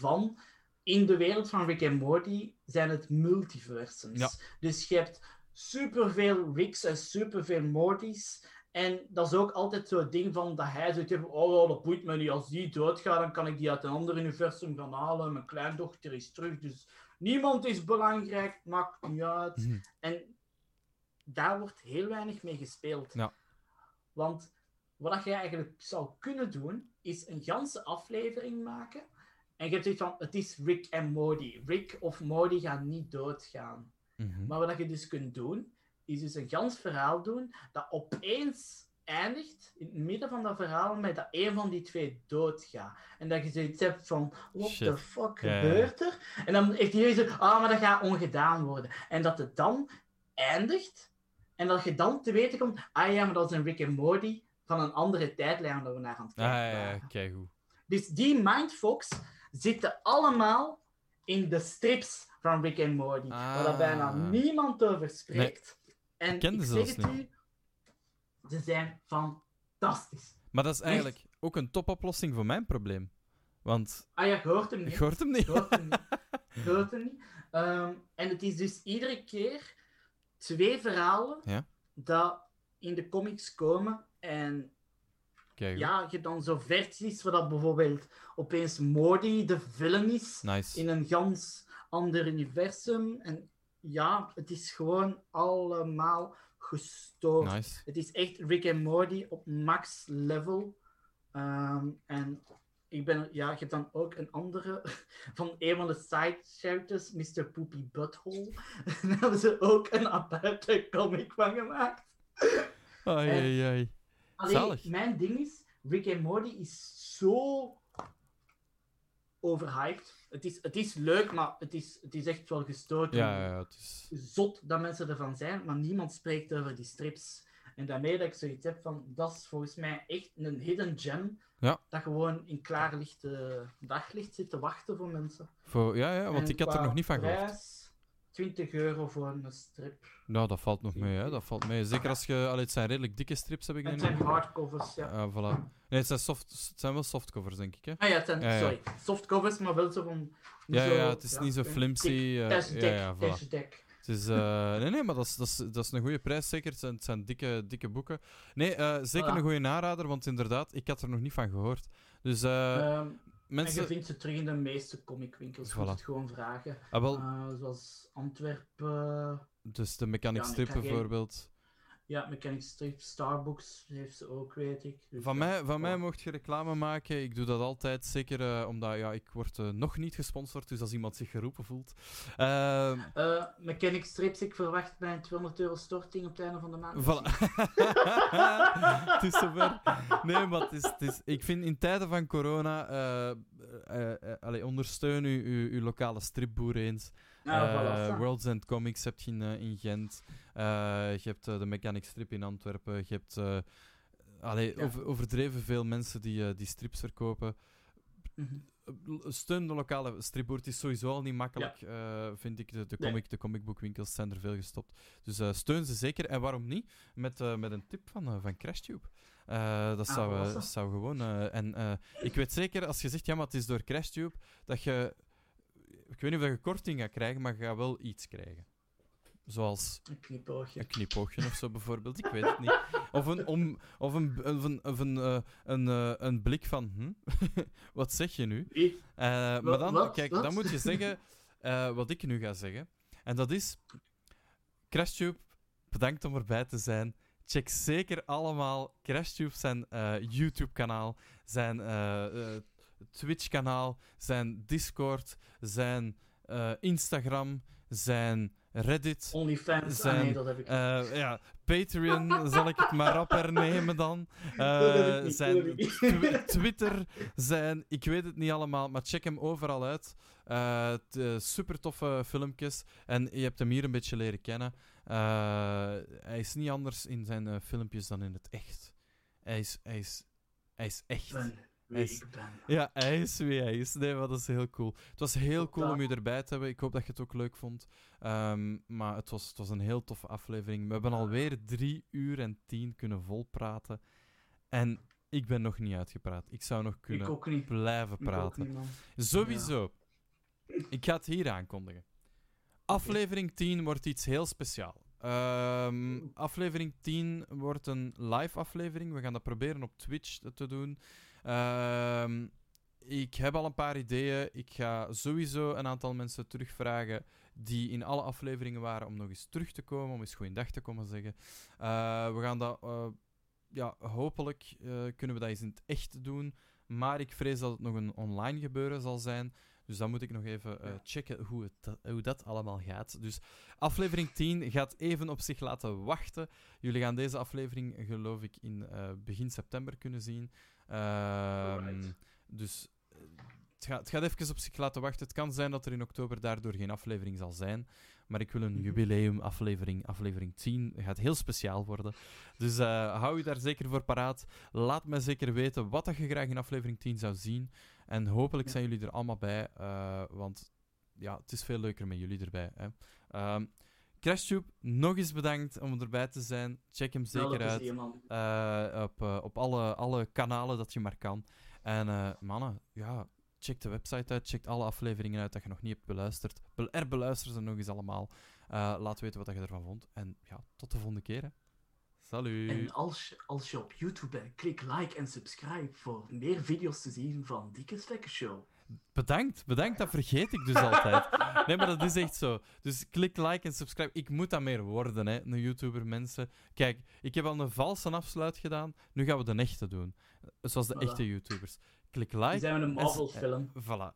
In de wereld van Rick and Morty zijn het multiversums. Ja. Dus je hebt superveel Ricks en superveel Mortys. En dat is ook altijd zo'n ding van dat hij zoiets heeft, oh, dat boeit me niet. Als die doodgaat, dan kan ik die uit een ander universum gaan halen. Mijn kleindochter is terug, dus niemand is belangrijk, maakt niet uit. En daar wordt heel weinig mee gespeeld. Ja. Want wat je eigenlijk zou kunnen doen, is een ganse aflevering maken. En je hebt zoiets van, het is Rick en Morty. Rick of Morty gaan niet doodgaan. Maar wat je dus kunt doen, is dus een gans verhaal doen dat opeens eindigt, in het midden van dat verhaal, met dat een van die twee doodgaat. En dat je zoiets hebt van, what the fuck gebeurt er? En dan heeft hij zo, maar dat gaat ongedaan worden. En dat het dan eindigt, en dat je dan te weten komt, maar dat is een Rick en Morty van een andere tijdlijn dat we naar aan het kijken waren. Ja, kijk hoe. Dus die mindfucks zitten allemaal in de strips van Rick en Morty, waar daar bijna niemand over spreekt. En ik zeg het u, ze zijn fantastisch. Maar dat is eigenlijk ook een topoplossing voor mijn probleem. Want... je hoort hem niet. Ik hoort hem niet. Je hoort hem niet. En het is dus iedere keer 2 verhalen dat in de comics komen. En kijk, je hebt dan zo versies waar dat bijvoorbeeld opeens Morty de villain is. In een gans ander universum. En ja, het is gewoon allemaal gestoord. Het is echt Rick and Morty op max level. En je hebt dan ook een andere van een van de side characters, Mr. Poopy Butthole. Daar hebben ze ook een aparte comic van gemaakt. Ai. Alleen, mijn ding is, Rick and Morty is zo overhyped. Het is leuk, maar het is echt wel gestoord. Het is zot dat mensen ervan zijn, maar niemand spreekt over die strips. En daarmee dat ik zoiets heb van, dat is volgens mij echt een hidden gem. Dat gewoon in klaar daglicht zit te wachten voor mensen. Want ik had er nog niet van gehoord. €20 voor een strip. Nou, dat valt nog mee, hè. Dat valt mee. Zeker als je... het zijn redelijk dikke strips, heb ik het zijn hardcovers, voilà. Nee, het zijn wel softcovers, denk ik, hè. Het zijn, softcovers, maar wel zo van... het is niet zo flimsy. Deck. Het is... nee, maar dat is een goede prijs, zeker. Het zijn dikke boeken. Nee, zeker een goede aanrader, want inderdaad, ik had er nog niet van gehoord. Dus... En je vindt ze terug in de meeste comicwinkels. Je moet het gewoon vragen. Zoals Antwerpen. Dus de Mechanic Strip bijvoorbeeld. Ja, Mechanic Strip, Starbucks heeft ze ook, weet ik. Dus van mij mocht je reclame maken. Ik doe dat altijd, zeker omdat ik word nog niet gesponsord, dus als iemand zich geroepen voelt. Mechanic Strips, ik verwacht bij een €200 storting op het einde van de maand. Voilà. Het is zover. Nee, maar ik vind in tijden van corona, ondersteun uw lokale stripboer eens. World's End Comics heb je in Gent. Je hebt de Mechanic Strip in Antwerpen. Je hebt overdreven veel mensen die strips verkopen. Mm-hmm. Steun de lokale stripboer. Het is sowieso al niet makkelijk, vind ik. De comicboekwinkels zijn er veel gestopt. Dus steun ze zeker. En waarom niet? Met een tip van CrashTube. Dat zou gewoon... ik weet zeker, als je zegt, ja, maar het is door CrashTube, dat je... Ik weet niet of je korting gaat krijgen, maar je gaat wel iets krijgen. Zoals... Een knipoogje. Een knipoogje of zo, bijvoorbeeld. Ik weet het niet. Of een blik van... Wat zeg je nu? Maar dan, kijk, dan moet je zeggen wat ik nu ga zeggen. En dat is... CrashTube, bedankt om erbij te zijn. Check zeker allemaal CrashTube zijn YouTube-kanaal, zijn... Twitch-kanaal, zijn Discord, zijn Instagram, zijn Reddit. OnlyFans, zijn, dat heb ik. Patreon, zal ik het maar rap hernemen dan. Zijn Twitter, zijn... Ik weet het niet allemaal, maar check hem overal uit. Super toffe filmpjes. En je hebt hem hier een beetje leren kennen. Hij is niet anders in zijn filmpjes dan in het echt. Hij is echt. Ja, hij is wie hij is. Nee, maar dat is heel cool. Het was heel cool om u erbij te hebben. Ik hoop dat je het ook leuk vond. Maar het was een heel toffe aflevering. We hebben alweer 3 uur en 10 kunnen volpraten. En ik ben nog niet uitgepraat. Ik zou nog kunnen blijven praten. Niet, Sowieso. Ja. Ik ga het hier aankondigen. Aflevering 10 wordt iets heel speciaals. Aflevering 10 wordt een live aflevering. We gaan dat proberen op Twitch te doen. Ik heb al een paar ideeën. Ik ga sowieso een aantal mensen terugvragen die in alle afleveringen waren om nog eens terug te komen, om eens goeiedag te komen zeggen. We gaan dat... hopelijk kunnen we dat eens in het echt doen. Maar ik vrees dat het nog een online gebeuren zal zijn. Dus dan moet ik nog even checken hoe dat allemaal gaat. Dus aflevering 10 gaat even op zich laten wachten. Jullie gaan deze aflevering, geloof ik, in begin september kunnen zien. Dus het gaat even op zich laten wachten. Het kan zijn dat er in oktober daardoor geen aflevering zal zijn. Maar ik wil een jubileumaflevering. Aflevering 10 gaat heel speciaal worden. Dus hou je daar zeker voor paraat. Laat mij zeker weten wat dat je graag in aflevering 10 zou zien. En hopelijk zijn jullie er allemaal bij. Want ja, het is veel leuker met jullie erbij. Hè. CrashTube, nog eens bedankt om erbij te zijn. Check hem zeker uit. Op alle kanalen dat je maar kan. En mannen, ja... Check de website uit, check alle afleveringen uit dat je nog niet hebt beluisterd. Beluister ze nog eens allemaal. Laat weten wat je ervan vond. En ja, tot de volgende keer. Hè. Salut! En als je op YouTube bent, klik like en subscribe voor meer video's te zien van Dikke Svekke Show. Bedankt, dat vergeet ik dus altijd. Nee, maar dat is echt zo. Dus klik like en subscribe. Ik moet dat meer worden, hè, een YouTuber, mensen. Kijk, ik heb al een valse afsluit gedaan. Nu gaan we de echte doen. Zoals de echte YouTubers. Klik like. Die zijn we een Marvel-film. Voilà.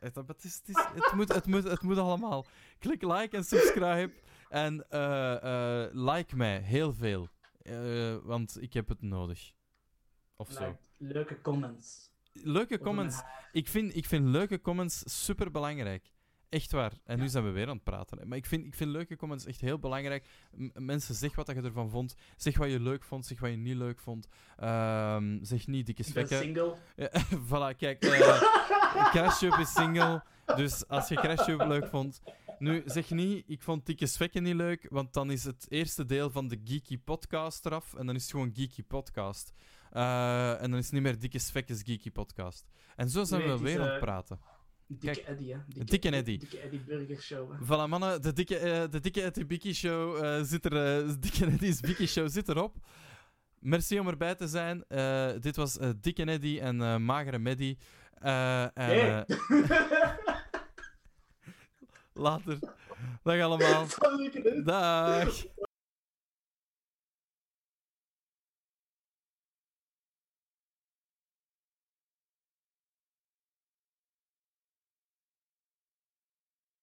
Het moet allemaal. Klik like en subscribe. En like mij. Heel veel. Want ik heb het nodig. Of zo. Leuke comments. Leuke comments. Ik vind leuke comments super belangrijk. Echt waar. En nu zijn we weer aan het praten. Hè. Maar ik vind leuke comments echt heel belangrijk. Mensen, zeg wat je ervan vond. Zeg wat je leuk vond. Zeg wat je niet leuk vond. Zeg niet dikke svekken. Ik ben single. Ja, voilà, kijk. CrashTube is single. Dus als je CrashTube leuk vond... Nu, zeg niet, ik vond dikke svekken niet leuk. Want dan is het eerste deel van de Geeky Podcast eraf. En dan is het gewoon Geeky Podcast. En dan is het niet meer Dikke Svekkes Geeky Podcast. En zo zijn we weer aan het praten. Dikke Eddie, hè? Dikke Eddie. Dikke Eddie Burger Show. Hè? Voilà, mannen. De Dikke Eddie Bikkie Show zit er... Dikke Eddie's Bikkie Show zit erop. Merci om erbij te zijn. Dit was Dikke Eddie en Magere Medi. Nee. Later. Dag allemaal. Dat is leuk, hè? Dag.